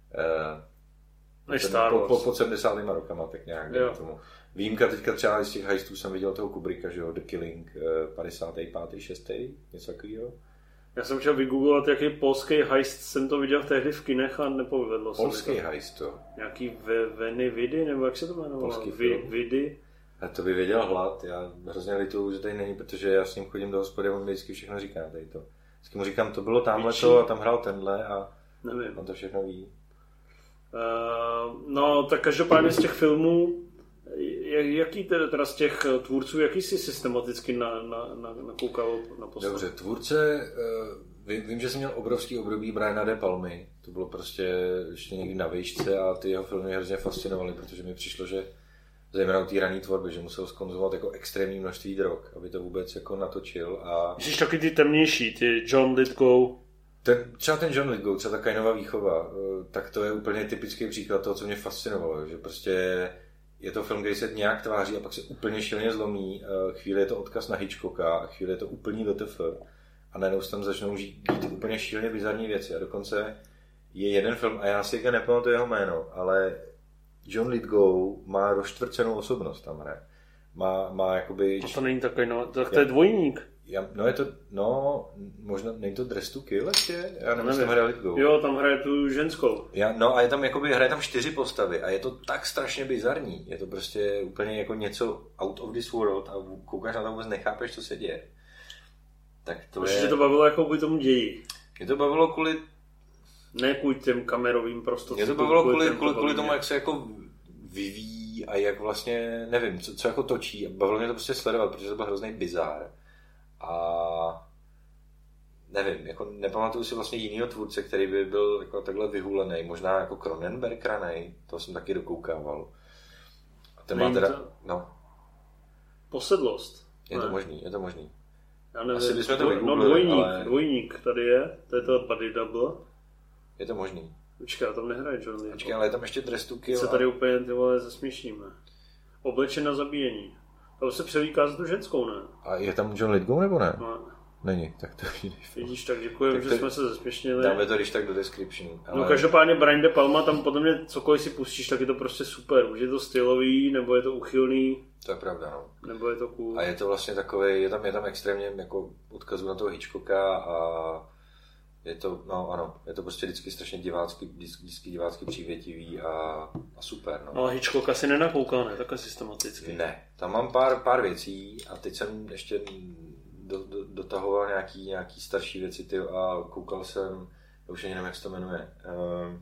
A: než Star
B: Wars. Po, po, pod sedmdesátýma rokama, tak nějak. Tomu. Výjimka teďka třeba z těch heistů jsem viděl toho Kubricka, že jo, The Killing, padesátý pátý šestý něco takového.
A: Já jsem chtěl vygooglovat, jaký polský heist jsem to viděl tehdy v kinech a nepovedlo se.
B: Polský heist to?
A: Nějaký Veny Vidy, nebo jak se to jmenovalo?
B: Polský film.
A: Vidy.
B: A to by věděl Hlad, já hrozně lituju, že tady není, protože já s ním chodím do hospody a on mi vždycky všechno říká tady to. Vždycky mu říkám, to bylo tamhleto a tam hrál tenhle a
A: nevím.
B: On to všechno ví.
A: Uh, no, tak každopádně z těch filmů, jaký teda, teda z těch tvůrců, jaký jsi systematicky na, na, na, nakoukal na posled?
B: Dobře, tvůrce, vím, vím, že jsem měl obrovský období Briana De Palmy, to bylo prostě ještě někdy na výšce a ty jeho filmy hrozně fascinovaly, protože mi přišlo, že zejména u té rané tvorby, že musel zkonzumovat jako extrémní množství drog, aby to vůbec jako natočil a...
A: Jsi taky ty temnější, ty John Lithgow.
B: Ten, třeba ten John Lithgow, třeba ta Kainová výchova, tak to je úplně typický příklad toho, co mě fascinovalo, že prostě je to film, který se nějak tváří a pak se úplně šíleně zlomí. Chvíli je to odkaz na Hitchcocka, chvíli je to úplný W T F a najednou se tam začnou žít úplně šíleně bizarní věci. A dokonce je jeden film, a já si teďka nepamatuji jeho jméno, ale John Lithgow má rozštvrcenou osobnost tam hraje. Má, má jakoby...
A: No to není takový, no, tak to je dvojník.
B: Já, no je to, no, možná, není to Dress to Kill ještě? Já nevím, jestli tam hraje Lithgow.
A: Jo, tam hraje tu ženskou.
B: Já, no a je tam, jakoby, hraje tam čtyři postavy a je to tak strašně bizarní. Je to prostě úplně jako něco out of this world a koukáš na to vůbec nechápeš, co se děje. Tak to
A: Myslím,
B: je...
A: že to bavilo jako kvůli tomu ději.
B: Mě to bavilo kvůli...
A: Ne kvůli těm kamerovým prostředkům.
B: Mě to bavilo kvůli, kvůli, kvůli, kvůli tomu, jak se jako vyvíjí a jak vlastně, nevím, co, co jako točí. Bavilo mě to prostě sledovat, protože to byl hrozný bizár. A nevím, jako nepamatuju si vlastně jinýho tvůrce, který by byl jako takhle vyhulený, možná jako Cronenberg ranej, to jsem taky dokoukával. A ten má teda, to... no.
A: Posedlost.
B: Je ne. to možný, je to možný.
A: Já nevím,
B: asi bychom to
A: no dvojník,
B: ale...
A: dvojník tady je, to je to Body Double.
B: Je to možný.
A: Počkej, tam nehraje John Lithgow.
B: Počkej, ale je tam ještě Dress to Kill.
A: Se tady a... úplně ty vole zasměšníme. Oblečen na zabíjení. To se převlíká za tu ženskou, ne?
B: A je tam John Lithgow nebo ne?
A: No.
B: Není, tak to je
A: Vidíš, tak děkujem, že to, jsme se zasměšnili.
B: Dáme to když tak do description.
A: Ale... No každopádně Brian De Palma, tam podle mě cokoliv si pustíš, tak je to prostě super. Už je to stylový, nebo je to uchylný.
B: To je pravda, no.
A: Nebo je to cool.
B: A je to vlastně takový, je tam, je tam extrémně jako odkazu na toho Hitchcocka a je to, no ano, je to prostě vždycky strašně divácky, vždycky divácky přívětivý a, a super, no.
A: No a Hitchcocka si nenakoukal, ne? Takhle systematicky.
B: Ne, tam mám pár, pár věcí a teď jsem ještě do, do, dotahoval nějaký, nějaký starší věci ty, a koukal jsem, já už ani nevím, jak se to jmenuje, uh,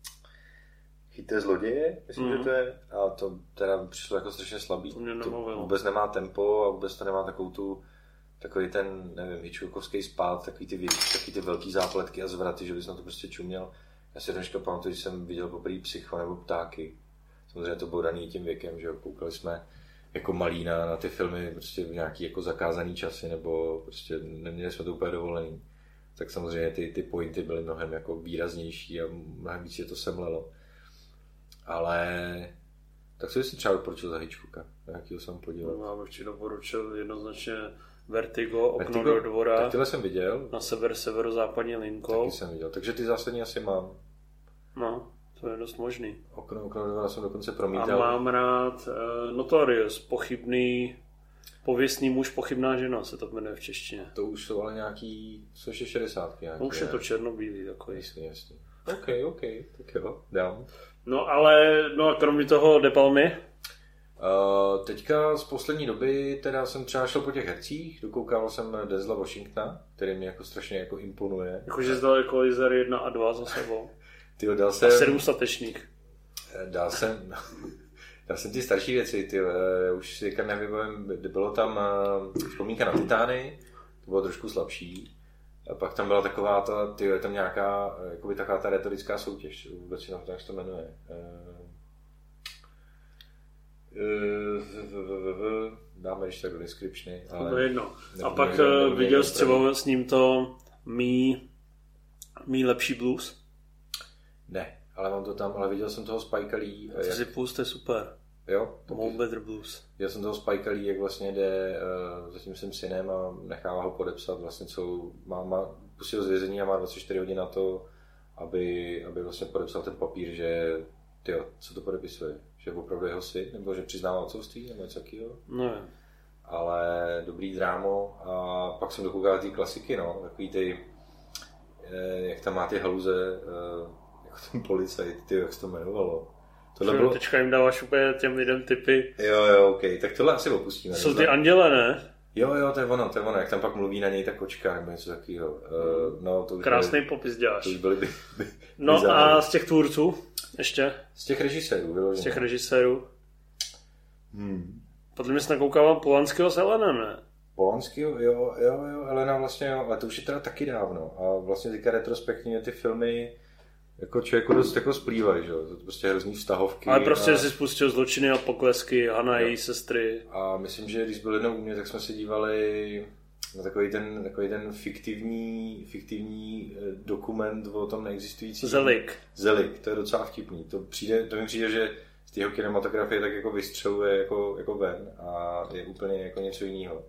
B: Chyté zloděje, myslím, mm. že to je, a to teda přišlo jako strašně slabý. To, to vůbec nemá tempo a vůbec to nemá takovou tu, takový ten, nevím, Hitchcockovský spát, takový ty, větší, takový ty velký zápletky a zvraty, že bys na to prostě čuměl. Já si dneška pamatuju, že jsem viděl poprvé Psycho nebo Ptáky. Samozřejmě to bylo daný tím věkem, že jo, koukali jsme jako malí na, na ty filmy prostě v nějaký jako zakázaný časy, nebo prostě neměli jsme to úplně dovolený. Tak samozřejmě ty, ty pointy byly mnohem jako výraznější a mnohem víc je to semlelo. Ale tak co jsi třeba doporučil za Hitchcocka? Jakýho jsem podívat?
A: No, já bych ti doporučil jednoznačně Vertigo, Okno
B: Vertigo?
A: do dvora.
B: Tak tyhle jsem viděl.
A: Na sever, severozápadní linkou.
B: Taky jsem viděl, takže ty zásadně asi mám.
A: No, to je dost možný.
B: Okno, okno do dvora jsem dokonce promítal.
A: A mám rád uh, Notorious, pochybný, pověstný muž, pochybná žena, se to jmenuje v češtině.
B: To už jsou ale nějaký, jsou ještě šedesátky nějaký.
A: No už je to černobílý takový.
B: Jasně, jasně. OK, OK, tak jo, dám.
A: No ale, no a kromě toho De Palmy?
B: Uh, teďka z poslední doby teda jsem třeba šel po těch hercích, dokoukával jsem Denzela Washingtona, který mě jako strašně jako imponuje.
A: Jakože zdal Equalizer jedna a dva za sebou.
B: Tyjo, dal jsem...
A: A sedm statečník.
B: Dal jsem... dal jsem ty starší věci, tyjo, už si teďka nevybavím, bylo tam vzpomínka na Titány, to bylo trošku slabší. A pak tam byla taková ta, tyjo, je tam nějaká, jakoby taková ta retorická soutěž, vůbec si na to, jak se to jmenuje. Dáme ještě tak do descriptiony.
A: Ale no jedno. A pak nevím, viděl jsi třeba s ním to mý, mý lepší blues?
B: Ne, ale mám to tam, ale viděl jsem toho Spike Lee.
A: To jak... si pust, je super.
B: Jo?
A: More Better Blues.
B: Viděl jsem toho Spike Lee, jak vlastně jde uh, za tím svým synem a nechává ho podepsat vlastně celou, má, má pustil z vězení a má dvacet čtyři hodin na to, aby, aby vlastně podepsal ten papír, že tyjo, co to podepisuje? Že opravdu jeho syn, nebo že přiznává otcovství, nebo něco takového.
A: No.
B: Ale dobrý drámo a pak jsem dokoukal ty klasiky, no, takový ty, eh, jak tam má ty haluze, eh, jako ten policajt, ty, jak se to jmenovalo.
A: Tohle bylo... Teďka jim dáváš úplně těm lidem typy.
B: Jo, jo, ok, tak tohle asi opustíme.
A: Jsou ty anděle, ne?
B: Jo, jo, to je ono, to je ono, jak tam pak mluví na něj ta kočka, nebo něco takového. Uh, no, to už
A: krásný
B: byli,
A: popis děláš.
B: To už byly by, by,
A: no by a z těch tvůrců ještě?
B: Z těch režisérů, vyloženě.
A: Z těch režisérů.
B: Hmm.
A: Podle mě jsi nakoukával Polanského s Elenem, ne?
B: Polanského, jo, jo, jo, Elena vlastně, jo, ale to už je teda taky dávno. A vlastně teďka retrospektivně ty filmy jako člověku dost jako splývají, že jo, to prostě hrozný vztahovky.
A: Ale prostě
B: a...
A: si spustil Zločiny a poklesky, Hana a její sestry.
B: A myslím, že když byl jednou u mě, tak jsme se dívali no, takový ten, takový ten fiktivní, fiktivní dokument o tom neexistující.
A: Zelik.
B: Zelik, to je docela vtipný. To, přijde, to mi přijde, že z jeho kinematografie tak jako vystřeluje jako, jako ven a je úplně jako něco jiného.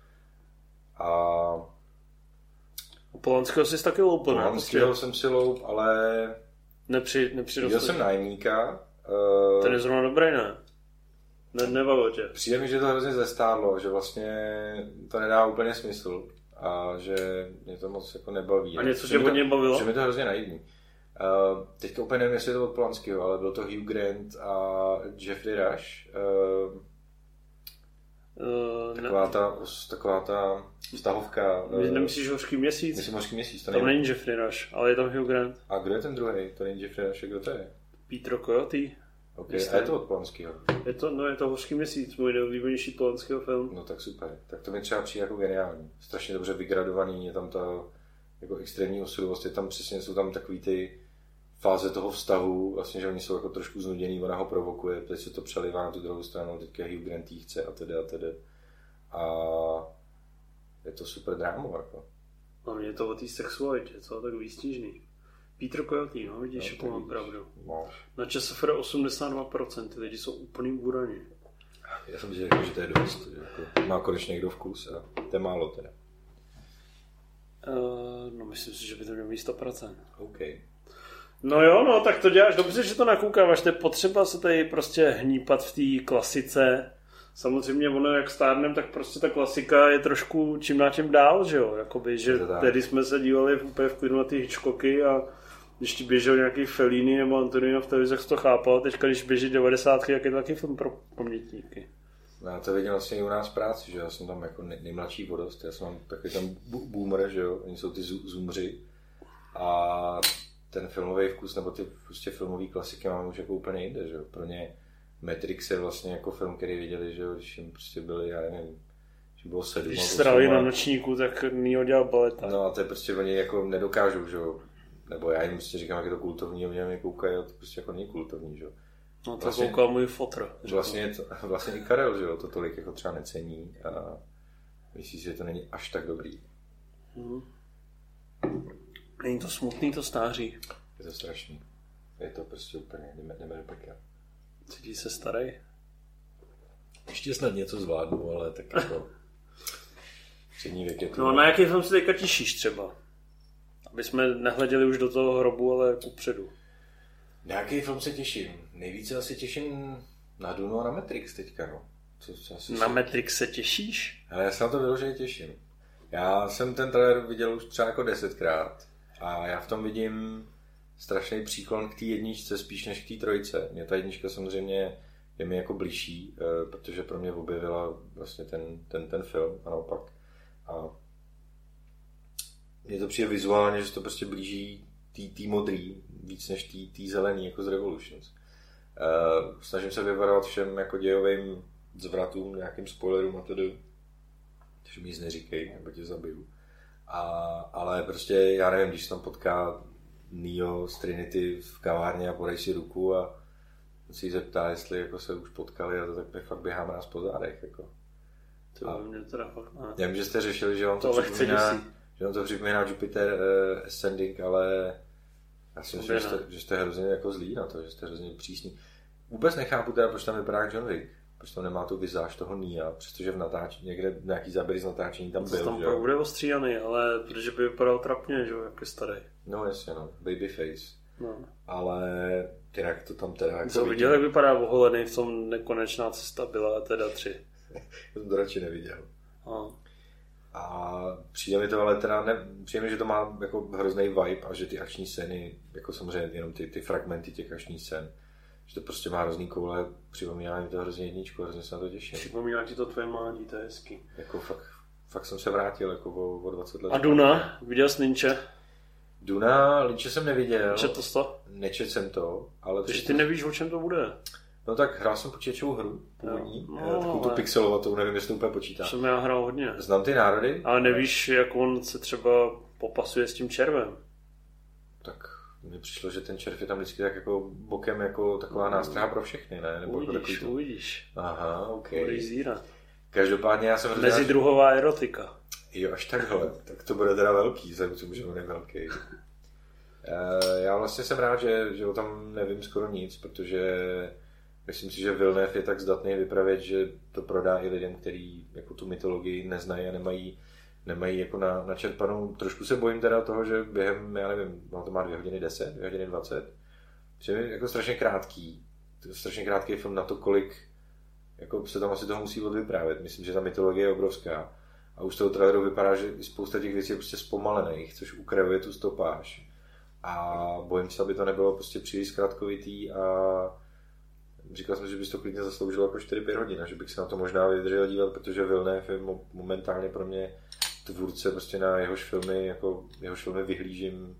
B: A
A: Polanského jsi taky loupil, ne?
B: Polanského jsem si loup, ale
A: Nepři, nepři
B: viděl jsem Nájemníka.
A: Uh... Ten je zrovna dobrý, ne? Ne, nebavil tě.
B: Přijde mi, že to hrozně zestárlo, že vlastně to nedá úplně smysl a že mě to moc jako nebaví.
A: A něco tě hodně bavilo?
B: Že mi to hrozně naivní. Uh, teďka úplně nevím, jestli je to od Polanského, ale byl to Hugh Grant a Jeffrey Rush. Uh, uh, taková, ta, taková ta vztahovka.
A: Uh, Nemyslíš Hořký měsíc?
B: Myslím Hořký měsíc. To
A: tam není Jeffrey Rush, ale je tam Hugh Grant.
B: A kdo je ten druhý? To není Jeffrey Rush, kdo to je?
A: Peter Coyote.
B: Okay. A je to od Polanského?
A: Je to, no je to Hořký měsíc, můj nejoblíbenější Polanského film.
B: No tak super. Tak to mi třeba přijde jako geniální. Strašně dobře vygradovaný, je tam ta jako extrémní osudovost, je tam přesně, jsou tam takový ty fáze toho vztahu, vlastně, že oni jsou jako trošku znuděný, ona ho provokuje, teď se to přelivá na tu druhou stranu, teďka Hugh Grant jí chce a tedy a tedy. A je to super drámo, jako.
A: A mě je to o té sexualitě, co? Tak výstižný. Peter Coyote, no, vidíš, jako mám pravdu.
B: No.
A: Na ČSFR osmdesát dva procent, ty lidi jsou úplný buraní.
B: Já jsem si řekl, že to je dost, že jako má konečně někdo vkus a to je málo teda.
A: Uh, no myslím si, že by to mělo být sto procent.
B: OK.
A: No jo, no, tak to děláš dobře, že to nakoukáváš, to je potřeba se tady prostě hnípat v té klasice. Samozřejmě ono, jak stárnem, tak prostě ta klasika je trošku čím dál tím dál, že jo, jakoby, že tehdy jsme se dívali v, úplně v klidu na ty Hitchcocky a když ti běžel nějaký Fellini nebo Antonino v televizi, jak jsi to chápal, teďka když běží devadesátky, jak je to taky film pro pamětníky.
B: No, to vidím vlastně i u nás v práci, že já jsem tam jako nejmladší vodost, já jsem tam takový tam boomer, že jo, oni jsou ty zoomři a ten filmový vkus, nebo ty prostě filmový klasiky máme už jako úplně jinde, že jo, pro ně Matrix je vlastně jako film, který viděli, že jo, když jim prostě byli, já nevím, že bylo sedm.
A: Když strávili na nočníku, tak Neo dělal baleta.
B: No a to je prostě oni jako nedokážou, že jo, nebo já jim prostě říkám, jak je to kultovní, oni mě koukají a to prostě jako není kultovní, že jo.
A: No to vlastně, koukal můj fotr.
B: Vlastně, to, vlastně i Karel, že jo, to tolik jako třeba necení a myslí si, že to není až tak dobrý.
A: Hmm. Není to smutný, to stáří.
B: Je to strašný. Je to prostě úplně, jdeme, jdeme do pekel.
A: Cítí se starý?
B: Ještě snad něco zvládnu, ale tak jako střední věk je to.
A: No a na jaký film se teďka těšíš třeba? Aby jsme nehleděli už do toho hrobu, ale kupředu.
B: Na jaký film se těším? Nejvíce asi těším na Dunu a na Matrix teďka, no. Co, co asi
A: na si... Matrix se těšíš?
B: Ale já se na to vyloženě těším. Já jsem ten trailer viděl už třeba jako desetkrát a já v tom vidím strašný příklon k té jedničce spíš než k té trojce. Mě ta jednička samozřejmě je mi jako blížší, protože pro mě objevila vlastně ten, ten, ten film a naopak. A mně to přijde vizuálně, že to prostě blíží tý modrý víc než tý, tý zelený jako z Revolutions. Uh, snažím se vyvarovat všem jako dějovým zvratům, nějakým spoilerům a tedy, takže mi nic neříkej, nebo tě zabiju. A, ale prostě já nevím, když se tam potká Neo z Trinity v kavárně a podej si ruku a si jí zeptá, jestli jako se už potkali a to tak my fakt běháme nás po zádech. Jako.
A: To a mě teda fakt ne.
B: Já vím, že jste řešili, že vám to, to připomíná, že vám to připomíná Jupiter uh, Ascending, ale já si myslím, že jste, že jste hrozně jako zlý na to, že jste hrozně přísný. Vůbec nechápu teda, proč tam vypadá John Wick, proč tam nemá tu vizáž toho Nea, přestože v natáčení, někde nějaký záběry z natáčení tam
A: to
B: byl.
A: Tam bude ostříhaný, ale protože by vypadal trapně, že jo, jak je starý.
B: No jasně, no, babyface.
A: No.
B: Ale jinak to tam teda...
A: Jako viděl, jak vypadá oholený v tom Nekonečná cesta byla teda tři.
B: Já jsem to radši neviděl.
A: A,
B: a přijde mi to ale teda, ne, přijde mi, že to má jako hrozný vibe a že ty akční scény, jako samozřejmě jenom ty, ty fragmenty těch akčních scén, že to prostě má hrozný koule, připomíná mi to hrozně jedničku, hrozně se na to těším.
A: Připomíná ti to tvoje mládí, to je hezky.
B: Jako fakt, fakt jsem se vrátil jako o, o dvacet let.
A: A Duna? Viděl jsi Lynche?
B: Duna, Lynche jsem neviděl.
A: Četl jsi to?
B: Nečet jsem to, ale...
A: Takže ty nevíš, o čem to bude?
B: No tak hrál jsem počítačovou hru, původní,
A: no,
B: takovou
A: ale...
B: tu pixelovatou, nevím, jestli to úplně počítá.
A: Jsem já hrál hodně.
B: Znám ty národy.
A: Ale nevíš, jak on se třeba popasuje s tím červem.
B: Tak mně přišlo, že ten červ je tam vždycky tak jako bokem jako taková nástraha pro všechny, ne? Nebo
A: uvidíš,
B: jako
A: uvidíš.
B: Aha, ok.
A: Budeš zírat.
B: Každopádně já jsem...
A: Mezidruhová erotika.
B: Jo, až takhle. Tak to bude teda velký, vzhledem k tomu, že on je velký. Já vlastně jsem rád, že, že o tom nevím skoro nic, protože myslím si, že Villeneuve je tak zdatný vypravět, že to prodá i lidem, kteří jako tu mytologii neznají a nemají, nemají jako na, načerpanou. Trošku se bojím teda toho, že během, já nevím, to má dvě hodiny deset, dvě hodiny dvacet, že je jako strašně krátký. To je strašně krátký film na to, kolik jako se tam asi toho musí odvyprávět. Myslím, že ta mytologie je obrovská. A už z toho traileru vypadá, že spousta těch věcí je prostě zpomalených, což ukravuje tu stopáž. A bojím se, aby to nebylo prostě příliš zkrátkovitý a říkal jsem, že bys to klidně zasloužilo jako čtyři pět hodin, že bych se na to možná vydržel dívat, protože Villeneuve je momentálně pro mě tvůrce, prostě na jehož filmy, jako jehož filmy vyhlížím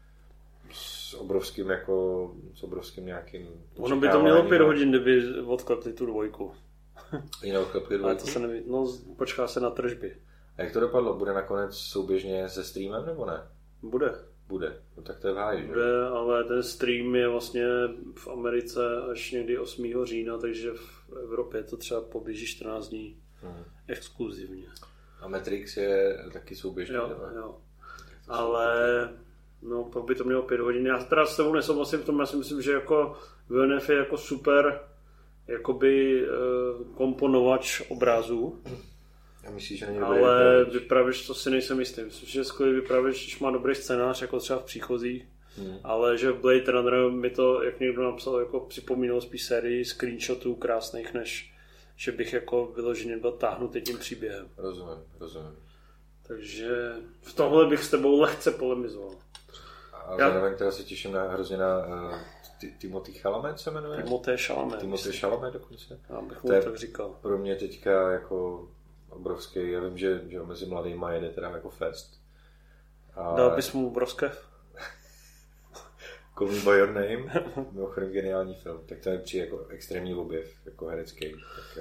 B: s obrovským jako, s obrovským nějakým...
A: Ono by to mělo pět hodin, kdyby odklepli tu dvojku.
B: Jinou odklepli dvojku?
A: Ale to se neví, no počká se na tržby.
B: A jak to dopadlo? Bude nakonec souběžně se streamem, nebo ne?
A: Bude.
B: Bude, no tak to je v háji, že?
A: Bude, ale ten stream je vlastně v Americe až někdy osmého října, takže v Evropě to třeba poběží čtrnáct dní hmm. exkluzivně.
B: A Matrix je taky souběžný,
A: jo, jo. Ale no, pak by to mělo pět hodin. Já teda s tebou nesouhlasím v tom, já si myslím, že jako Villeneuve je jako super jakoby komponovač obrazů.
B: Já myslím, že není
A: ale vypravěč, to si nejsem jistý. Myslím, že skvělý vypravěč, když má dobrý scénář, jako třeba v Příchozích, hmm. ale že v Blade Runner mi to, jak někdo napsal, jako připomínalo spíš sérii screenshotů krásných, než že bych jako vyloženě byl táhnutý tím příběhem.
B: Rozumím, rozumím.
A: Takže v tohle bych s tebou lehce polemizoval.
B: A zároveň teda se těším na, hrozně na uh, Timothy Chalamet se jmenuje?
A: Timothy Chalamet.
B: Timothy Chalamet dokonce.
A: Já bych mu tak říkal.
B: Pro mě teďka jako obrovský, já vím, že, že mezi mladýma jede teda jako first. A...
A: Dal bys mu broskev?
B: Call Me By Your Name, mimochodem geniální film, tak to je přijde jako extrémní objev, jako herecký. Tak,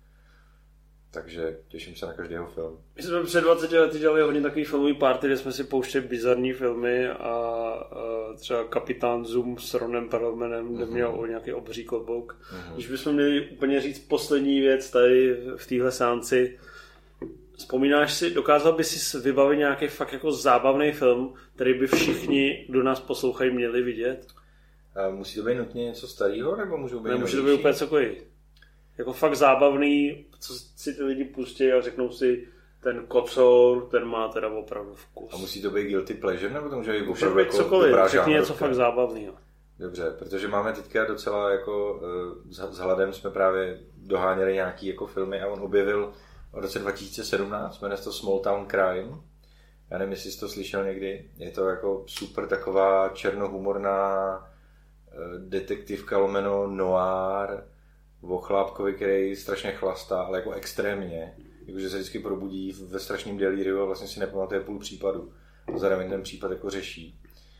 B: takže těším se na každého film. My
A: jsme před dvaceti lety dělali hodně takový filmový party, kde jsme si pouštěli bizarní filmy a, a třeba Kapitán Zoom s Ronem Perlmanem, mm-hmm. kde měl nějaký obří klobouk. Mm-hmm. Když bychom měli úplně říct poslední věc tady v téhle seanci, vzpomínáš si, dokázal by si vybavit nějaký fakt jako zábavný film, který by všichni, kdo nás poslouchají, měli vidět?
B: A musí to být nutně něco starého, nebo můžou být?
A: Ne, může to být úplně cokoliv. Jako fakt zábavný, co si ty lidi pustí a řeknou si, ten kocour, ten má teda opravdu vkus.
B: A musí to být guilty pleasure, nebo to může být
A: opravdu jako cokoliv, dobrá řekni něco fakt zábavného.
B: Dobře, protože máme teďka docela jako, s Hladem jsme právě doháněli nějaký jako filmy a on objevil v roce dva tisíce sedmnáct, jmenuje se to Small Town Crime. Já nevím, jestli jsi to slyšel někdy. Je to jako super taková černohumorná detektivka lomeno noir o chlápkovi, který strašně chlastá, ale jako extrémně. Jakože se vždycky probudí ve strašném delíriu a vlastně si nepamatuje půl případu. A zároveň ten případ jako řeší.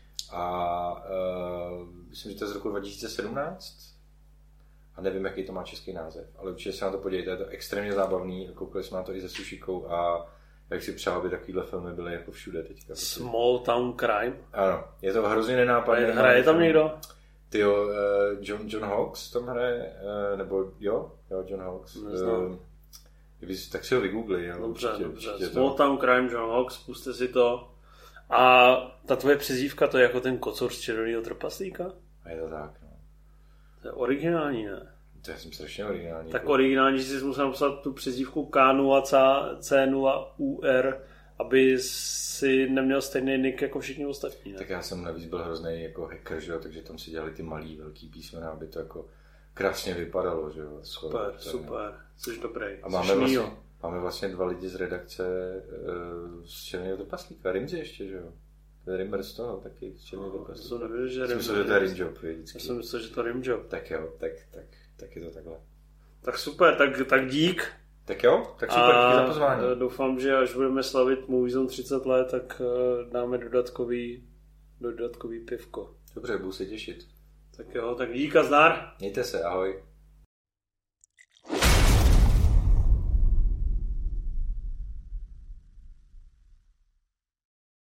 B: A uh, myslím, že to je z roku dva tisíce sedmnáct. A nevím, jaký to má český název, ale určitě se na to podívejte, je to extrémně zábavný, koukali jsme na to i se Sušikou a jak si přál, aby takovýhle filmy byly jako všude teďka.
A: Small Town Crime?
B: Ano, je to hrozně nenápadné.
A: Hraje tam někdo?
B: Tyjo, uh, John, John Hawkes tam hraje, uh, nebo jo, jo, John Hawkes.
A: Neznám.
B: Uh, tak si ho vygoogli. Jo,
A: dobře,
B: určitě,
A: dobře.
B: určitě
A: Small to... Town Crime, John Hawkes, puste si to. A ta tvoje přezdívka, to je jako ten kocour z Červeného trpaslíka?
B: A je to tak, no.
A: To je originální, ne?
B: To je strašně originální.
A: Tak originální, že jsi musel napsat tu přezdívku K nula C nula U R, aby si neměl stejný nick jako všichni ostatní. Ne?
B: Tak já jsem navíc byl hrozný jako hacker, že jo, takže tam si dělali ty malý, velký písmena, aby to jako krásně vypadalo, že jo.
A: Super, to, super, jsi dobrý.
B: A máme vlastně, máme vlastně dva lidi z redakce uh, z Černého trpaslíka, Rimzi ještě, že jo. Rimmer z toho taky, z Černého trpaslíka.
A: Já jsem že
B: myslel, že to je Rimjob.
A: Já jsem myslel, že to je Rimjob.
B: Tak jo, tak, tak, tak je to takhle.
A: Tak super, tak, tak dík.
B: Tak jo, tak super, a díky za pozvání.
A: Doufám, že až budeme slavit Moviezone třicet let, tak dáme dodatkový, dodatkový pivko.
B: Dobře, budu se těšit.
A: Tak jo, tak dík a zdar.
B: Mějte se, ahoj.